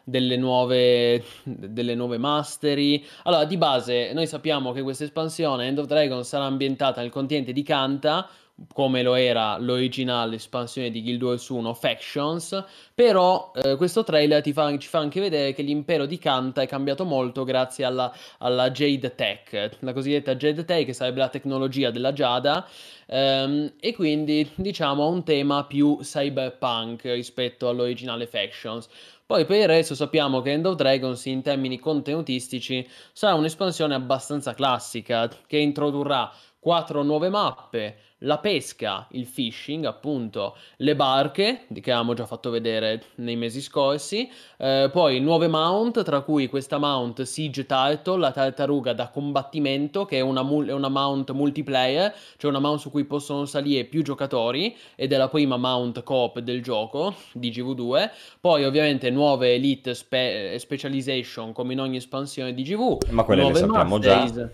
delle nuove mastery. Allora, di base, noi sappiamo che questa espansione End of Dragon sarà ambientata nel continente di Kanta, come lo era l'originale espansione di Guild Wars 1 Factions, però questo trailer ci fa anche vedere che l'impero di Kanta è cambiato molto grazie alla Jade Tech, la cosiddetta Jade Tech, che sarebbe la tecnologia della Giada, e quindi diciamo ha un tema più cyberpunk rispetto all'originale Factions. Poi per il resto sappiamo che End of Dragons in termini contenutistici sarà un'espansione abbastanza classica che introdurrà 4 nuove mappe, la pesca, il fishing, appunto, le barche, che avevamo già fatto vedere nei mesi scorsi, poi nuove mount, tra cui questa mount Siege Turtle, la tartaruga da combattimento, che è una mount multiplayer, cioè una mount su cui possono salire più giocatori, ed è la prima mount coop del gioco di GV2. Poi ovviamente nuove Elite Specialization, come in ogni espansione di GV, Ma quelle le nuove sappiamo già. Masteries.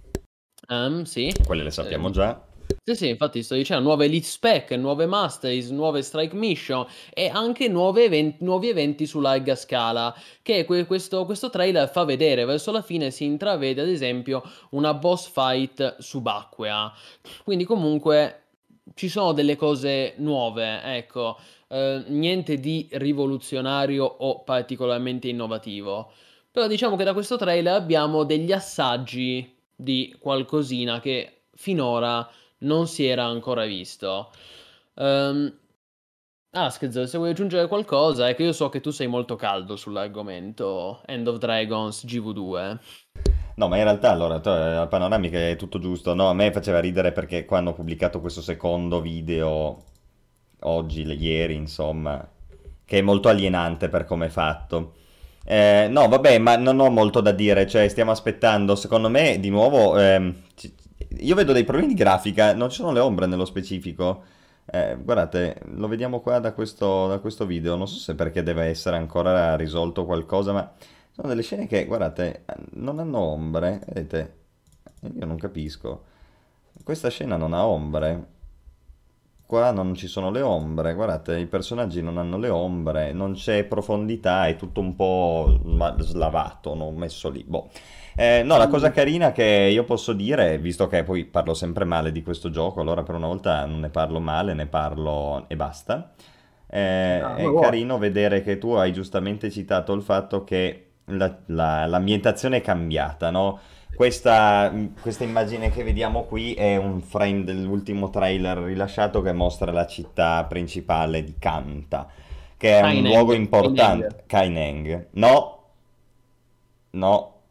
Sì. Quelle le sappiamo Eh, già. sì, sì, infatti sto dicendo nuove Elite Spec, nuove Masteries, nuove Strike Mission e anche nuovi eventi su larga scala che questo trailer fa vedere. Verso la fine si intravede ad esempio una boss fight subacquea. Quindi comunque ci sono delle cose nuove, ecco, niente di rivoluzionario o particolarmente innovativo. Però diciamo che da questo trailer abbiamo degli assaggi di qualcosina che finora non si era ancora visto. Ehm, Asked, se vuoi aggiungere qualcosa, è che io so che tu sei molto caldo sull'argomento End of Dragons GV2. No, ma in realtà allora, la panoramica è tutto giusto. No, a me faceva ridere perché qua hanno pubblicato questo secondo video oggi, ieri, insomma, che è molto alienante per come è fatto. No, vabbè, ma non ho molto da dire, cioè stiamo aspettando, secondo me, di nuovo, io vedo dei problemi di grafica, non ci sono le ombre nello specifico. Guardate, lo vediamo qua da questo video, non so se perché deve essere ancora risolto qualcosa, ma sono delle scene che, guardate, non hanno ombre, vedete? Io non capisco. Questa scena non ha ombre. Qua non ci sono le ombre, guardate, i personaggi non hanno le ombre, non c'è profondità, è tutto un po' slavato, no? Messo lì. Boh. No, la cosa carina che io posso dire, visto che poi parlo sempre male di questo gioco, allora per una volta non ne parlo male, ne parlo e basta. Ah, ma È guarda. carino vedere che tu hai giustamente citato il fatto che l'ambientazione è cambiata, no? Questa immagine che vediamo qui è un frame dell'ultimo trailer rilasciato che mostra la città principale di Kanta, che è un luogo Kaineng, Kaineng. importante. Kaineng. No, no.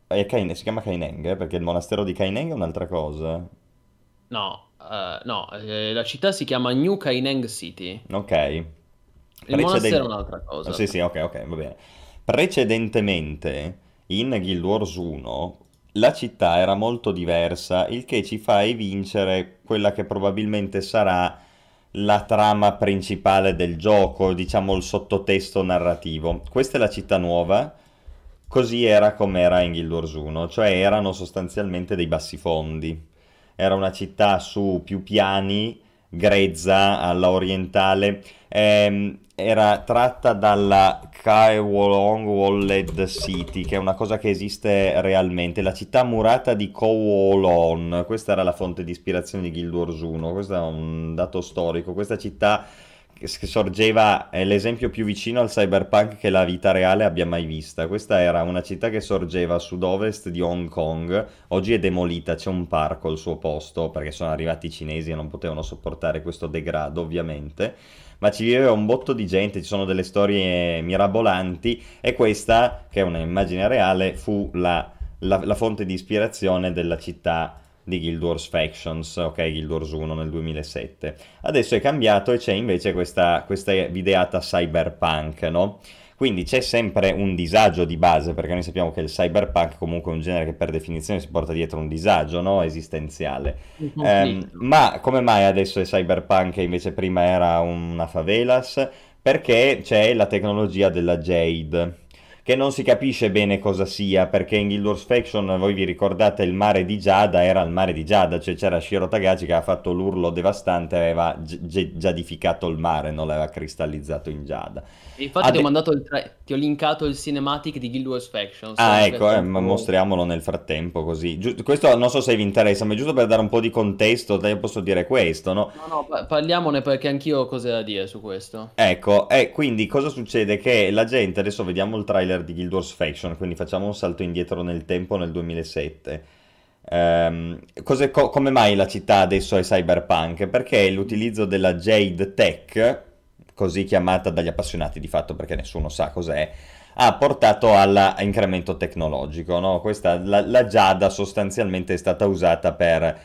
Si chiama Kaineng, perché il monastero di Kaineng è un'altra cosa. No, no, la città si chiama New Kaineng City. Ok. Il monastero è Preceden- un'altra cosa. Sì, sì, ok, ok, va bene. Precedentemente, in Guild Wars 1, la città era molto diversa, il che ci fa evincere quella che probabilmente sarà la trama principale del gioco, diciamo il sottotesto narrativo. Questa è la città nuova, così era come era in Guild Wars 1, cioè erano sostanzialmente dei bassifondi. Era una città su più piani, grezza, alla orientale. Era tratta dalla Kywalong Walled City, che è una cosa che esiste realmente. La città murata di Kowloon, questa era la fonte di ispirazione di Guild Wars 1, questo è un dato storico. Questa città che sorgeva, è l'esempio più vicino al cyberpunk che la vita reale abbia mai vista. Questa era una città che sorgeva a sud-ovest di Hong Kong, oggi è demolita, c'è un parco al suo posto perché sono arrivati i cinesi e non potevano sopportare questo degrado ovviamente, ma ci viveva un botto di gente, ci sono delle storie mirabolanti e questa, che è un'immagine reale, fu la fonte di ispirazione della città di Guild Wars Factions, ok, Guild Wars 1 nel 2007. Adesso è cambiato e c'è invece questa videata cyberpunk, no? Quindi c'è sempre un disagio di base, perché noi sappiamo che il cyberpunk comunque è un genere che per definizione si porta dietro un disagio, no? Esistenziale. Un conflitto. Ma come mai adesso è cyberpunk e invece prima era una favelas? Perché c'è la tecnologia della Jade, che non si capisce bene cosa sia, perché in Guild Wars Faction, voi vi ricordate, il mare di Giada era il mare di Giada, cioè c'era Shiro Tagachi che aveva fatto l'urlo devastante, aveva giadificato il mare, non l'aveva cristallizzato in Giada. E infatti ti ho linkato il cinematic di Guild Wars Factions, Ah, mi ecco, piace ma molto. mostriamolo nel frattempo, così. Questo non so se vi interessa, ma è giusto per dare un po' di contesto, io posso dire questo, no? No, no, parliamone perché anch'io ho cose da dire su questo. Ecco, e quindi cosa succede? Che la gente, adesso vediamo il trailer di Guild Wars Faction, quindi facciamo un salto indietro nel tempo nel 2007. Come mai la città adesso è cyberpunk? Perché l'utilizzo della Jade Tech, così chiamata dagli appassionati di fatto perché nessuno sa cos'è, ha portato all'incremento tecnologico, no? La Giada sostanzialmente è stata usata per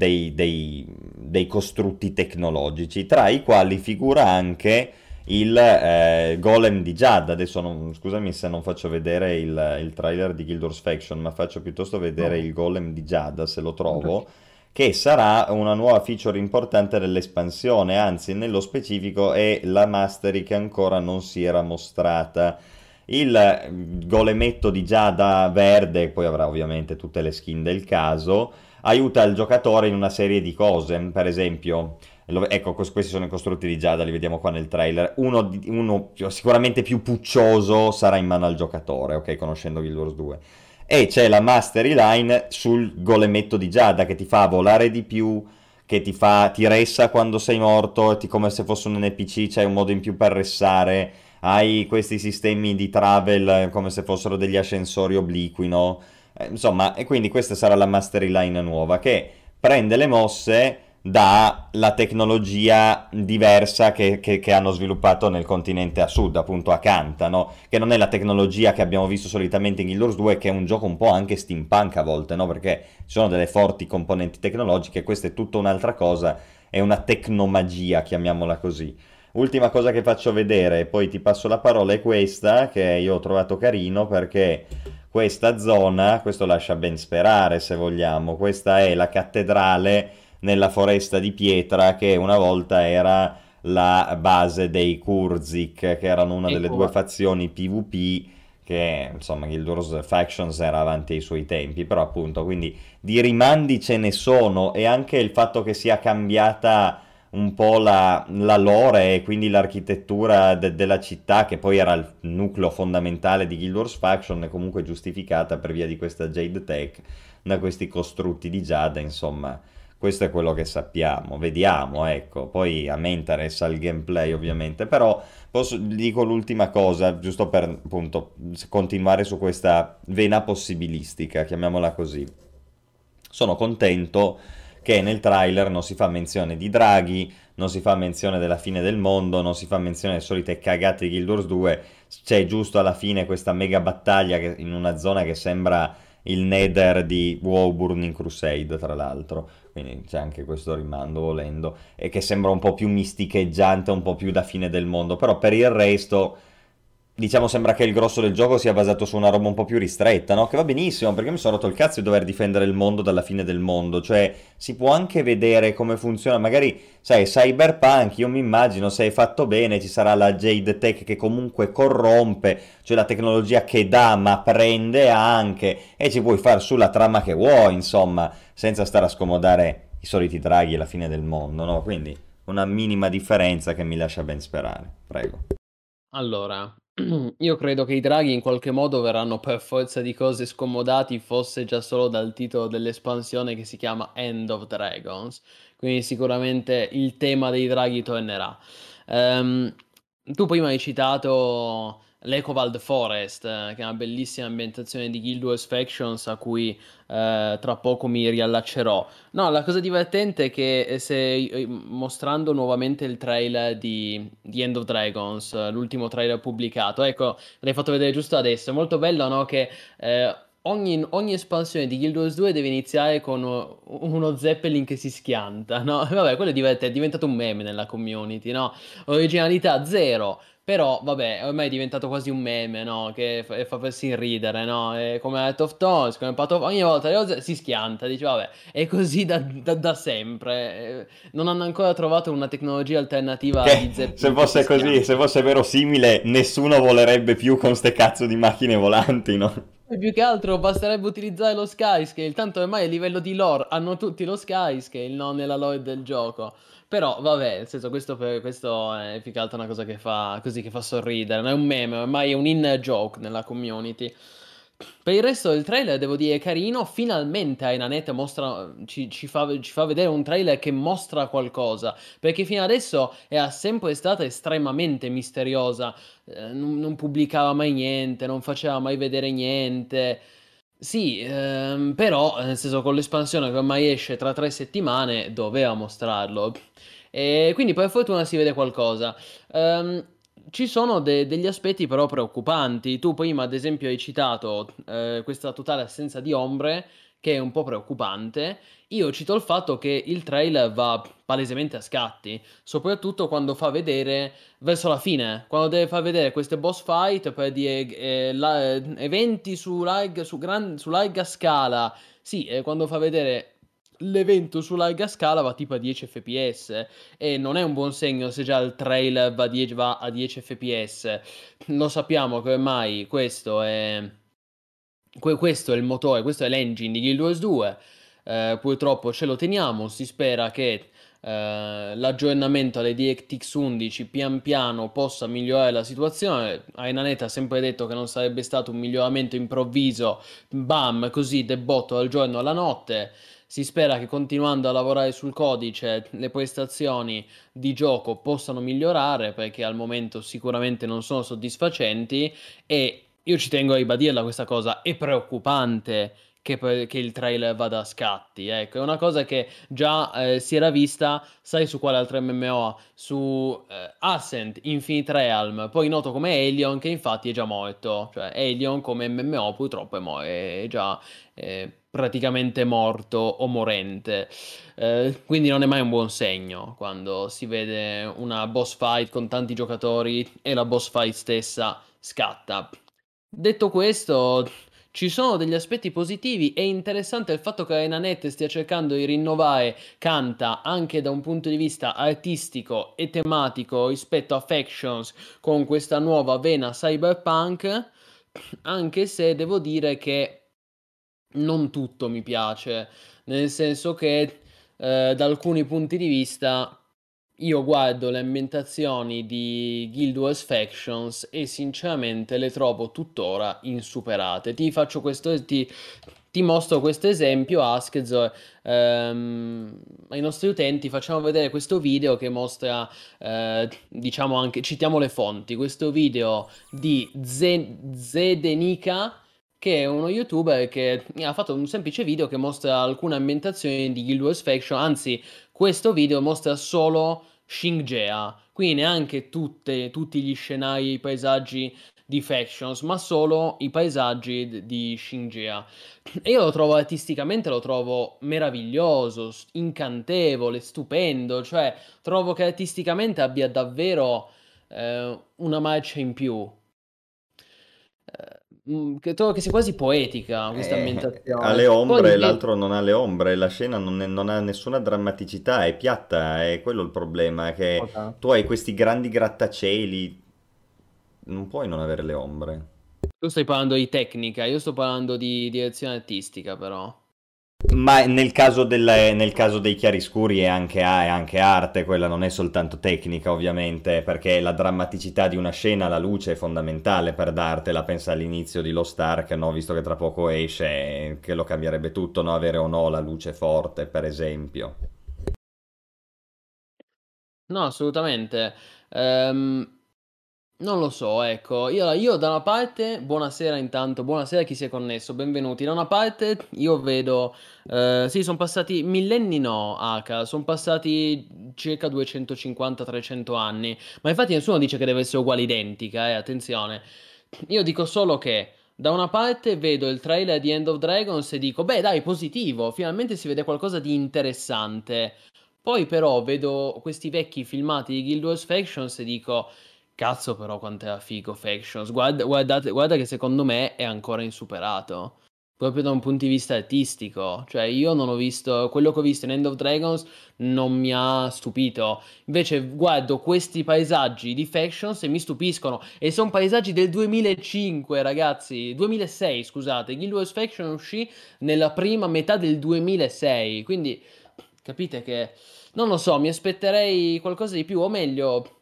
dei costrutti tecnologici, tra i quali figura anche il golem di Giada. Adesso scusami se non faccio vedere il trailer di Guild Wars Faction, ma faccio piuttosto vedere No, il golem di Giada se lo non trovo, capisco. che sarà una nuova feature importante dell'espansione, anzi nello specifico è la mastery che ancora non si era mostrata. Il golemetto di Giada verde, poi avrà ovviamente tutte le skin del caso, aiuta il giocatore in una serie di cose, per esempio, ecco, questi sono i costrutti di Giada, li vediamo qua nel trailer, uno sicuramente più puccioso sarà in mano al giocatore, ok, conoscendo Guild Wars 2. E c'è la mastery line sul golemetto di Giada che ti fa volare di più, che ti ressa quando sei morto, come se fosse un NPC, c'è un modo in più per ressare, hai questi sistemi di travel come se fossero degli ascensori obliqui, no? Insomma, e quindi questa sarà la mastery line nuova che prende le mosse dalla tecnologia diversa che hanno sviluppato nel continente a sud, appunto a Kanta, no? Che non è la tecnologia che abbiamo visto solitamente in Guild Wars 2, che è un gioco un po' anche steampunk a volte, no? Perché ci sono delle forti componenti tecnologiche, questa è tutta un'altra cosa, è una tecnomagia, chiamiamola così. Ultima cosa che faccio vedere, e poi ti passo la parola, è questa, che io ho trovato carino perché questa zona, questo lascia ben sperare se vogliamo, questa è la cattedrale nella foresta di pietra che una volta era la base dei Kurzik, che erano una delle Ecco, due fazioni PvP che insomma Guild Wars Factions era avanti ai suoi tempi, però appunto quindi di rimandi ce ne sono e anche il fatto che sia cambiata un po' la lore e quindi l'architettura della città, che poi era il nucleo fondamentale di Guild Wars Faction, è comunque giustificata per via di questa Jade Tech, da questi costrutti di Giada, insomma. Questo è quello che sappiamo, vediamo, ecco. Poi a me interessa il gameplay ovviamente, però dico l'ultima cosa, giusto per appunto continuare su questa vena possibilistica, chiamiamola così. Sono contento che nel trailer non si fa menzione di draghi, non si fa menzione della fine del mondo, non si fa menzione delle solite cagate di Guild Wars 2, c'è giusto alla fine questa mega battaglia in una zona che sembra il Nether di WoW Burning Crusade, tra l'altro. Quindi c'è anche questo rimando volendo, e che sembra un po' più misticheggiante, un po' più da fine del mondo, però per il resto, diciamo, sembra che il grosso del gioco sia basato su una roba un po' più ristretta, no? Che va benissimo, perché mi sono rotto il cazzo di dover difendere il mondo dalla fine del mondo, cioè si può anche vedere come funziona, magari, sai, Cyberpunk, io mi immagino, se è fatto bene, ci sarà la Jade Tech che comunque corrompe, cioè la tecnologia che dà ma prende anche, e ci puoi far su la trama che vuoi, insomma, senza stare a scomodare i soliti draghi alla fine del mondo, no? Quindi una minima differenza che mi lascia ben sperare, prego. Allora, io credo che i draghi in qualche modo verranno per forza di cose scomodati, fosse già solo dal titolo dell'espansione che si chiama End of Dragons. Quindi sicuramente il tema dei draghi tornerà. Ehm, Tu prima hai citato l'Ecovald Forest, che è una bellissima ambientazione di Guild Wars Factions a cui tra poco mi riallaccerò. No, la cosa divertente è che mostrando nuovamente il trailer di End of Dragons, l'ultimo trailer pubblicato, ecco, l'hai fatto vedere giusto adesso, è molto bello, no? Che ogni espansione di Guild Wars 2 deve iniziare con uno Zeppelin che si schianta, no? Vabbè, quello è diventato un meme nella community, no? Originalità zero. Però, vabbè, ormai è diventato quasi un meme, no? Che fa persino ridere, no? È come Heart of Thorns, come Path of... Ogni volta si schianta, dice, vabbè, è così da sempre. Non hanno ancora trovato una tecnologia alternativa di Che se Zeppelin che si fosse così, se schianta. fosse verosimile, nessuno volerebbe più con ste cazzo di macchine volanti, no? E più che altro basterebbe utilizzare lo Skyscale, tanto ormai a livello di lore hanno tutti lo Skyscale, non nella lore del gioco. Però vabbè, nel senso questo è più che altro una cosa che fa così, che fa sorridere, non è un meme, ormai è un in joke nella community. Per il resto del trailer devo dire carino, finalmente Ainanet ci fa vedere un trailer che mostra qualcosa, perché fino adesso era sempre stata estremamente misteriosa, non pubblicava mai niente, non faceva mai vedere niente. Sì, però, nel senso, con l'espansione che ormai esce tra 3 settimane, doveva mostrarlo. E quindi per fortuna si vede qualcosa. Ehm, Ci sono degli aspetti però preoccupanti. Tu prima, ad esempio, hai citato questa totale assenza di ombre, che è un po' preoccupante. Io cito il fatto che il trailer va palesemente a scatti, soprattutto quando fa vedere verso la fine, quando deve far vedere queste boss fight per dire eventi su larga scala. Sì, quando fa vedere l'evento su larga scala va tipo a 10 fps e non è un buon segno se già il trailer va a 10 fps. Lo sappiamo che ormai questo è il motore, questo è l'engine di Guild Wars 2. Purtroppo ce lo teniamo. Si spera che l'aggiornamento alle DirectX 11 pian piano possa migliorare la situazione. Ainanet ha sempre detto che non sarebbe stato un miglioramento improvviso, bam, così debotto dal giorno alla notte. Si spera che continuando a lavorare sul codice le prestazioni di gioco possano migliorare perché al momento sicuramente non sono soddisfacenti e io ci tengo a ribadirla questa cosa, è preoccupante che il trailer vada a scatti, ecco, è una cosa che già si era vista, sai su quale altro MMO? Su Ascent, Infinite Realm, poi noto come Alien che infatti è già morto, cioè Alien come MMO purtroppo è già praticamente morto o morente. Quindi non è mai un buon segno quando si vede una boss fight con tanti giocatori e la boss fight stessa scatta. Detto questo, ci sono degli aspetti positivi. È interessante il fatto che Renanet stia cercando di rinnovare Kanta anche da un punto di vista artistico e tematico rispetto a Factions con questa nuova vena cyberpunk, anche se devo dire che non tutto mi piace, nel senso che da alcuni punti di vista io guardo le ambientazioni di Guild Wars Factions e sinceramente le trovo tuttora insuperate. Ti mostro questo esempio, Askzor. Ai nostri utenti facciamo vedere questo video che mostra, diciamo anche, citiamo le fonti, questo video di Zedenika, che è uno youtuber che ha fatto un semplice video che mostra alcune ambientazioni di Guild Wars Faction, anzi, questo video mostra solo Xinjiang, quindi neanche tutti gli scenari, i paesaggi di Factions, ma solo i paesaggi di Xinjiang. E io lo trovo artisticamente, lo trovo meraviglioso, incantevole, stupendo, cioè trovo che artisticamente abbia davvero una marcia in più. Che trovo che sia quasi poetica questa Ha ambientazione. le Poi ombre, l'altro non ha le ombre, la scena non ha nessuna drammaticità, è piatta, è quello il problema, è che cosa? tu hai questi grandi grattacieli, non puoi non avere le ombre. Tu stai parlando di tecnica, io sto parlando di direzione artistica, però. Ma nel caso dei chiaroscuri è anche arte, quella non è soltanto tecnica ovviamente, perché la drammaticità di una scena, la luce è fondamentale per dartela, pensa all'inizio di Lost Ark, no? Visto che tra poco esce, che lo cambierebbe tutto, no? Avere o no la luce forte, per esempio. No, assolutamente. Ehm, Non lo so, ecco. Io da una parte, buonasera intanto, buonasera a chi si è connesso, benvenuti. Da una parte io vedo, sì, sono passati millenni no, Aka, sono passati circa 250-300 anni, ma infatti nessuno dice che deve essere uguale identica, attenzione. Io dico solo che da una parte vedo il trailer di End of Dragons e dico, beh, dai, positivo, finalmente si vede qualcosa di interessante. Poi però vedo questi vecchi filmati di Guild Wars Factions e dico, cazzo però quanto era figo Factions, guarda che secondo me è ancora insuperato, proprio da un punto di vista artistico, cioè io non ho visto, quello che ho visto in End of Dragons non mi ha stupito, invece guardo questi paesaggi di Factions e mi stupiscono, e sono paesaggi del 2005 ragazzi, 2006 scusate, Guild Wars Faction uscì nella prima metà del 2006, quindi capite che non lo so, mi aspetterei qualcosa di più, o meglio,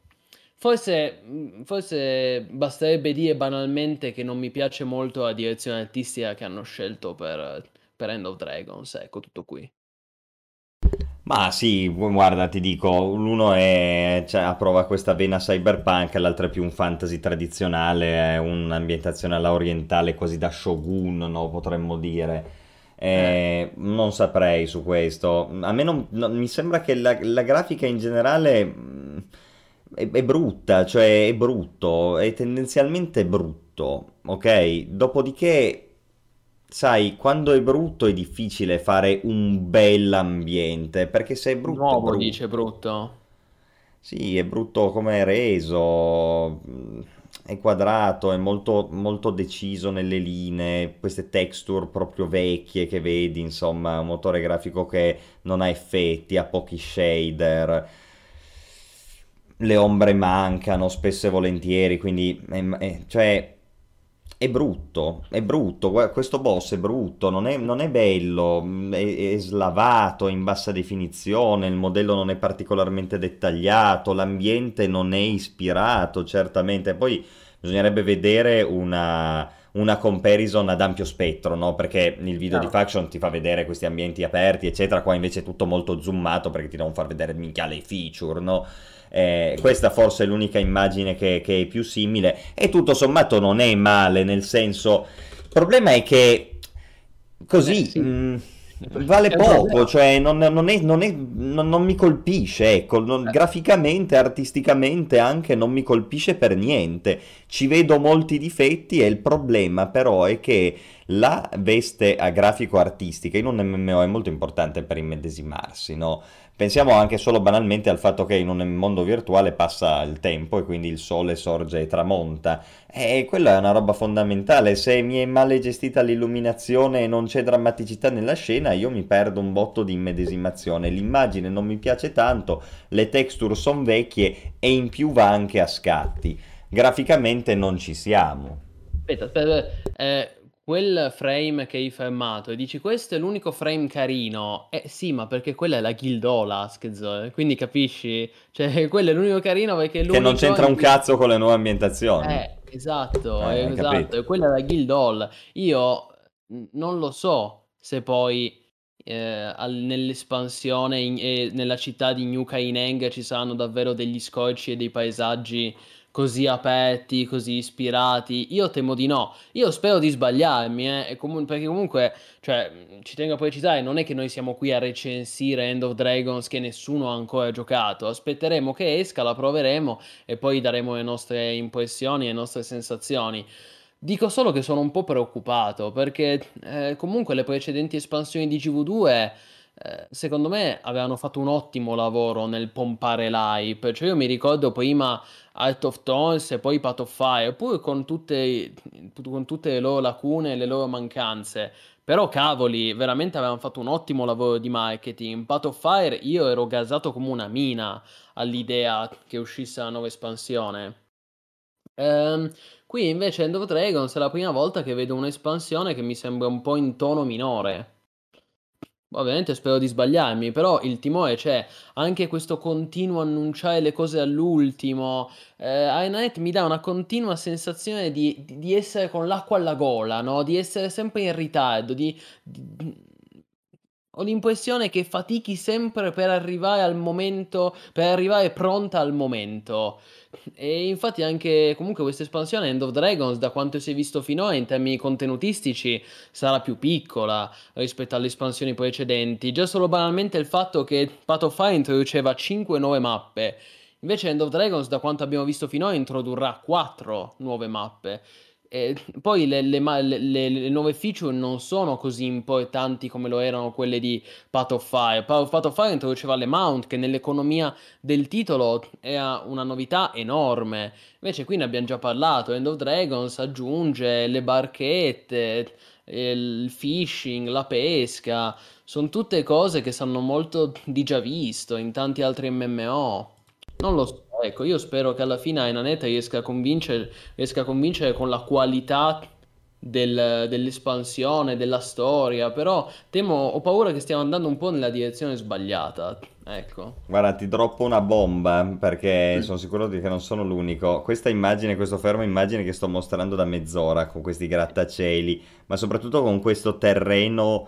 forse basterebbe dire banalmente che non mi piace molto la direzione artistica che hanno scelto per End of Dragons, ecco, tutto qui. Ma sì, guarda, ti dico, l'uno è, cioè, approva questa vena cyberpunk, l'altro è più un fantasy tradizionale, è un'ambientazione alla orientale quasi da shogun, no? Potremmo dire. Eh, Non saprei su questo. A me mi sembra che la grafica in generale è brutta, cioè è brutto, è tendenzialmente brutto, ok? Dopodiché, sai, quando è brutto è difficile fare un bel ambiente, perché se è brutto è nuovo dice brutto. brutto. Sì, è brutto come è reso, è quadrato, è molto, molto deciso nelle linee, queste texture proprio vecchie che vedi, insomma, un motore grafico che non ha effetti, ha pochi shader, le ombre mancano spesso e volentieri, quindi cioè, è brutto, questo boss è brutto, non è bello, è slavato, è in bassa definizione, il modello non è particolarmente dettagliato, l'ambiente non è ispirato, certamente. Poi bisognerebbe vedere una comparison ad ampio spettro, no? Perché il video di Chiaro. Faction ti fa vedere questi ambienti aperti, eccetera, qua invece è tutto molto zoomato perché ti devono far vedere minchia le feature, no? Questa forse è l'unica immagine che è più simile e tutto sommato non è male, nel senso, il problema è che così Sì, vale è un poco, problema. cioè non mi colpisce, ecco, graficamente, artisticamente anche non mi colpisce per niente, ci vedo molti difetti e il problema però è che la veste a grafico artistica in un MMO è molto importante per immedesimarsi, no? Pensiamo anche solo banalmente al fatto che in un mondo virtuale passa il tempo e quindi il sole sorge e tramonta. E quella è una roba fondamentale. Se mi è male gestita l'illuminazione e non c'è drammaticità nella scena, io mi perdo un botto di immedesimazione. L'immagine non mi piace tanto, le texture sono vecchie e in più va anche a scatti. Graficamente non ci siamo. Aspetta, quel frame che hai fermato e dici questo è l'unico frame carino. Sì, ma perché quella è la Guild Hall Askzo, quindi capisci? Cioè, quello è l'unico carino perché è Che non l'unico c'entra in un cui... cazzo con le nuove ambientazioni. Hai Esatto, capito? e quella è la Guild Hall. Io non lo so se poi nell'espansione e nella città di New Kaineng ci saranno davvero degli scorci e dei paesaggi così aperti, così ispirati. Io temo di no. Io spero di sbagliarmi, perché comunque, cioè, ci tengo a precisare, non è che noi siamo qui a recensire End of Dragons che nessuno ha ancora giocato. Aspetteremo che esca, la proveremo e poi daremo le nostre impressioni e le nostre sensazioni. Dico solo che sono un po' preoccupato perché comunque le precedenti espansioni di GV2 secondo me avevano fatto un ottimo lavoro nel pompare l'hype. Cioè io mi ricordo prima Heart of Thorns e poi Path of Fire, pur con tutte le loro lacune e le loro mancanze. Però cavoli, veramente avevano fatto un ottimo lavoro di marketing. Path of Fire io ero gasato come una mina all'idea che uscisse la nuova espansione. Ehm, Qui invece End of Dragons è la prima volta che vedo un'espansione che mi sembra un po' in tono minore. Ovviamente spero di sbagliarmi, però il timore c'è. Anche questo continuo annunciare le cose all'ultimo. Iron mi dà una continua sensazione di essere con l'acqua alla gola, no? Di essere sempre in ritardo, ho l'impressione che fatichi sempre per arrivare al momento, per arrivare pronta al momento. E infatti anche comunque questa espansione End of Dragons, da quanto si è visto finora in termini contenutistici, sarà più piccola rispetto alle espansioni precedenti. Già solo banalmente il fatto che Path of Fire introduceva 5 nuove mappe. Invece End of Dragons, da quanto abbiamo visto finora, introdurrà 4 nuove mappe. E poi le nuove feature non sono così importanti come lo erano quelle di Path of Fire. Path of Fire introduceva le mount, che nell'economia del titolo era una novità enorme. Invece qui ne abbiamo già parlato. End of Dragons aggiunge le barchette, il fishing, la pesca. Sono tutte cose che sanno molto di già visto in tanti altri MMO. Non lo so, ecco, io spero che alla fine Ainaneta riesca a convincere con la qualità dell'espansione, della storia, però ho paura che stiamo andando un po' nella direzione sbagliata, ecco. Guarda, ti droppo una bomba perché sono sicuro che non sono l'unico. Questa immagine, questo fermo immagine che sto mostrando da mezz'ora con questi grattacieli, ma soprattutto con questo terreno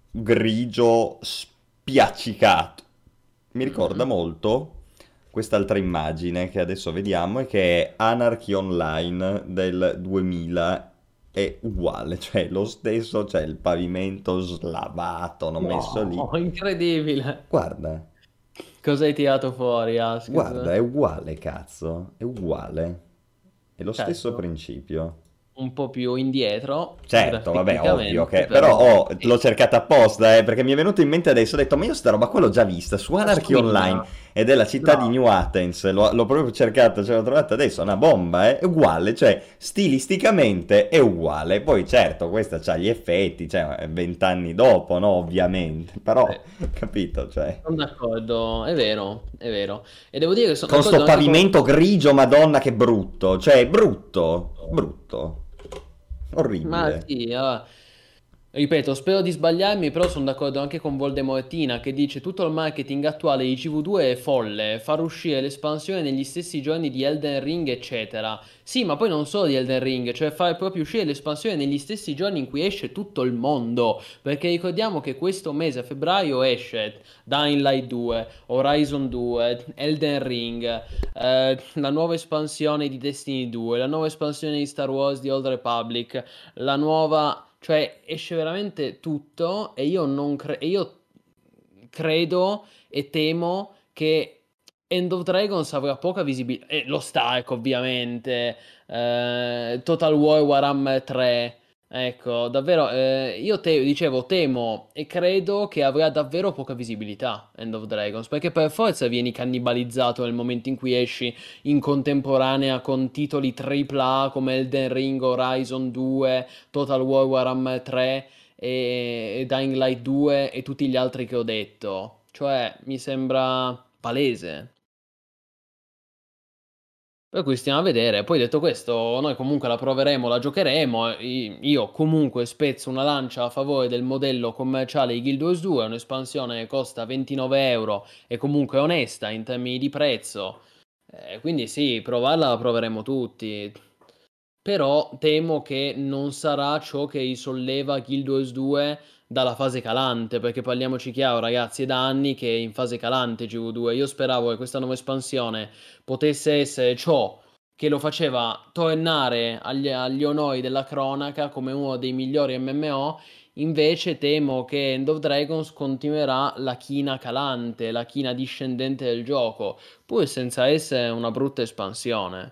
grigio spiaccicato, mi ricorda Mhm. molto quest'altra immagine che adesso vediamo e che è Anarchy Online del 2000. È uguale, cioè lo stesso, c'è il pavimento slavato, non messo lì. No, incredibile. Guarda. Cosa hai tirato fuori, Guarda, Ask? è uguale, cazzo, è uguale. È lo stesso Certo, principio. un po' più indietro Certo, vabbè, ovvio graficamente, che... Però però l'ho cercata apposta, perché mi è venuto in mente adesso, ho detto, ma io sta roba qua l'ho già vista su Anarchy assomiglia. Online, ed è la città di Bravo. New Athens, l'ho proprio cercata, ce l'ho trovata adesso, è una bomba, è uguale, cioè, stilisticamente è uguale. Poi certo, questa c'ha gli effetti, cioè, 20 anni dopo, no, ovviamente, Sì. però, capito, cioè... Sono d'accordo, è vero, è vero. E devo dire che sono Con sto d'accordo anche con... pavimento grigio, madonna che brutto, cioè, brutto, brutto. Ma Orribile. sì, allora, ripeto, spero di sbagliarmi, però sono d'accordo anche con Voldemortina che dice tutto il marketing attuale di CV2 è folle, far uscire l'espansione negli stessi giorni di Elden Ring, eccetera. Sì, ma poi non solo di Elden Ring, cioè fare proprio uscire l'espansione negli stessi giorni in cui esce tutto il mondo, perché ricordiamo che questo mese, a febbraio, esce Dying Light 2, Horizon 2, Elden Ring, la nuova espansione di Destiny 2, la nuova espansione di Star Wars di Old Republic, la nuova, cioè esce veramente tutto e io credo e temo che End of Dragons avrà poca visibilità, e lo Stark ovviamente, Total War Warhammer 3, ecco, davvero, dicevo, temo e credo che avrà davvero poca visibilità End of Dragons, perché per forza vieni cannibalizzato nel momento in cui esci in contemporanea con titoli AAA come Elden Ring, Horizon 2, Total War Warhammer 3 e Dying Light 2 e tutti gli altri che ho detto. Cioè, mi sembra palese. Per cui stiamo a vedere. Poi detto questo, noi comunque la proveremo, la giocheremo. Io comunque spezzo una lancia a favore del modello commerciale di Guild Wars 2, un'espansione che costa 29 euro e comunque onesta in termini di prezzo. Quindi sì, provarla la proveremo tutti. Però temo che non sarà ciò che risolleva Guild Wars 2 dalla fase calante, perché parliamoci chiaro, ragazzi, è da anni che è in fase calante GW2. Io speravo che questa nuova espansione potesse essere ciò che lo faceva tornare agli onori della cronaca come uno dei migliori MMO. Invece temo che End of Dragons continuerà la china calante, la china discendente del gioco, pur senza essere una brutta espansione.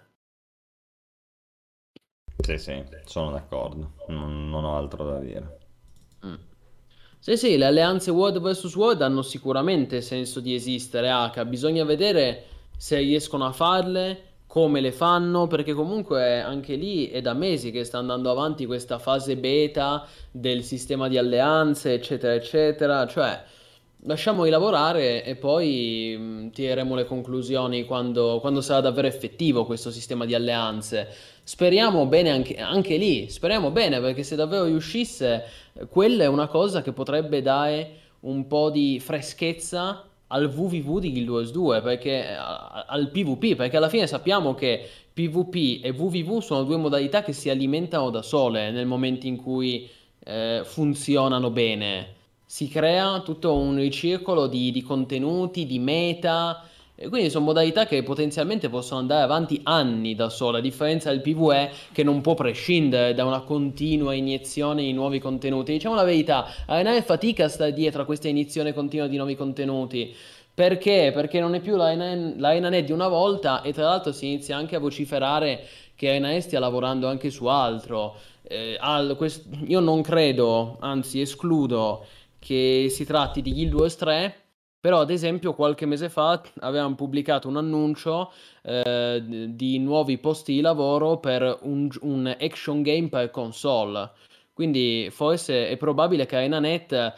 Sì, sì, sono d'accordo, non ho altro da dire. Mm. Sì, sì, le alleanze World vs. World hanno sicuramente senso di esistere, H. Bisogna vedere se riescono a farle, come le fanno, perché comunque anche lì è da mesi che sta andando avanti questa fase beta del sistema di alleanze, eccetera, eccetera. Cioè, lasciamoli lavorare e poi tireremo le conclusioni quando sarà davvero effettivo questo sistema di alleanze. Speriamo bene anche lì, speriamo bene, perché se davvero riuscisse quella è una cosa che potrebbe dare un po' di freschezza al VVV di Guild Wars 2, perché, al PvP, perché alla fine sappiamo che PvP e VVV sono due modalità che si alimentano da sole nel momento in cui funzionano bene. Si crea tutto un ricircolo di contenuti, di meta, e quindi sono modalità che potenzialmente possono andare avanti anni da sole, a differenza del PvE che non può prescindere da una continua iniezione di nuovi contenuti. Diciamo la verità, Arena fatica a stare dietro a questa iniezione continua di nuovi contenuti. Perché? Perché non è più l'ArenaNet di una volta e tra l'altro si inizia anche a vociferare che ArenaNet stia lavorando anche su altro. Io non credo, anzi escludo che si tratti di Guild Wars 3, però ad esempio qualche mese fa avevamo pubblicato un annuncio di nuovi posti di lavoro per un action game per console. Quindi forse è probabile che ArenaNet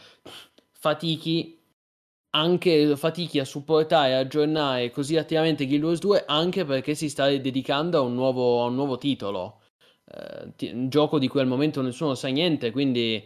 fatichi a supportare e aggiornare così attivamente Guild Wars 2 anche perché si sta dedicando a un nuovo titolo. Un gioco di cui al momento nessuno sa niente, quindi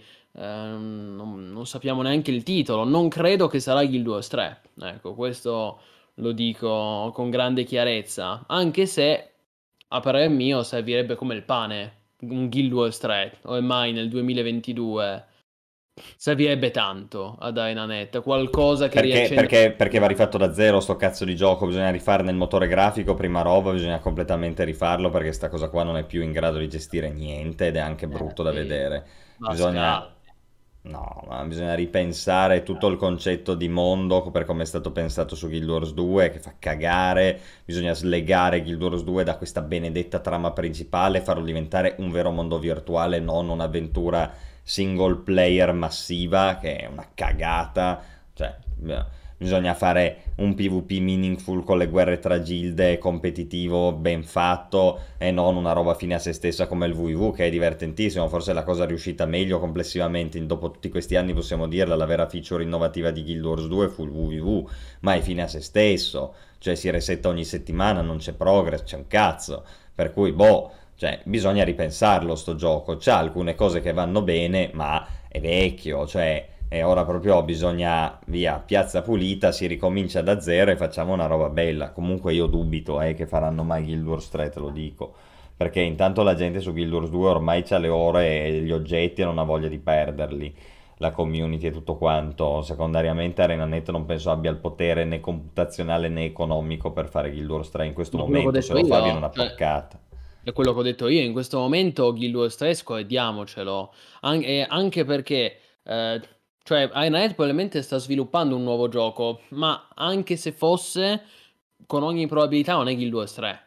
non sappiamo neanche il titolo. Non credo che sarà Guild Wars 3. Ecco, questo lo dico con grande chiarezza. Anche se, a parer mio, servirebbe come il pane un Guild Wars 3, ormai nel 2022. Servirebbe tanto ad ArenaNet, qualcosa che riaccenda. Perché va rifatto da zero sto cazzo di gioco, bisogna rifarne il motore grafico, prima roba, bisogna completamente rifarlo perché sta cosa qua non è più in grado di gestire niente ed è anche brutto da Sì, vedere. Bisogna... Mascalli. No, ma bisogna ripensare tutto il concetto di mondo per come è stato pensato su Guild Wars 2, che fa cagare. Bisogna slegare Guild Wars 2 da questa benedetta trama principale e farlo diventare un vero mondo virtuale, non un'avventura single player massiva, che è una cagata. Cioè, bisogna fare un PvP meaningful con le guerre tra gilde, competitivo, ben fatto, e non una roba fine a se stessa come il WoW, che è divertentissimo, forse è la cosa riuscita meglio complessivamente, dopo tutti questi anni possiamo dirla, la vera feature innovativa di Guild Wars 2 fu il WoW, ma è fine a se stesso, cioè si resetta ogni settimana, non c'è progress, c'è un cazzo, per cui cioè bisogna ripensarlo sto gioco, c'ha alcune cose che vanno bene, ma è vecchio, cioè... E ora proprio bisogna, via, piazza pulita, si ricomincia da zero e facciamo una roba bella. Comunque io dubito che faranno mai Guild Wars 3, te lo dico. Perché intanto la gente su Guild Wars 2 ormai c'ha le ore e gli oggetti e non ha voglia di perderli. La community e tutto quanto. Secondariamente ArenaNet non penso abbia il potere né computazionale né economico per fare Guild Wars 3 in questo Ma quello che ho momento. Se detto lo fa viene io, una cioè, porcata. è quello che ho detto io, in questo momento Guild Wars 3 scordiamocelo, anche perché, cioè, ArenaNet probabilmente sta sviluppando un nuovo gioco, ma anche se fosse, con ogni probabilità non è Guild Wars 3.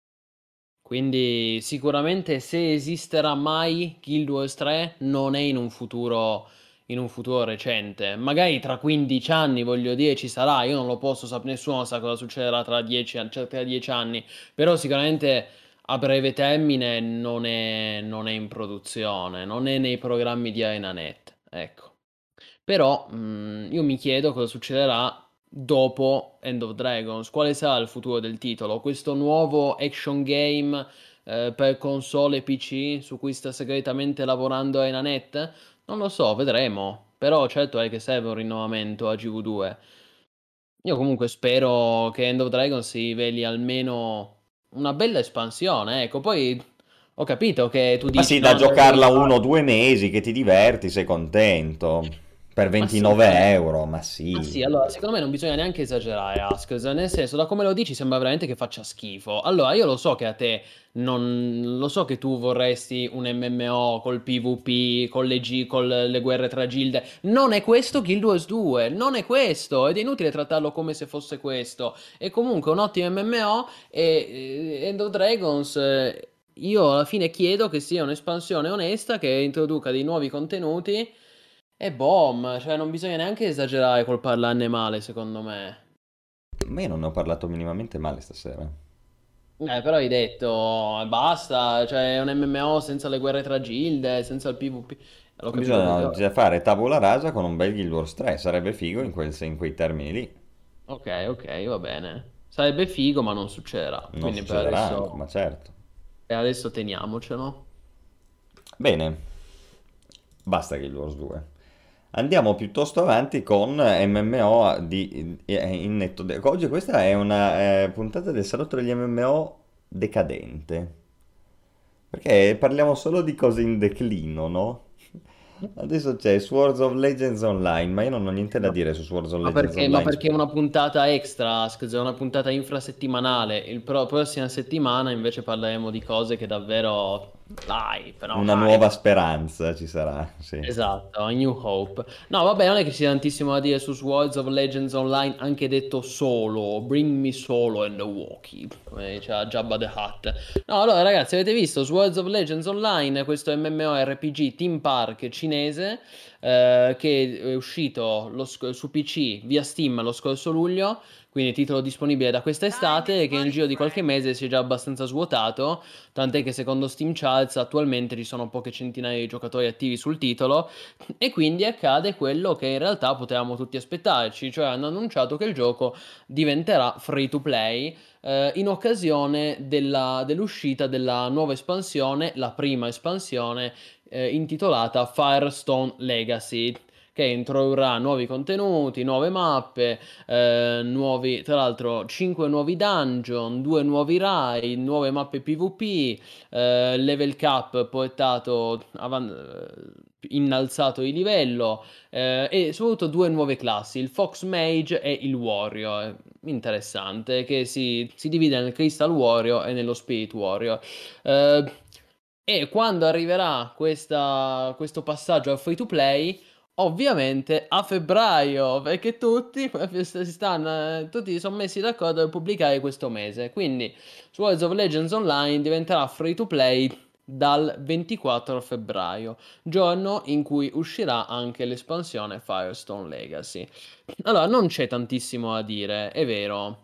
Quindi sicuramente se esisterà mai Guild Wars 3 non è in un futuro recente. Magari tra 15 anni, voglio dire, ci sarà. Io non lo posso sapere, nessuno sa cosa succederà tra 10 anni. Però sicuramente a breve termine non è in produzione, non è nei programmi di ArenaNet. Ecco. Però io mi chiedo cosa succederà dopo End of Dragons. Quale sarà il futuro del titolo? Questo nuovo action game per console e PC su cui sta segretamente lavorando ArenaNet? Non lo so, vedremo. Però certo è che serve un rinnovamento a GV2. Io comunque spero che End of Dragons si riveli almeno una bella espansione. Ecco, poi ho capito che tu Ma dici sì, da no, non devo giocarla rifare. 1 o 2 mesi che ti diverti, sei contento. Per Ma sì, 29 euro, ma ma sì, sì. allora, secondo me non bisogna neanche esagerare, Askers, nel senso, da come lo dici sembra veramente che faccia schifo. Allora, io lo so che a te non... Lo so che tu vorresti un MMO col PvP, con le guerre tra gilde. Non è questo Guild Wars 2, non è questo, ed è inutile trattarlo come se fosse questo. È comunque un ottimo MMO e End of Dragons... io alla fine chiedo che sia un'espansione onesta che introduca dei nuovi contenuti e boom, cioè non bisogna neanche esagerare col parlarne male, secondo me. Ma io non ne ho parlato minimamente male stasera. Però hai detto basta, cioè è un MMO senza le guerre tra gilde, senza il PvP. L'ho capito così. Bisogna fare tabula rasa con un bel Guild Wars 3, sarebbe figo in quei termini lì. Ok, ok, va bene. Sarebbe figo, ma non succederà. Non Quindi succederà, ma certo. per adesso teniamocelo. Bene, basta Guild Wars 2. Andiamo piuttosto avanti con MMO in netto. Oggi questa è una puntata del salotto degli MMO decadente. Perché parliamo solo di cose in declino, no? Adesso c'è Swords of Legends Online, ma io non ho niente da dire su Swords of Legends Ma Online. perché è una puntata extra, Ask, è una puntata infrasettimanale. Prossima settimana invece parleremo di cose che davvero... Dai, però Una dai. nuova speranza ci sarà, sì. Esatto, a New Hope. No, vabbè, non è che ci sia tantissimo da dire su Swords of Legends Online, anche detto solo, Bring me solo and the walkie, come diceva Jabba the Hutt. No, allora ragazzi, avete visto Swords of Legends Online, questo MMORPG Team Park cinese, che è uscito su PC via Steam lo scorso luglio, quindi titolo disponibile da quest'estate, che nel giro di qualche mese si è già abbastanza svuotato, tant'è che secondo Steam Charts attualmente ci sono poche centinaia di giocatori attivi sul titolo e quindi accade quello che in realtà potevamo tutti aspettarci, cioè hanno annunciato che il gioco diventerà free to play in occasione dell'uscita della nuova espansione, la prima espansione intitolata Firestone Legacy, che introdurrà nuovi contenuti, nuove mappe, tra l'altro 5 nuovi dungeon, 2 nuovi raid, nuove mappe PvP, level cap innalzato di livello e soprattutto 2 nuove classi, il Fox Mage e il Warrior. Interessante, che si divide nel Crystal Warrior e nello Spirit Warrior. Eh, e quando arriverà questo passaggio al free to play, ovviamente a febbraio, perché tutti si sono messi d'accordo per pubblicare questo mese. Quindi Swords of Legends Online diventerà free to play dal 24 febbraio, giorno in cui uscirà anche l'espansione Firestone Legacy. Allora, non c'è tantissimo da dire, è vero.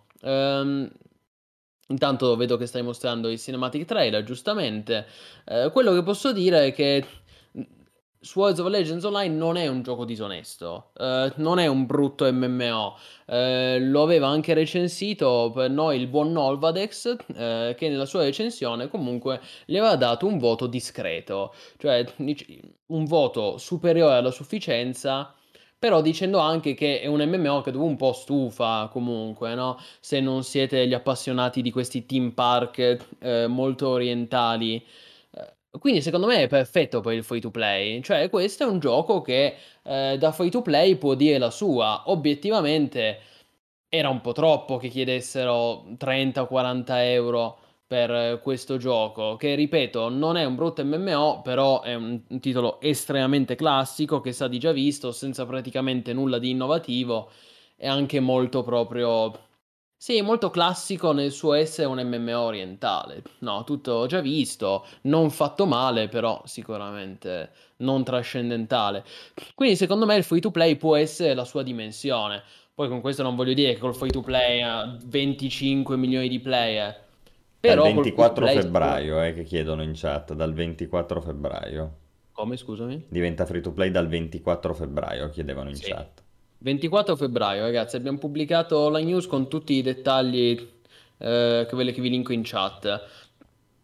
Intanto vedo che stai mostrando il cinematic trailer, giustamente. Quello che posso dire è che Swords of Legends Online non è un gioco disonesto, non è un brutto MMO. Lo aveva anche recensito per noi il buon Nolvadex, che nella sua recensione comunque gli aveva dato un voto discreto, cioè un voto superiore alla sufficienza. Però dicendo anche che è un MMO che dopo un po' stufa comunque, no? Se non siete gli appassionati di questi theme park molto orientali. Quindi secondo me è perfetto per il free to play, cioè questo è un gioco che da free to play può dire la sua. Obiettivamente era un po' troppo che chiedessero 30-40 euro per questo gioco, che ripeto non è un brutto MMO, però è un titolo estremamente classico che sa di già visto, senza praticamente nulla di innovativo e anche molto proprio... Sì, molto classico nel suo essere un MMO orientale. No, tutto già visto, non fatto male, però sicuramente non trascendentale. Quindi secondo me il free to play può essere la sua dimensione. Poi con questo non voglio dire che col free to play ha 25 milioni di player, Dal però col free to 24 play sicuramente... febbraio, che chiedono in chat, dal 24 febbraio. Come, scusami? Diventa free to play dal 24 febbraio, chiedevano in Sì. chat. 24 febbraio, ragazzi, abbiamo pubblicato la news con tutti i dettagli, quelle che vi linko in chat.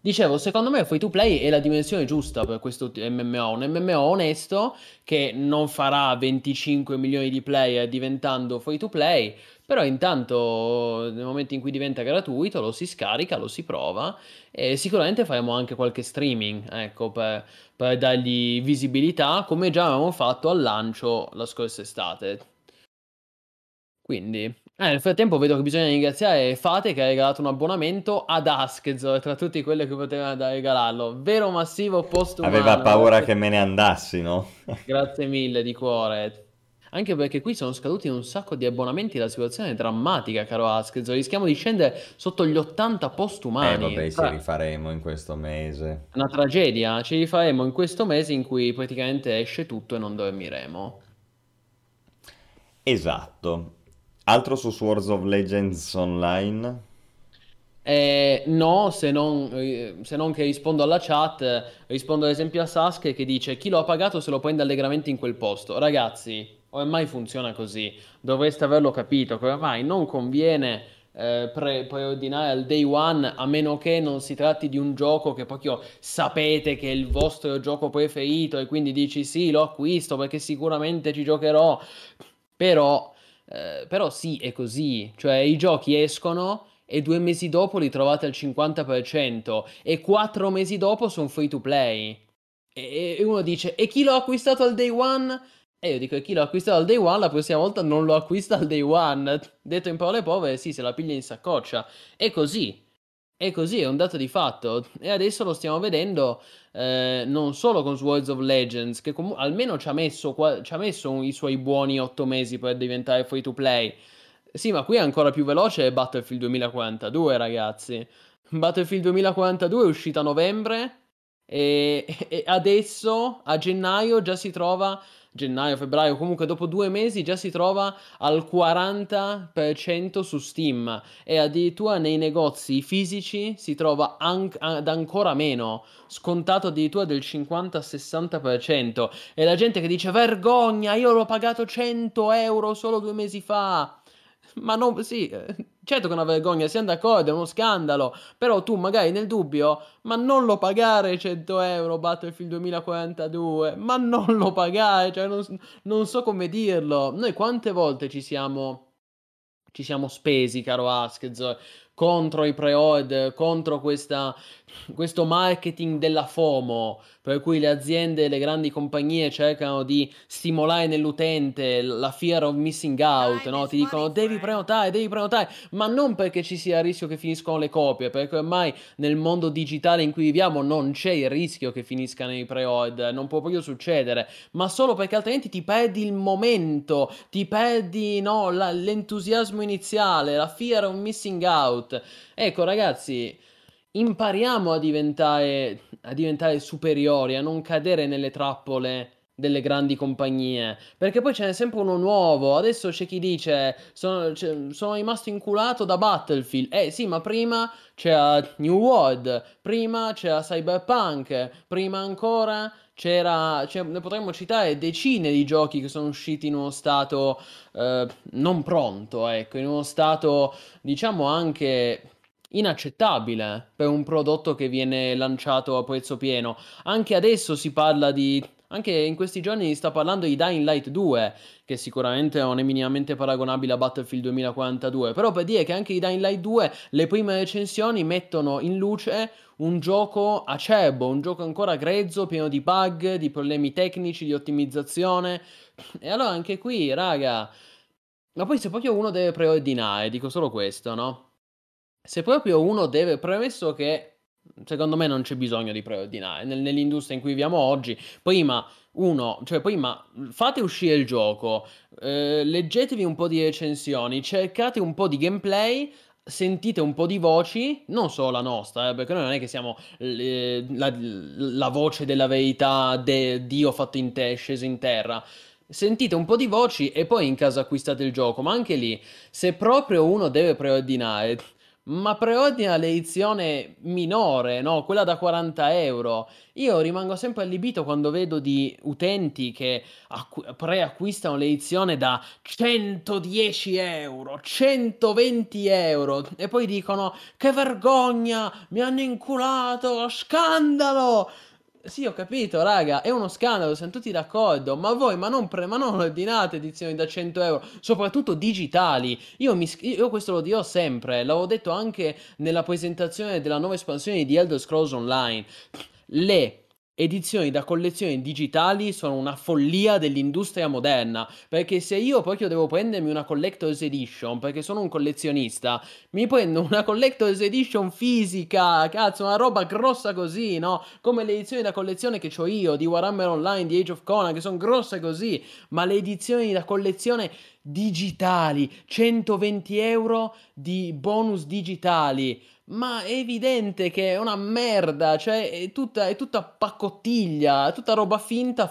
Dicevo, secondo me free to play è la dimensione giusta per questo MMO, un MMO onesto che non farà 25 milioni di player diventando free to play, però intanto nel momento in cui diventa gratuito lo si scarica, lo si prova e sicuramente faremo anche qualche streaming, ecco, per dargli visibilità, come già avevamo fatto al lancio la scorsa estate. Quindi, nel frattempo vedo che bisogna ringraziare Fate che ha regalato un abbonamento ad Askzo tra tutti quelli che potevano da regalarlo. Vero massivo Aveva postumano, paura che me ne andassi, no? grazie mille di cuore. Anche perché qui sono scaduti un sacco di abbonamenti, la situazione è drammatica, caro Askzo. Rischiamo di scendere sotto gli 80 postumani. Vabbè, ci rifaremo in questo mese. Una tragedia. Ci rifaremo in questo mese in cui praticamente esce tutto e non dormiremo. Esatto. Altro su Swords of Legends Online? No, se non che rispondo alla chat, rispondo ad esempio a Sasuke che dice chi lo ha pagato se lo prende allegramente in quel posto. Ragazzi, ormai funziona così, dovreste averlo capito, che ormai non conviene preordinare al day one a meno che non si tratti di un gioco che proprio sapete che è il vostro gioco preferito e quindi dici sì, lo acquisto perché sicuramente ci giocherò. Però, però sì, è così, cioè i giochi escono e 2 mesi dopo li trovate al 50% e 4 mesi dopo sono free to play. E uno dice, e chi l'ha acquistato al day one? E io dico, e chi l'ha acquistato al day one la prossima volta non lo acquista al day one. Detto in parole povere, sì, se la piglia in saccoccia. È così. È così, è un dato di fatto. E adesso lo stiamo vedendo non solo con Swords of Legends, che almeno ci ha messo i suoi buoni 8 mesi per diventare free to play. Sì, ma qui è ancora più veloce è Battlefield 2042, ragazzi. Battlefield 2042 è uscito a novembre e adesso a gennaio già si trova, gennaio, febbraio, comunque dopo 2 mesi già si trova al 40% su Steam e addirittura nei negozi fisici si trova ad ancora meno, scontato addirittura del 50-60%. E la gente che dice vergogna, io l'ho pagato 100 euro solo 2 mesi fa. Ma non, sì, certo che è una vergogna, siamo d'accordo, è uno scandalo, però tu magari nel dubbio, ma non lo pagare 100 euro Battlefield 2042, ma non lo pagare, cioè non so come dirlo. Noi quante volte ci siamo spesi, caro Askez, contro i pre-order, contro questo marketing della FOMO, per cui le aziende e le grandi compagnie cercano di stimolare nell'utente la fear of missing out, no? Ti dicono devi prenotare, ma non perché ci sia il rischio che finiscono le copie, perché ormai nel mondo digitale in cui viviamo non c'è il rischio che finiscano i pre-order, non può proprio succedere, ma solo perché altrimenti ti perdi il momento, ti perdi, no, l'entusiasmo iniziale, la fear of missing out. Ecco, ragazzi, impariamo a diventare superiori, a non cadere nelle trappole delle grandi compagnie, perché poi ce n'è sempre uno nuovo. Adesso c'è chi dice sono rimasto inculato da Battlefield. Sì, ma prima c'era New World, prima c'era Cyberpunk, prima ancora ne potremmo citare decine di giochi che sono usciti in uno stato non pronto, ecco, in uno stato diciamo anche inaccettabile per un prodotto che viene lanciato a prezzo pieno. Anche adesso si parla anche in questi giorni si sta parlando di Dying Light 2, che sicuramente non è minimamente paragonabile a Battlefield 2042, però per dire che anche i Dying Light 2, le prime recensioni mettono in luce un gioco acerbo, un gioco ancora grezzo, pieno di bug, di problemi tecnici, di ottimizzazione. E allora anche qui, raga, ma poi se proprio uno deve preordinare, dico solo questo, no? Se proprio uno deve, premesso che secondo me non c'è bisogno di preordinare nell'industria in cui viviamo oggi, prima fate uscire il gioco, leggetevi un po' di recensioni, cercate un po' di gameplay, sentite un po' di voci, non solo la nostra, perché noi non è che siamo la voce della verità, Dio fatto in te, sceso in terra. Sentite un po' di voci e poi in caso acquistate il gioco, ma anche lì, se proprio uno deve preordinare, ma preordina l'edizione minore, no? Quella da 40 euro. Io rimango sempre allibito quando vedo di utenti che preacquistano l'edizione da 110 euro, 120 euro e poi dicono che vergogna, mi hanno inculato, scandalo! Sì, ho capito, raga, è uno scandalo, siamo tutti d'accordo, ma voi ma non ordinate edizioni da 100 euro, soprattutto digitali. Io questo lo dirò sempre, l'avevo detto anche nella presentazione della nuova espansione di Elder Scrolls Online. Le edizioni da collezione digitali sono una follia dell'industria moderna, perché se io proprio devo prendermi una collector's edition, perché sono un collezionista, mi prendo una collector's edition fisica, cazzo, una roba grossa così, no? Come le edizioni da collezione che ho io di Warhammer Online, di Age of Conan, che sono grosse così, ma le edizioni da collezione digitali, 120 euro di bonus digitali. Ma è evidente che è una merda, cioè è tutta pacottiglia, è tutta roba finta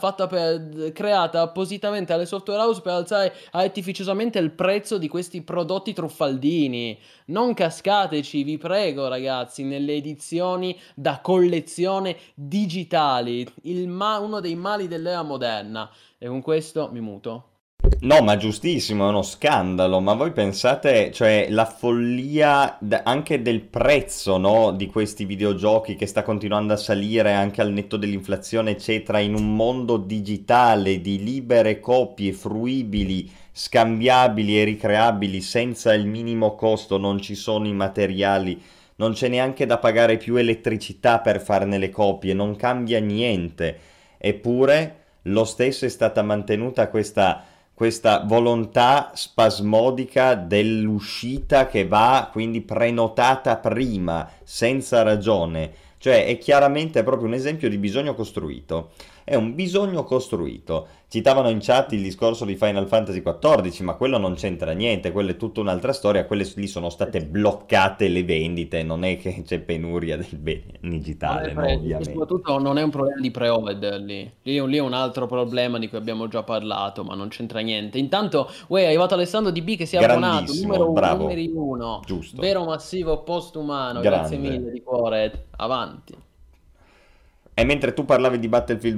creata appositamente alle software house per alzare artificiosamente il prezzo di questi prodotti truffaldini. Non cascateci, vi prego, ragazzi, nelle edizioni da collezione digitali, uno dei mali dell'era moderna. E con questo mi muto. No, ma giustissimo, è uno scandalo, ma voi pensate, cioè, la follia anche del prezzo, no, di questi videogiochi che sta continuando a salire anche al netto dell'inflazione, eccetera, in un mondo digitale di libere copie fruibili, scambiabili e ricreabili senza il minimo costo, non ci sono i materiali, non c'è neanche da pagare più elettricità per farne le copie, non cambia niente. Eppure, lo stesso è stata mantenuta questa volontà spasmodica dell'uscita che va quindi prenotata prima, senza ragione. Cioè è chiaramente proprio un esempio di bisogno costruito. È un bisogno costruito. Citavano in chat il discorso di Final Fantasy XIV, ma quello non c'entra niente, quella è tutta un'altra storia, quelle lì sono state bloccate le vendite, non è che c'è penuria del bene digitale, no, ovviamente. Soprattutto non è un problema di pre-order lì è un altro problema di cui abbiamo già parlato, ma non c'entra niente. Intanto, uè, è arrivato Alessandro DB che si è abbonato, Grandissimo, bravo, numeri uno, giusto, vero massivo postumano, grazie grande. mille di cuore, avanti. E mentre tu parlavi di Battlefield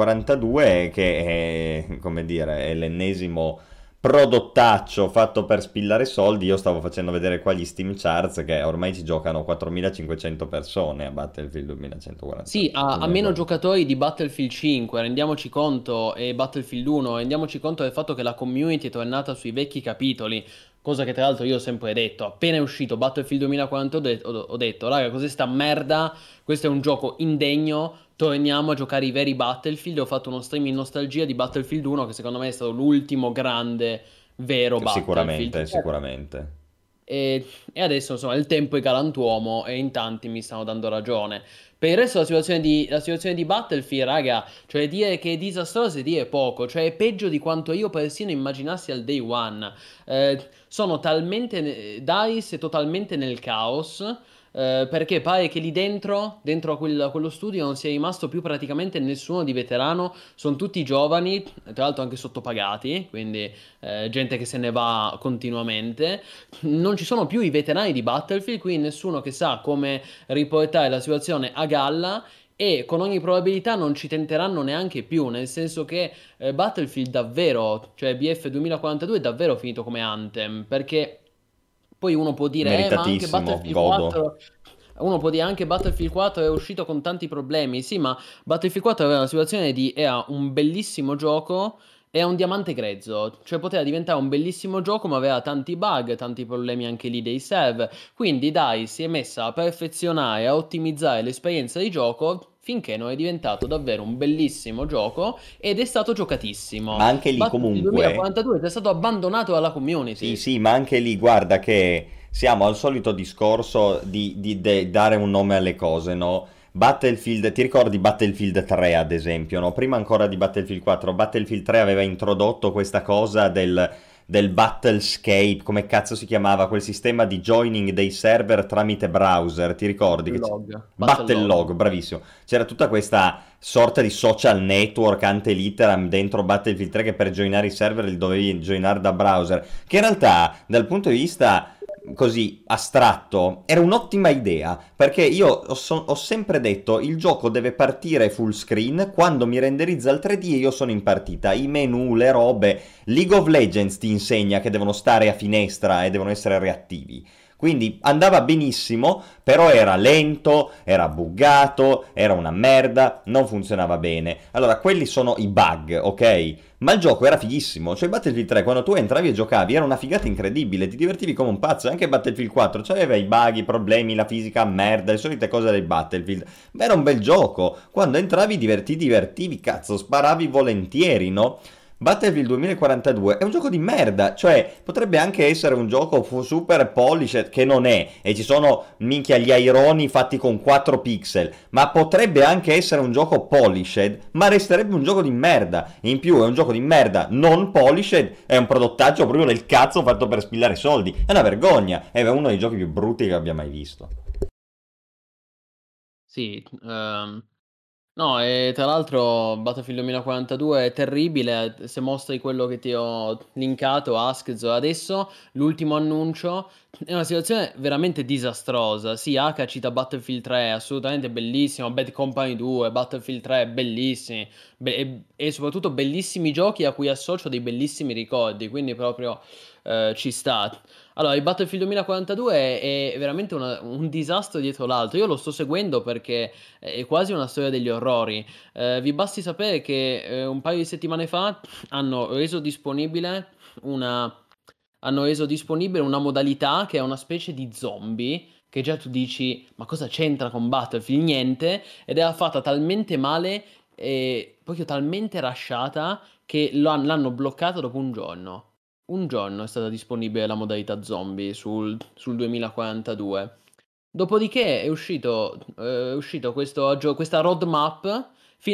2042, che è, come dire, è l'ennesimo prodottaccio fatto per spillare soldi, io stavo facendo vedere qua gli Steam Charts che ormai ci giocano 4500 persone a Battlefield 2140. Sì, a meno giocatori di Battlefield 5, rendiamoci conto, e Battlefield 1, rendiamoci conto del fatto che la community è tornata sui vecchi capitoli, cosa che tra l'altro io ho sempre detto, appena è uscito Battlefield 2040 ho detto, raga, cos'è sta merda? Questo è un gioco indegno, torniamo a giocare i veri Battlefield, ho fatto uno stream in nostalgia di Battlefield 1 che secondo me è stato l'ultimo grande, vero Sicuramente, Battlefield. sicuramente. E adesso insomma il tempo è galantuomo e in tanti mi stanno dando ragione. Per il resto la situazione di Battlefield, raga, cioè dire che è disastrosa è dire poco, cioè è peggio di quanto io persino immaginassi al day one. Sono talmente, DICE è totalmente nel caos, perché pare che lì dentro a quello studio non sia rimasto più praticamente nessuno di veterano, sono tutti giovani, tra l'altro anche sottopagati, quindi gente che se ne va continuamente. Non ci sono più i veterani di Battlefield, quindi nessuno che sa come riportare la situazione a galla e con ogni probabilità non ci tenteranno neanche più, nel senso che Battlefield davvero, cioè BF 2042 è davvero finito come Anthem, perché poi uno può dire, ma anche Meritatissimo, Battlefield godo. 4... Uno può dire anche Battlefield 4 è uscito con tanti problemi. Sì, ma Battlefield 4 aveva una situazione di era un bellissimo gioco e un diamante grezzo. Cioè poteva diventare un bellissimo gioco, ma aveva tanti bug, tanti problemi anche lì dei server. Quindi dai, si è messa a perfezionare, a ottimizzare l'esperienza di gioco finché non è diventato davvero un bellissimo gioco ed è stato giocatissimo. Ma anche lì Battlefield comunque, 2042 è stato abbandonato dalla sì, community. sì, ma anche lì guarda che siamo al solito discorso di dare un nome alle cose, no? Battlefield, ti ricordi Battlefield 3 ad esempio, no? Prima ancora di Battlefield 4, Battlefield 3 aveva introdotto questa cosa del Battlescape, come cazzo si chiamava, quel sistema di joining dei server tramite browser, ti ricordi? Battlelog. Battlelog, bravissimo. C'era tutta questa sorta di social network ante litteram dentro Battlefield 3 che per joinare i server li dovevi joinare da browser, che in realtà dal punto di vista così astratto, era un'ottima idea, perché io ho sempre detto il gioco deve partire full screen, quando mi renderizza il 3D io sono in partita, i menu, le robe, League of Legends ti insegna che devono stare a finestra e devono essere reattivi. Quindi andava benissimo, però era lento, era buggato, era una merda, non funzionava bene. Allora, quelli sono i bug, ok? Ma il gioco era fighissimo, cioè Battlefield 3 quando tu entravi e giocavi era una figata incredibile, ti divertivi come un pazzo, anche Battlefield 4 c'aveva i bug, i problemi, la fisica a merda, le solite cose del Battlefield, ma era un bel gioco, quando entravi ti divertivi, cazzo, sparavi volentieri, no? Battlefield 2042 è un gioco di merda, cioè potrebbe anche essere un gioco super polished, che non è, e ci sono minchia gli aironi fatti con 4 pixel, ma potrebbe anche essere un gioco polished, ma resterebbe un gioco di merda. In più è un gioco di merda non polished, è un prodottaggio proprio del cazzo fatto per spillare soldi, è una vergogna, è uno dei giochi più brutti che abbia mai visto. Sì, no, e tra l'altro Battlefield 2042 è terribile, se mostri quello che ti ho linkato, Askzo, adesso l'ultimo annuncio è una situazione veramente disastrosa. Sì, H cita Battlefield 3, assolutamente bellissimo, Bad Company 2, Battlefield 3, bellissimi, e soprattutto bellissimi giochi a cui associo dei bellissimi ricordi, quindi proprio ci sta. Allora, il Battlefield 2042 è veramente un disastro dietro l'altro. Io lo sto seguendo perché è quasi una storia degli orrori. Vi basti sapere che un paio di settimane fa hanno reso disponibile una, hanno reso disponibile una modalità che è una specie di zombie. Che già tu dici, ma cosa c'entra con Battlefield? Niente. Ed era fatta talmente male e proprio talmente rasciata che l'hanno bloccata dopo un giorno. Un giorno è stata disponibile la modalità zombie sul 2042. Dopodiché è uscito questa roadmap.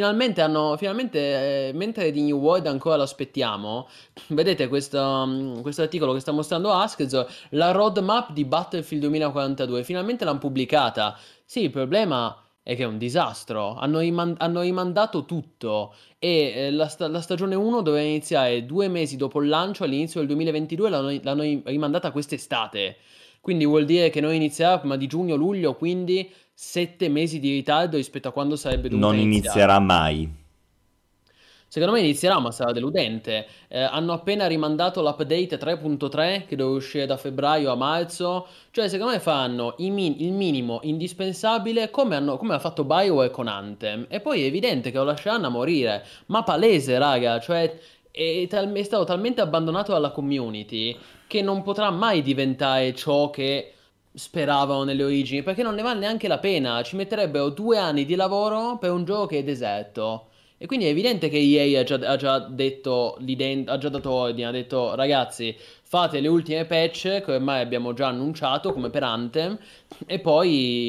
Finalmente, mentre di New World ancora l'aspettiamo, vedete questo articolo che sta mostrando Askz, la roadmap di Battlefield 2042. Finalmente l'hanno pubblicata. Sì, il problema è che è un disastro. Hanno rimandato tutto. E la stagione 1 doveva iniziare 2 mesi dopo il lancio, all'inizio del 2022, l'hanno rimandata quest'estate. Quindi vuol dire che non inizierà prima di giugno-luglio, quindi 7 mesi di ritardo rispetto a quando sarebbe dovuta Non iniziare. inizierà mai. Secondo me inizierà, ma sarà deludente. Hanno appena rimandato l'update 3.3 che deve uscire da febbraio a marzo. Cioè, secondo me faranno il minimo indispensabile come ha fatto BioWare con Anthem. E poi è evidente che lo lasceranno a morire. Ma palese, raga. Cioè, è stato talmente abbandonato dalla community che non potrà mai diventare ciò che speravano nelle origini. Perché non ne vale neanche la pena. Ci metterebbero 2 anni di lavoro per un gioco che è deserto. E quindi è evidente che EA ha già detto, ha già dato ordine, ha detto ragazzi fate le ultime patch che ormai abbiamo già annunciato come per Anthem e poi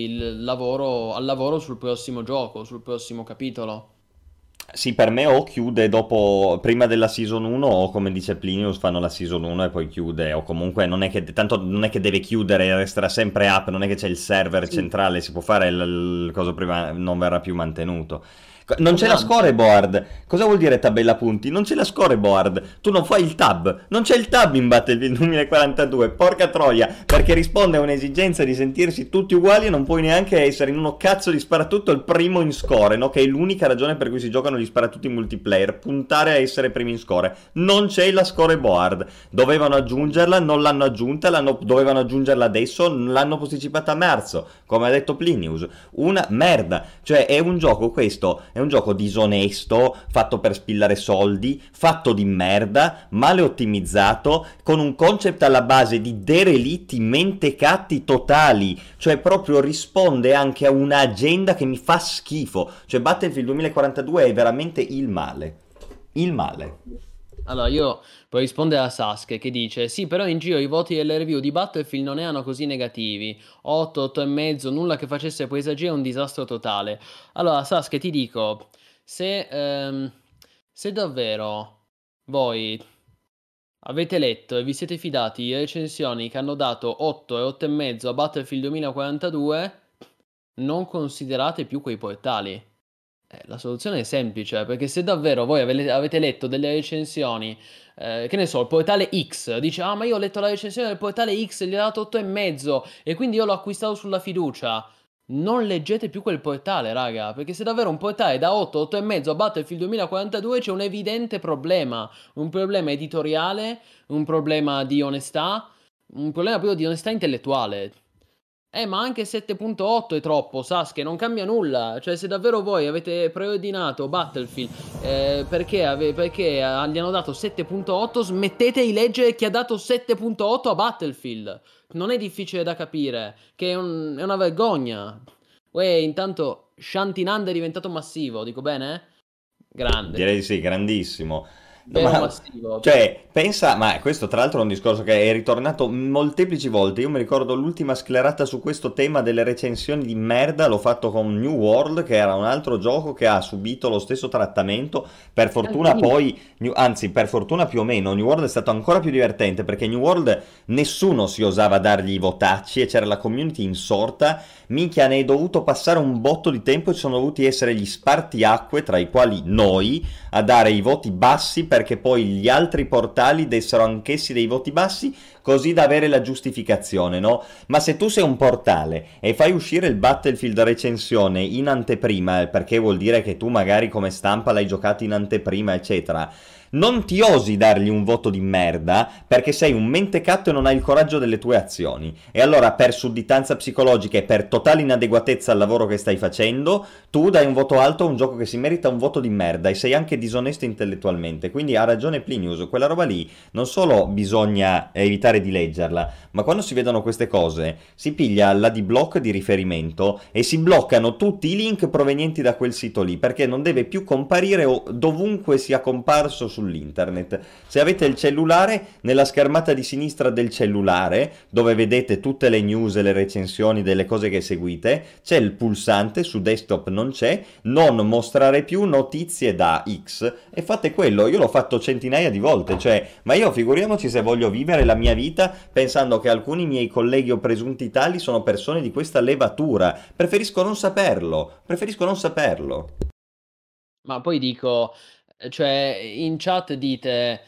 al lavoro sul prossimo gioco, sul prossimo capitolo. Sì, per me o chiude dopo, prima della season 1 o come dice Plinius fanno la season 1 e poi chiude o comunque non è che, tanto non è che deve chiudere, resterà sempre up, non è che c'è il server Sì, centrale, si può fare il coso prima, non verrà più mantenuto. Non c'è come la Anthem. scoreboard. Cosa vuol dire tabella punti? Non c'è la scoreboard. Tu non fai il tab. Non c'è il tab in Battlefield 2042. Porca troia. Perché risponde a un'esigenza di sentirsi tutti uguali e non puoi neanche essere in uno cazzo di sparatutto il primo in score, no? Che è l'unica ragione per cui si giocano gli sparatutto in multiplayer. Puntare a essere primi in score. Non c'è la scoreboard. Dovevano aggiungerla, non l'hanno aggiunta, dovevano aggiungerla adesso, l'hanno posticipata a marzo. Come ha detto Plinius. Una merda. Cioè è un gioco questo. È un gioco disonesto, fatto per spillare soldi, fatto di merda, male ottimizzato, con un concept alla base di derelitti mentecatti totali, cioè proprio risponde anche a un'agenda che mi fa schifo. Cioè Battlefield 2042 è veramente il male. Il male. Allora, io puoi rispondere a Sasuke che dice: Sì, però in giro i voti delle review di Battlefield non erano così negativi. 8, 8 e mezzo, nulla che facesse presagire un disastro totale. Allora, Sasuke, ti dico: se, ehm, se davvero voi avete letto e vi siete fidati di recensioni che hanno dato 8 e 8 e mezzo a Battlefield 2042, non considerate più quei portali. La soluzione è semplice, perché se davvero voi avete letto delle recensioni, che ne so, il Poetale X dice, ah, ma io ho letto la recensione del Poetale X, gli ho dato 8 e mezzo, e quindi io l'ho acquistato sulla fiducia. Non leggete più quel Poetale, raga, perché se davvero un Poetale da 8, 8 e mezzo a Battlefield 2042 c'è un evidente problema, un problema editoriale, un problema di onestà, un problema proprio di onestà intellettuale. Ma anche 7.8 è troppo, Sasuke, non cambia nulla. Cioè, se davvero voi avete preordinato Battlefield perché gli hanno dato 7.8, smettete di leggere chi ha dato 7.8 a Battlefield. Non è difficile da capire, che è una vergogna. Uè, intanto Shantinan è diventato massivo, dico bene? Grande, Direi di sì, grandissimo. No, vero ma, massivo. cioè, pensa, ma questo tra l'altro è un discorso che è ritornato molteplici volte. Io mi ricordo l'ultima sclerata su questo tema delle recensioni di merda, l'ho fatto con New World, che era un altro gioco che ha subito lo stesso trattamento. Per Anche fortuna io. poi, anzi, per fortuna più o meno, New World è stato ancora più divertente perché New World nessuno si osava dargli i votacci e c'era la community insorta. Minchia, ne è dovuto passare un botto di tempo e ci sono dovuti essere gli spartiacque, tra i quali noi, a dare i voti bassi perché poi gli altri portali dessero anch'essi dei voti bassi, così da avere la giustificazione, no? Ma se tu sei un portale e fai uscire il Battlefield recensione in anteprima, perché vuol dire che tu magari come stampa l'hai giocato in anteprima, eccetera, non ti osi dargli un voto di merda perché sei un mentecatto e non hai il coraggio delle tue azioni. E allora, per sudditanza psicologica e per totale inadeguatezza al lavoro che stai facendo, tu dai un voto alto a un gioco che si merita un voto di merda e sei anche disonesto intellettualmente. Quindi ha ragione Plinius, quella roba lì non solo bisogna evitare di leggerla, ma quando si vedono queste cose si piglia la D-block di riferimento e si bloccano tutti i link provenienti da quel sito lì perché non deve più comparire dovunque sia comparso sull'internet. Se avete il cellulare, nella schermata di sinistra del cellulare, dove vedete tutte le news e le recensioni delle cose che seguite, c'è il pulsante, su desktop non c'è, non mostrare più notizie da X, e fate quello. Io l'ho fatto centinaia di volte, cioè, ma io figuriamoci se voglio vivere la mia vita pensando che alcuni miei colleghi o presunti tali sono persone di questa levatura. Preferisco non saperlo, preferisco non saperlo. Ma poi dico, cioè, in chat dite,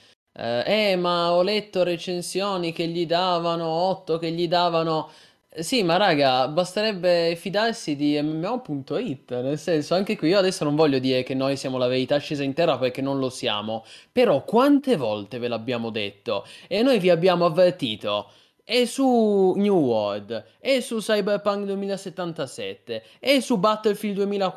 ma ho letto recensioni che gli davano 8, che gli davano... Sì, ma raga, basterebbe fidarsi di MMO.it, nel senso, anche qui io adesso non voglio dire che noi siamo la verità scesa in terra perché non lo siamo, però quante volte ve l'abbiamo detto e noi vi abbiamo avvertito. E su New World, e su Cyberpunk 2077, e su Battlefield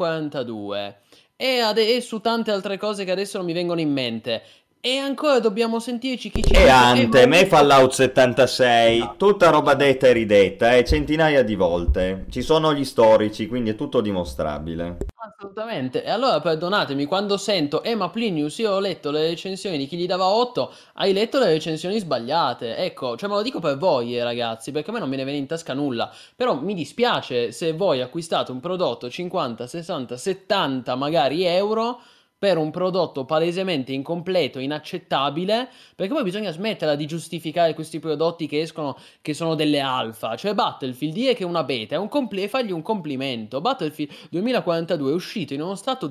2042 e su tante altre cose che adesso non mi vengono in mente. E ancora dobbiamo sentirci chi ci E dice: ma ho Anthem, e letto... Fallout 76, Esatto, tutta roba esatto. detta e ridetta, centinaia di volte. Ci sono gli storici, quindi è tutto dimostrabile. Assolutamente. E allora perdonatemi, quando sento, ma Plinius, io ho letto le recensioni di chi gli dava 8, hai letto le recensioni sbagliate. Ecco, cioè me lo dico per voi, ragazzi, perché a me non me ne viene in tasca nulla. Però mi dispiace se voi acquistate un prodotto 50, 60, 70 magari euro per un prodotto palesemente incompleto, inaccettabile, perché poi bisogna smetterla di giustificare questi prodotti che escono che sono delle alfa. Cioè Battlefield dire che è una beta è e fargli un complimento. Battlefield 2042 è uscito in uno stato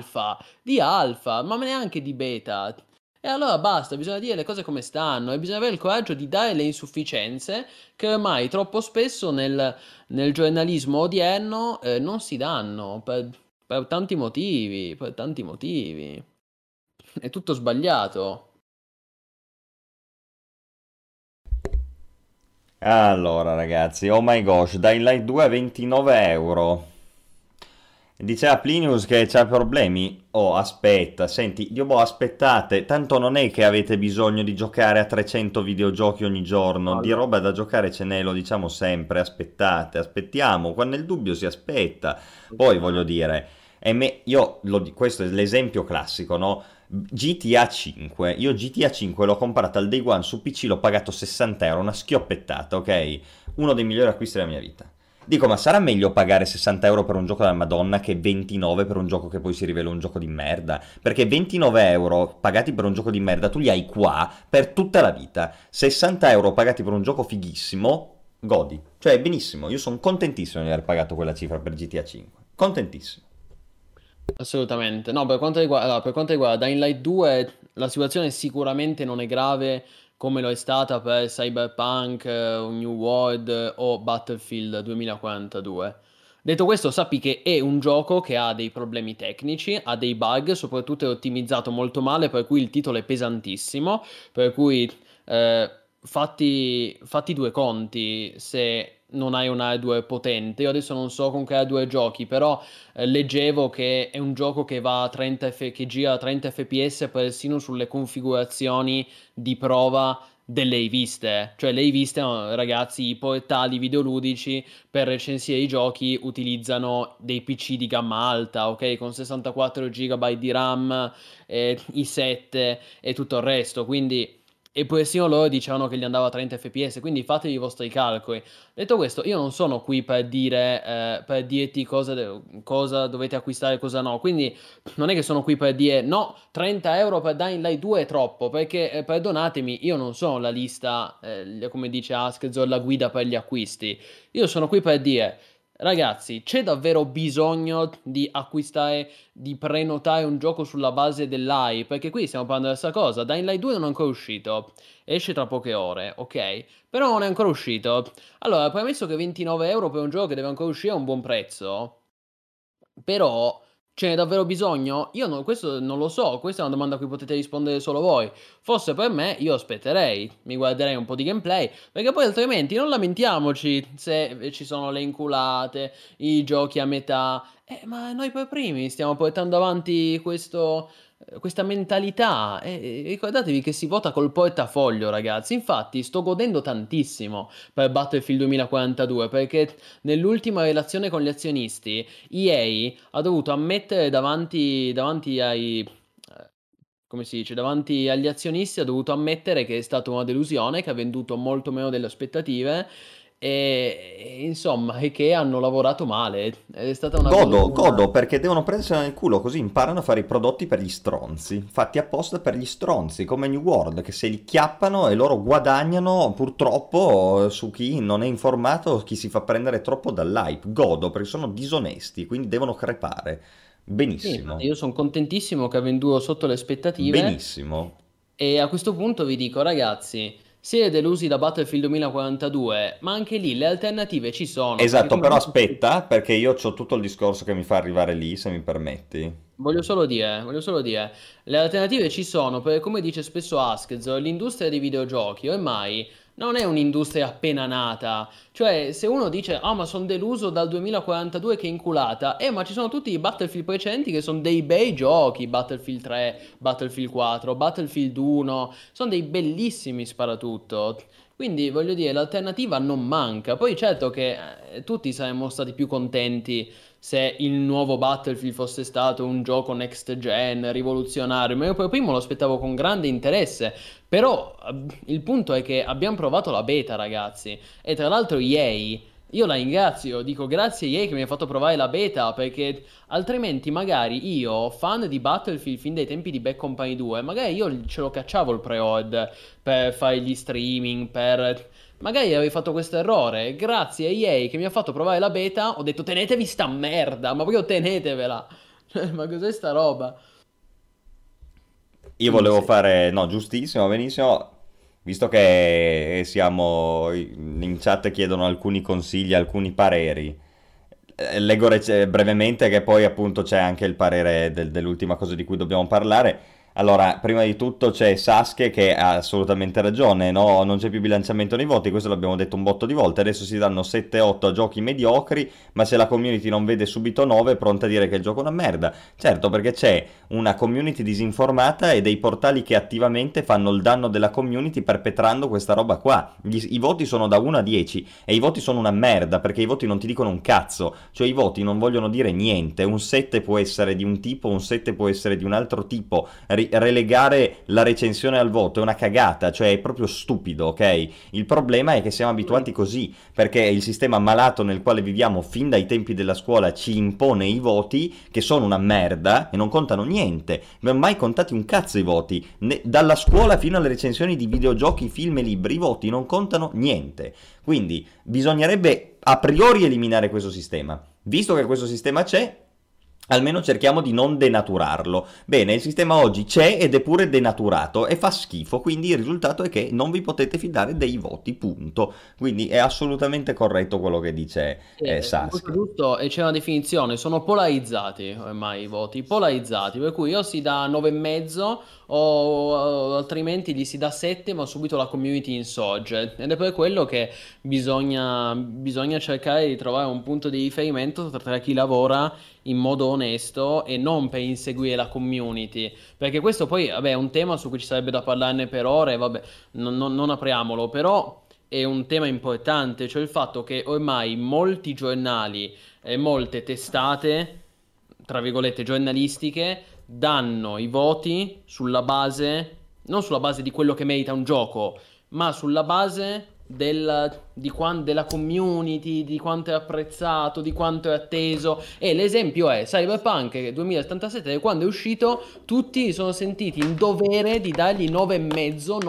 di alfa, ma neanche di beta. E allora basta, bisogna dire le cose come stanno e bisogna avere il coraggio di dare le insufficienze che ormai troppo spesso nel giornalismo odierno non si danno per tanti motivi, per tanti motivi. È tutto sbagliato. Allora, ragazzi, oh my gosh, Dying Light 2 a 29 euro. Diceva Plinius che c'ha problemi. Oh, aspetta, senti, Dio boh, aspettate, tanto non è che avete bisogno di giocare a 300 videogiochi ogni giorno, di Allora, roba da giocare ce n'è, lo diciamo sempre, aspettate, aspettiamo, quando il dubbio si aspetta. Poi voglio dire, questo è l'esempio classico, no? GTA 5, io GTA 5 l'ho comprato al day one su PC, l'ho pagato 60 euro, una schioppettata, ok? Uno dei migliori acquisti della mia vita. Dico, ma sarà meglio pagare 60 euro per un gioco della Madonna che 29 per un gioco che poi si rivela un gioco di merda? Perché 29 euro pagati per un gioco di merda tu li hai qua per tutta la vita. 60 euro pagati per un gioco fighissimo, godi. Cioè, benissimo, io sono contentissimo di aver pagato quella cifra per GTA 5. Contentissimo. Assolutamente. No, per quanto riguarda Dying Light 2, la situazione sicuramente non è grave come lo è stata per Cyberpunk, New World o Battlefield 2042. Detto questo, sappi che è un gioco che ha dei problemi tecnici, ha dei bug, soprattutto è ottimizzato molto male, per cui il titolo è pesantissimo, per cui eh, fatti due conti se non hai un hardware potente. Io adesso non so con che hardware giochi, però leggevo che è un gioco che va a che gira a 30 fps persino sulle configurazioni di prova delle riviste. Cioè le riviste, ragazzi, i portali videoludici per recensire i giochi utilizzano dei PC di gamma alta, ok? Con 64 GB di RAM, i7 e tutto il resto, quindi... E persino loro dicevano che gli andava a 30 fps, quindi fatevi i vostri calcoli. Detto questo, io non sono qui per dirti cosa dovete acquistare e cosa no. Quindi non è che sono qui per dire no, 30 euro per Dying Light 2 è troppo. Perché, perdonatemi, io non sono la lista, come dice Askzor, la guida per gli acquisti. Io sono qui per dire, ragazzi, c'è davvero bisogno di acquistare, di prenotare un gioco sulla base dell'AI? Perché qui stiamo parlando della stessa cosa. Dying Light 2 non è ancora uscito. Esce tra poche ore, ok? Però non è ancora uscito. Allora, premesso che 29 euro per un gioco che deve ancora uscire è un buon prezzo, però ce n'è davvero bisogno? Io questo non lo so, questa è una domanda a cui potete rispondere solo voi. Fosse per me, io aspetterei, mi guarderei un po' di gameplay, perché poi altrimenti non lamentiamoci se ci sono le inculate, i giochi a metà. Ma noi per primi stiamo portando avanti questa mentalità. E ricordatevi che si vota col portafoglio, ragazzi. Infatti, sto godendo tantissimo per Battlefield 2042 perché nell'ultima relazione con gli azionisti EA ha dovuto ammettere davanti come si dice, davanti agli azionisti ha dovuto ammettere che è stata una delusione, che ha venduto molto meno delle aspettative e insomma, e che hanno lavorato male. È stata una cosa... Godo perché devono prendersela nel culo, così imparano a fare i prodotti per gli stronzi, fatti apposta per gli stronzi, come New World, che se li chiappano e loro guadagnano purtroppo su chi non è informato, chi si fa prendere troppo dall'hype. Godo perché sono disonesti, quindi devono crepare. Sì, infatti Benissimo, io sono contentissimo che ha venduto sotto le aspettative. benissimo. E a questo punto vi dico, ragazzi, siete delusi da Battlefield 2042, ma anche lì le alternative ci sono, perché Esatto, come però dici tu, aspetta, perché io ho tutto il discorso che mi fa arrivare lì, se mi permetti. voglio solo dire, le alternative ci sono, perché come dice spesso Askzo, l'industria dei videogiochi ormai non è un'industria appena nata, cioè se uno dice, ah ma sono deluso dal 2042 che è inculata, ma ci sono tutti i Battlefield precedenti che sono dei bei giochi, Battlefield 3, Battlefield 4, Battlefield 1, sono dei bellissimi sparatutto. Quindi voglio dire, l'alternativa non manca. Poi certo che tutti saremmo stati più contenti se il nuovo Battlefield fosse stato un gioco next gen, rivoluzionario, ma io per primo lo aspettavo con grande interesse. Però il punto è che abbiamo provato la beta, ragazzi, e tra l'altro EA, io la ringrazio, dico grazie EA che mi ha fatto provare la beta, perché altrimenti magari io, fan di Battlefield fin dai tempi di Bad Company 2, magari io ce lo cacciavo il pre-order per fare gli streaming, per... Magari avevi fatto questo errore. Grazie a EA che mi ha fatto provare la beta, ho detto tenetevi sta merda, ma proprio tenetevela. Ma cos'è sta roba? Io Quindi volevo sì. fare, no, giustissimo, benissimo, visto che siamo in chat chiedono alcuni consigli, alcuni pareri. Leggo brevemente che poi appunto c'è anche il parere dell'ultima cosa di cui dobbiamo parlare. Allora, prima di tutto c'è Sasuke che ha assolutamente ragione, no? Non c'è più bilanciamento nei voti, questo l'abbiamo detto un botto di volte, adesso si danno 7-8 a giochi mediocri, ma se la community non vede subito 9 è pronta a dire che il gioco è una merda. Certo, perché c'è una community disinformata e dei portali che attivamente fanno il danno della community perpetrando questa roba qua. I voti sono da 1 a 10 e i voti sono una merda perché i voti non ti dicono un cazzo, cioè i voti non vogliono dire niente. Un 7 può essere di un tipo, un 7 può essere di un altro tipo. Relegare la recensione al voto è una cagata, cioè è proprio stupido, ok? Il problema è che siamo abituati così, perché il sistema malato nel quale viviamo fin dai tempi della scuola ci impone i voti che sono una merda e non contano niente. Non hanno mai contati un cazzo i voti. Dalla scuola fino alle recensioni di videogiochi, film e libri, i voti non contano niente. Quindi bisognerebbe a priori eliminare questo sistema. Visto che questo sistema c'è, Almeno cerchiamo di non denaturarlo. Bene, il sistema oggi c'è ed è pure denaturato e fa schifo, quindi il risultato è che non vi potete fidare dei voti, punto. Quindi è assolutamente corretto quello che dice Molto Sasuke. giusto, e c'è una definizione, sono polarizzati ormai i voti, polarizzati, per cui o si dà 9,5 o altrimenti gli si dà 7, ma subito la community insorge. Ed è per quello che bisogna cercare di trovare un punto di riferimento tra chi lavora in modo onesto e non per inseguire la community, perché questo poi, vabbè, è un tema su cui ci sarebbe da parlarne per ore, vabbè, non apriamolo, però è un tema importante, cioè il fatto che ormai molti giornali e molte testate, tra virgolette, giornalistiche, danno i voti sulla base, non sulla base di quello che merita un gioco, ma sulla base della community, di quanto è apprezzato, di quanto è atteso. E l'esempio è Cyberpunk 2077, quando è uscito, tutti si sono sentiti in dovere di dargli 9,5,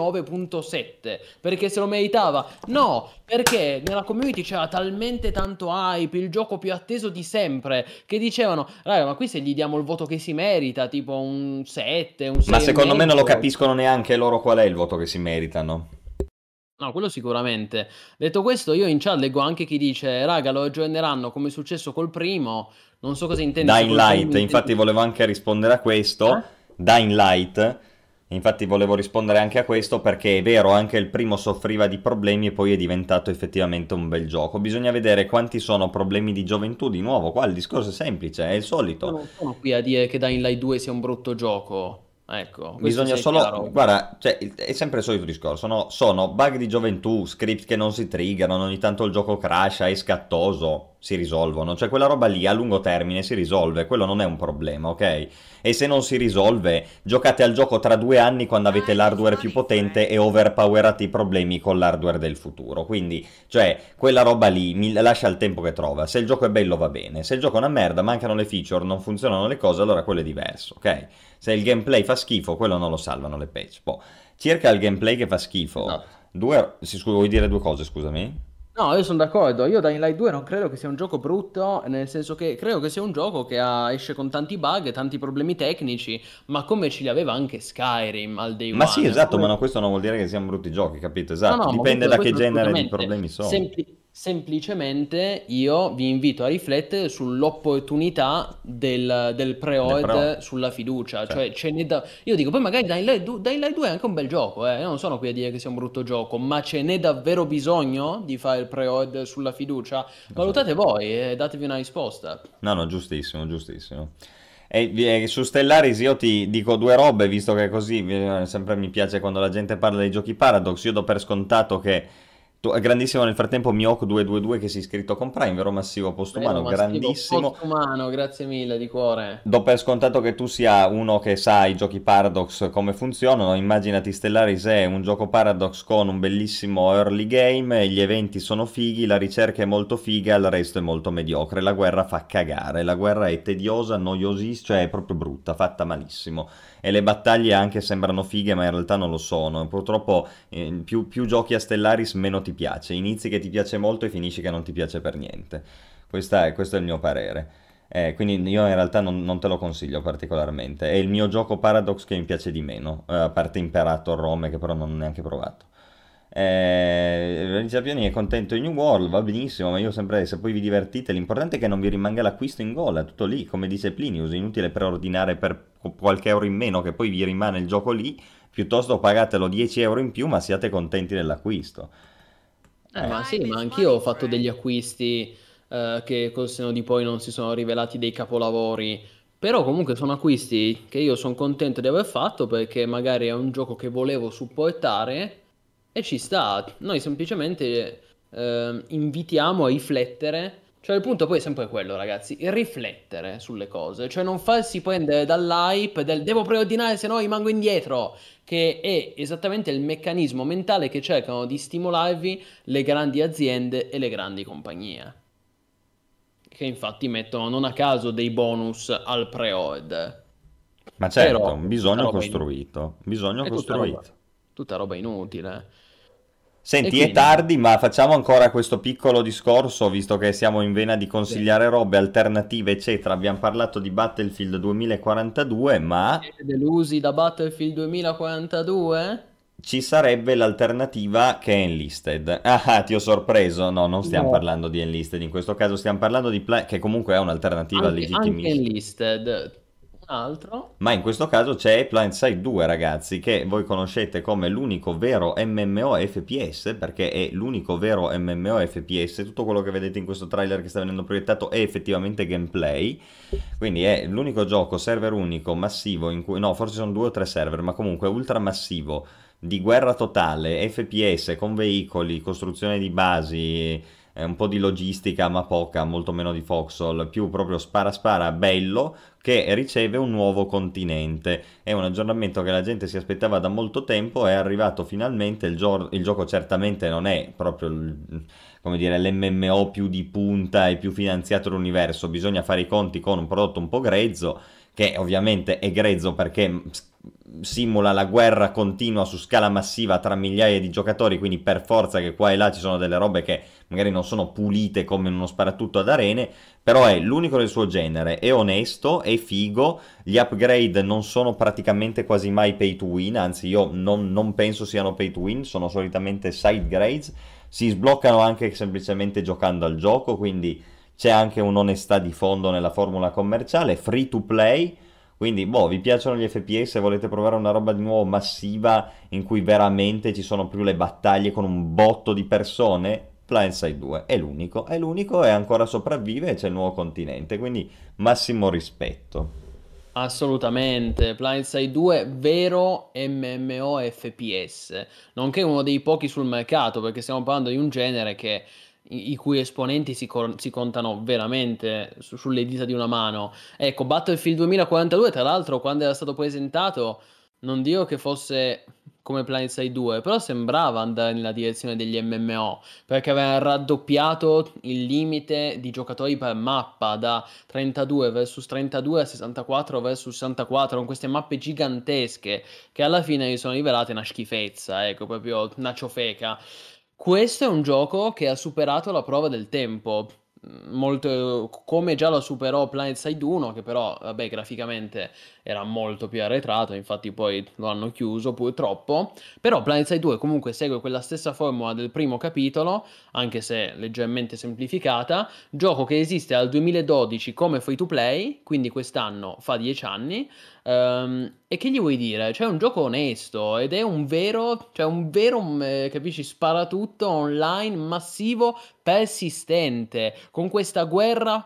9,7, perché se lo meritava. No, perché nella community c'era talmente tanto hype, il gioco più atteso di sempre, che dicevano, raga, ma qui se gli diamo il voto che si merita, tipo un 7, un Ma secondo me non lo 6,5. capiscono neanche loro qual è il voto che si meritano. No, quello sicuramente. Detto questo, io in chat leggo anche chi dice, raga, lo aggiorneranno come è successo col primo. Non so cosa intendi, se Dying col primo Light, infatti intendi. volevo anche rispondere a Eh? questo. Dying Light, infatti volevo rispondere anche a questo perché è vero, anche il primo soffriva di problemi e poi è diventato effettivamente un bel gioco. Bisogna vedere quanti sono problemi di gioventù, di nuovo, qua il discorso è semplice, è il Io solito. non sono qui a dire che Dying Light 2 sia un brutto gioco. Ecco, questo Bisogna sia solo, chiaro. guarda, cioè, è sempre il solito discorso, no? Sono bug di gioventù, script che non si triggerano, ogni tanto il gioco crasha, è scattoso, si risolvono. Cioè quella roba lì a lungo termine si risolve, quello non è un problema, ok? E se non si risolve, giocate al gioco tra 2 anni quando avete l'hardware più potente e overpowerate i problemi con l'hardware del futuro. Quindi, cioè, quella roba lì mi lascia il tempo che trova. Se il gioco è bello va bene, se il gioco è una merda, mancano le feature, non funzionano le cose, allora quello è diverso, ok? Se il gameplay fa schifo, quello non lo salvano le patch. Poi, circa il gameplay che fa schifo, Esatto. vuoi dire due cose, scusami? No, io sono d'accordo. Io Dying Light 2 non credo che sia un gioco brutto, nel senso che credo che sia un gioco che esce con tanti bug, tanti problemi tecnici, ma come ce li aveva anche Skyrim al day Ma sì, one. esatto, ma no, questo non vuol dire che siano brutti giochi, capito? No, Esatto, no, ma dipende questo, da che questo genere di assolutamente. problemi sono. Semplicemente io vi invito a riflettere sull'opportunità del Del pre-order pro, sulla fiducia. cioè, Cioè, ce n'è da. Io dico, poi magari Dying Light 2 è anche un bel gioco, eh. Io non sono qui a dire che sia un brutto gioco, ma ce n'è davvero bisogno di fare il pre-order sulla fiducia? Valutate esatto. voi e datevi una risposta. No, no, giustissimo, giustissimo. E su Stellaris io ti dico due robe, visto che così sempre mi piace quando la gente parla dei giochi Paradox. Io do per scontato che tu, è grandissimo nel frattempo Miyok 222 che si è iscritto con Prime, vero Massivo Vero, Postumano, massivo, grandissimo. postumano, grazie mille di cuore. Do per scontato che tu sia uno che sa i giochi Paradox come funzionano. Immaginati Stellaris è un gioco Paradox con un bellissimo early game, gli eventi sono fighi, la ricerca è molto figa, il resto è molto mediocre. La guerra fa cagare, la guerra è tediosa, noiosissima, cioè è proprio brutta, fatta malissimo. E le battaglie anche sembrano fighe, ma in realtà non lo sono. Purtroppo più giochi a Stellaris, meno ti piace. Inizi che ti piace molto e finisci che non ti piace per niente. Questo è il mio parere. Quindi io in realtà non te lo consiglio particolarmente. È il mio gioco Paradox che mi piace di meno, a parte Imperator Rome che però non ho neanche provato. Alicia Pioni è contento di New World, va benissimo, ma io sempre, se poi vi divertite, l'importante è che non vi rimanga l'acquisto in gola, tutto lì, come dice Plinius, è inutile preordinare per qualche euro in meno che poi vi rimane il gioco lì, piuttosto pagatelo 10 euro in più ma siate contenti dell'acquisto. Ma sì, ma anch'io ho fatto degli acquisti che col senno di poi non si sono rivelati dei capolavori, però comunque sono acquisti che io sono contento di aver fatto perché magari è un gioco che volevo supportare e ci sta. Noi semplicemente invitiamo a riflettere. Cioè il punto poi è sempre quello, ragazzi, riflettere sulle cose, cioè non farsi prendere dall'hype del devo preordinare se no rimango indietro, che è esattamente il meccanismo mentale che cercano di stimolarvi le grandi aziende e le grandi compagnie, che infatti mettono non a caso dei bonus al pre-order. Ma certo, Però un è tutta bisogno roba inutile. costruito, bisogno È costruito. tutta roba inutile. E Senti, è quindi, tardi, ma facciamo ancora questo piccolo discorso, visto che siamo in vena di sì, consigliare robe alternative, eccetera. Abbiamo parlato di Battlefield 2042, ma siete delusi da Battlefield 2042? ci sarebbe l'alternativa che è Enlisted. Ah, ti ho sorpreso? No, non stiamo No. parlando di Enlisted, in questo caso stiamo parlando di che comunque è un'alternativa Anche legittimissima. Enlisted. Un altro? Ma in questo caso c'è Blindside 2, ragazzi, che voi conoscete come l'unico vero MMO FPS, perché è l'unico vero MMO FPS. Tutto quello che vedete in questo trailer che sta venendo proiettato è effettivamente gameplay. Quindi è l'unico gioco server unico, massivo, in cui, no, forse sono 2 o 3 server, ma comunque ultra massivo, di guerra totale, FPS, con veicoli, costruzione di basi, un po' di logistica, ma poca, molto meno di Foxhole, più proprio spara spara, bello, che riceve un nuovo continente. È un aggiornamento che la gente si aspettava da molto tempo, è arrivato finalmente, il gioco certamente non è proprio come dire, l'MMO più di punta e più finanziato dell'universo, bisogna fare i conti con un prodotto un po' grezzo, che ovviamente è grezzo perché simula la guerra continua su scala massiva tra migliaia di giocatori, quindi per forza che qua e là ci sono delle robe che magari non sono pulite come in uno sparatutto ad arene, però è l'unico del suo genere, è onesto, è figo, gli upgrade non sono praticamente quasi mai pay to win, anzi io non penso siano pay to win, sono solitamente side grades, si sbloccano anche semplicemente giocando al gioco, quindi c'è anche un'onestà di fondo nella formula commerciale, free to play, quindi boh, vi piacciono gli FPS e volete provare una roba di nuovo massiva in cui veramente ci sono più le battaglie con un botto di persone? Blindside 2 è l'unico e ancora sopravvive e c'è il nuovo continente, quindi massimo rispetto. Assolutamente, Blindside 2, vero MMO FPS, nonché uno dei pochi sul mercato, perché stiamo parlando di un genere che, i cui esponenti si contano veramente sulle dita di una mano. Ecco, Battlefield 2042, tra l'altro, quando era stato presentato, non dico che fosse come Blindside 2, però sembrava andare nella direzione degli MMO, perché aveva raddoppiato il limite di giocatori per mappa da 32 versus 32 a 64 versus 64 con queste mappe gigantesche che alla fine si sono rivelate una schifezza, ecco, proprio una ciofeca. Questo è un gioco che ha superato la prova del tempo. Molto come già lo superò Planet Side 1, che però, vabbè, graficamente era molto più arretrato, infatti poi lo hanno chiuso purtroppo. Però Planet Side 2 comunque segue quella stessa formula del primo capitolo, anche se leggermente semplificata. Gioco che esiste dal 2012 come free to play, quindi quest'anno fa 10 anni. E che gli vuoi dire? Cioè, è un gioco onesto ed è un vero, capisci, sparatutto online massivo, persistente, con questa guerra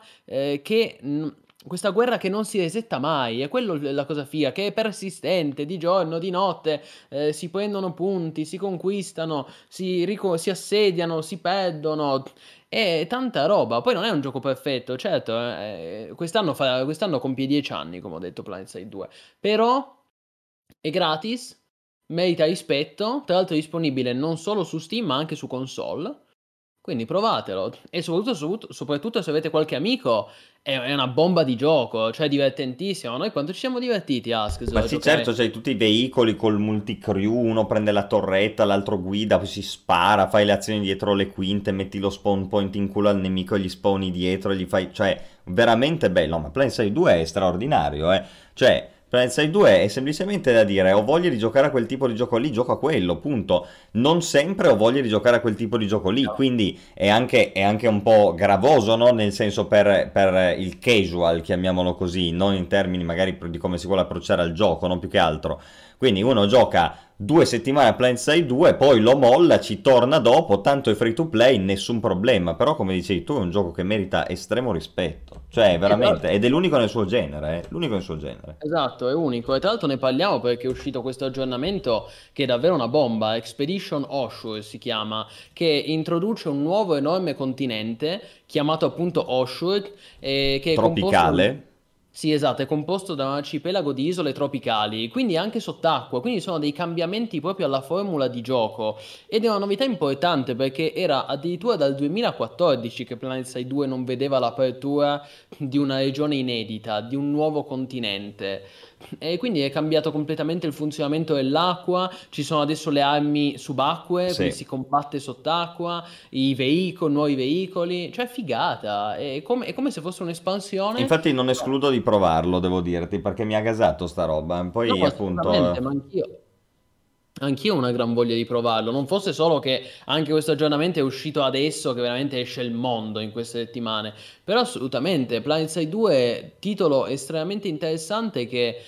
questa guerra che non si resetta mai, è quello la cosa figa, che è persistente, di giorno, di notte, si prendono punti, si conquistano, si assediano, si perdono. È tanta roba. Poi non è un gioco perfetto, certo. Quest'anno compie 10 anni, come ho detto, PlanetSide 2. Però è gratis, merita rispetto. Tra l'altro è disponibile non solo su Steam, ma anche su console. Quindi provatelo. E soprattutto se avete qualche amico, è una bomba di gioco. Cioè, è divertentissimo. Noi quanto ci siamo divertiti, Ask, Ma a sì, giocare. certo, c'hai tutti i veicoli col multicrew, uno prende la torretta, l'altro guida, poi si spara, fai le azioni dietro le quinte, metti lo spawn point in culo al nemico e gli spawni dietro e gli fai... Cioè, veramente bello, ma PlanetSide 2 è straordinario, eh. Cioè, PlanetSide 2 è semplicemente da dire, ho voglia di giocare a quel tipo di gioco lì, gioco a quello, punto. Non sempre ho voglia di giocare a quel tipo di gioco lì, quindi è anche un po' gravoso, no? Nel senso per il casual, chiamiamolo così, non in termini magari di come si vuole approcciare al gioco, non più che altro. Quindi uno gioca 2 settimane a PlanetSide 2, poi lo molla, ci torna dopo, tanto è free to play, nessun problema. Però come dicevi tu è un gioco che merita estremo rispetto. Cioè, veramente, Esatto. ed è l'unico nel suo genere, l'unico nel suo genere. Esatto, è unico. E tra l'altro ne parliamo perché è uscito questo aggiornamento che è davvero una bomba. Expedition Oshur si chiama, che introduce un nuovo enorme continente chiamato appunto Oshur, che è composto. Tropicale. Sì, esatto, è composto da un arcipelago di isole tropicali, quindi anche sott'acqua, quindi sono dei cambiamenti proprio alla formula di gioco. Ed è una novità importante perché era addirittura dal 2014 che PlanetSide 2 non vedeva l'apertura di una regione inedita, di un nuovo continente. E quindi è cambiato completamente il funzionamento dell'acqua, ci sono adesso le armi subacquee, quindi Sì. si combatte sott'acqua, i veicoli, nuovi veicoli, cioè figata, è come se fosse un'espansione. Infatti non escludo di provarlo, devo dirti, perché mi ha gasato sta roba. No, Poi assolutamente, appunto... ma anch'io ho una gran voglia di provarlo. Non fosse solo che anche questo aggiornamento è uscito adesso, che veramente esce il mondo in queste settimane. Però assolutamente, Planet Side 2, titolo estremamente interessante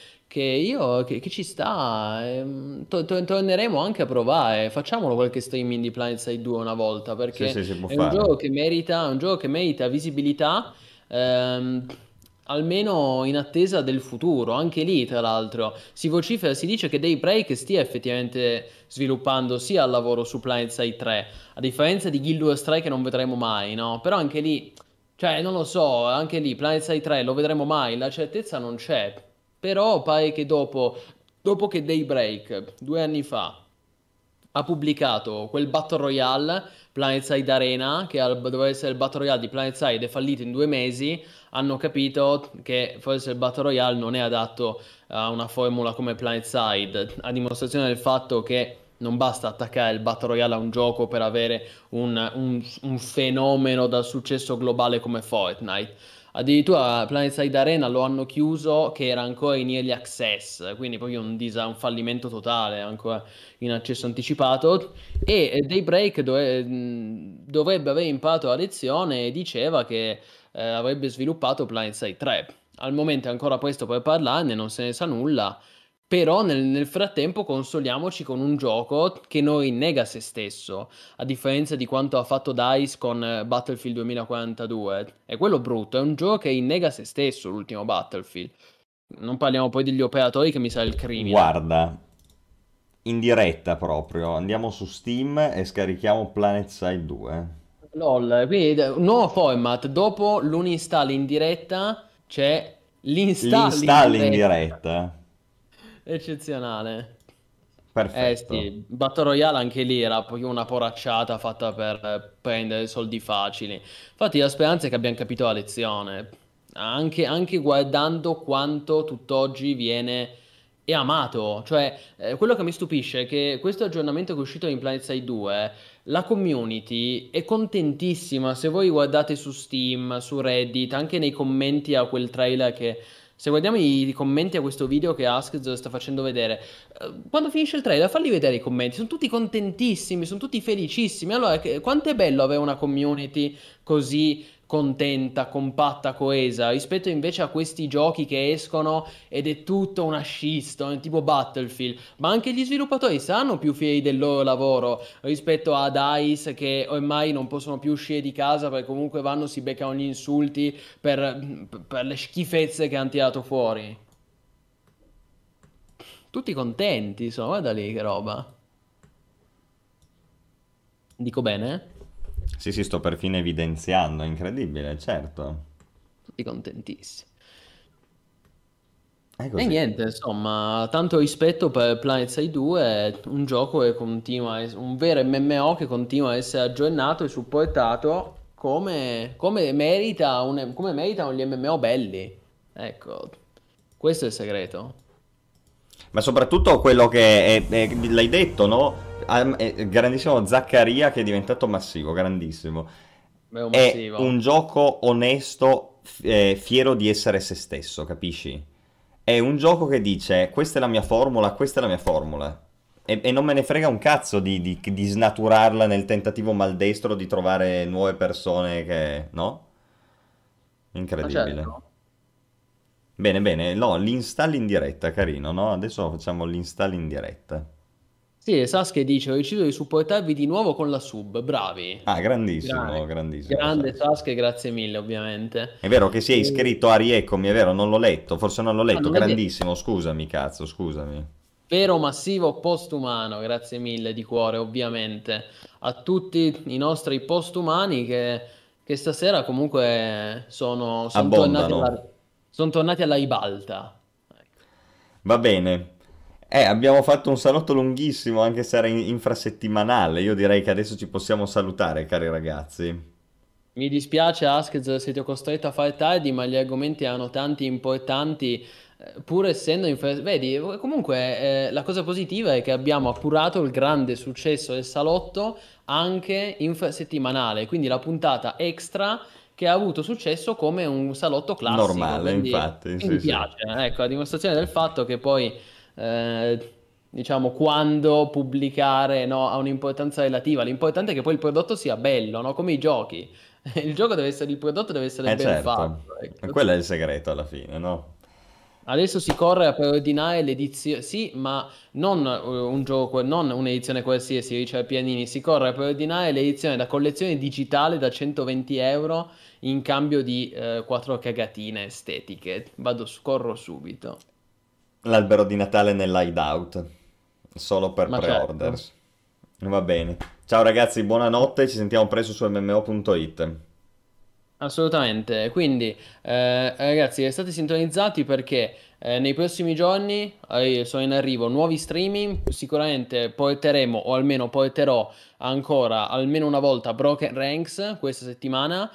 che ci sta. Torneremo anche a provare. Facciamolo qualche streaming di Planet Side 2 una volta, Sì, perché sì, si può è un fare. gioco che merita visibilità. ehm, Almeno in attesa del futuro, anche lì tra l'altro si vocifera, si dice che Daybreak stia effettivamente sviluppando sia al lavoro su PlanetSide 3, a differenza di Guild Wars 3 che non vedremo mai, no? Però anche lì, cioè non lo so, anche lì PlanetSide 3 lo vedremo mai, la certezza non c'è. Però pare che dopo che Daybreak, 2 anni fa, ha pubblicato quel Battle Royale, PlanetSide Arena, che doveva essere il Battle Royale di PlanetSide, è fallito in 2 mesi, hanno capito che forse il Battle Royale non è adatto a una formula come PlanetSide, a dimostrazione del fatto che non basta attaccare il Battle Royale a un gioco per avere un fenomeno dal successo globale come Fortnite. Addirittura PlanetSide Arena lo hanno chiuso che era ancora in early access, quindi proprio un fallimento totale, ancora in accesso anticipato. E Daybreak dovrebbe aver imparato la lezione e diceva che avrebbe sviluppato PlanetSide 3. Al momento è ancora presto per parlarne, non se ne sa nulla. Però nel frattempo consoliamoci con un gioco che non rinnega se stesso, a differenza di quanto ha fatto DICE con Battlefield 2042. È quello brutto, è un gioco che rinnega se stesso, l'ultimo Battlefield. Non parliamo poi degli operatori che mi sa il crimine. Guarda, in diretta proprio, andiamo su Steam e scarichiamo PlanetSide 2. LOL, quindi un nuovo format, dopo l'uninstall in diretta c'è l'install in L'install in diretta. diretta. Eccezionale. Eh Perfetto. sì, Battle Royale anche lì era proprio una poracciata fatta per prendere soldi facili. Infatti la speranza è che abbiamo capito la lezione, anche guardando quanto tutt'oggi è amato. Cioè, quello che mi stupisce è che questo aggiornamento che è uscito in PlanetSide 2, la community è contentissima. Se voi guardate su Steam, su Reddit, anche nei commenti a quel trailer che... Se guardiamo i commenti a questo video che Askz sta facendo vedere, quando finisce il trailer, falli vedere i commenti. Sono tutti contentissimi, sono tutti felicissimi. Allora, quanto è bello avere una community così contenta, compatta, coesa, rispetto invece a questi giochi che escono ed è tutto una shitstorm, tipo Battlefield. Ma anche gli sviluppatori saranno più fieri del loro lavoro rispetto a DICE che ormai non possono più uscire di casa perché comunque vanno, si beccano gli insulti per le schifezze che hanno tirato fuori. Tutti contenti, insomma, guarda lì che roba. Dico bene? Sì, sì, sto perfino evidenziando, è incredibile, certo. Tutti contentissimi. È E così. niente, insomma, tanto rispetto per PlanetSide 2, un gioco che un vero MMO che continua a essere aggiornato e supportato come meritano gli MMO belli. Ecco, questo è il segreto. Ma soprattutto quello che l'hai detto, no? È grandissimo Zaccaria che è diventato massivo, grandissimo. Beh, un È massivo. un gioco onesto, fiero di essere se stesso, capisci? È un gioco che dice questa è la mia formula, questa è la mia formula. E non me ne frega un cazzo di snaturarla nel tentativo maldestro di trovare nuove persone che... No? Ma Incredibile. certo. Bene, bene, no, l'install in diretta, carino, no? Adesso facciamo l'install in diretta. Sì, e Sasuke dice, ho deciso di supportarvi di nuovo con la sub, bravi. Ah, grandissimo, Grande, grandissimo grande Sasuke. Sasuke, grazie mille ovviamente. È vero che si è E- iscritto a Rieccomi, è vero, non l'ho letto, forse non l'ho Ah, letto, non l'hai detto. grandissimo, scusami, cazzo, scusami. Vero massivo postumano, grazie mille di cuore ovviamente a tutti i nostri postumani che stasera comunque Abbondano. son tornati alla ribalta. Ecco. Va bene. Abbiamo fatto un salotto lunghissimo, anche se era infrasettimanale. Io direi che adesso ci possiamo salutare, cari ragazzi. Mi dispiace Askez se ti ho costretto a fare tardi, ma gli argomenti erano tanti importanti, pur essendo vedi, comunque la cosa positiva è che abbiamo appurato il grande successo del salotto anche infrasettimanale, quindi la puntata extra che ha avuto successo come un salotto classico, Normale, quindi infatti, mi sì, sì. piace, ecco, a dimostrazione del fatto che poi diciamo, quando pubblicare, no, ha un'importanza relativa. L'importante è che poi il prodotto sia bello, no? Come i giochi. Il prodotto deve essere ben Certo, fatto, ecco. quello è il segreto alla fine, no? Adesso si corre a preordinare l'edizione, sì, ma non un gioco, non un'edizione qualsiasi, Richard Pianini, si corre a preordinare l'edizione da collezione digitale da 120 euro in cambio di 4 cagatine estetiche. Corro subito. L'albero di Natale nell'hideout, solo per Ma certo. pre-orders. Va bene. Ciao ragazzi, buonanotte, ci sentiamo presto su mmo.it. Assolutamente, quindi ragazzi restate sintonizzati perché nei prossimi giorni sono in arrivo nuovi streaming, sicuramente porteremo o almeno porterò ancora almeno una volta Broken Ranks questa settimana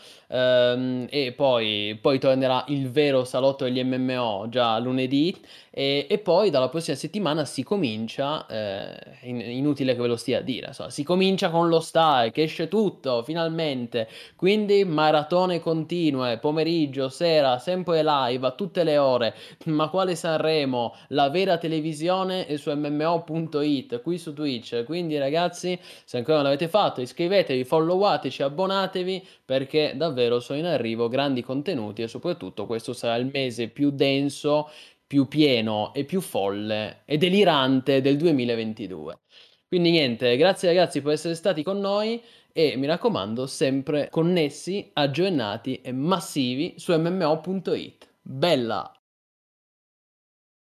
e poi tornerà il vero salotto degli MMO già lunedì e poi dalla prossima settimana si comincia, inutile che ve lo stia a dire, insomma, si comincia con lo Star che esce tutto finalmente. Quindi maratone continue, pomeriggio, sera, sempre live a tutte le ore. Ma quale Sanremo? La vera televisione è su mmo.it, qui su Twitch. Quindi ragazzi, se ancora non l'avete fatto, iscrivetevi, followateci, abbonatevi perché davvero sono in arrivo grandi contenuti e soprattutto questo sarà il mese più denso, più pieno e più folle e delirante del 2022. Quindi niente, grazie ragazzi per essere stati con noi e mi raccomando, sempre connessi, aggiornati e massivi su mmo.it. Bella!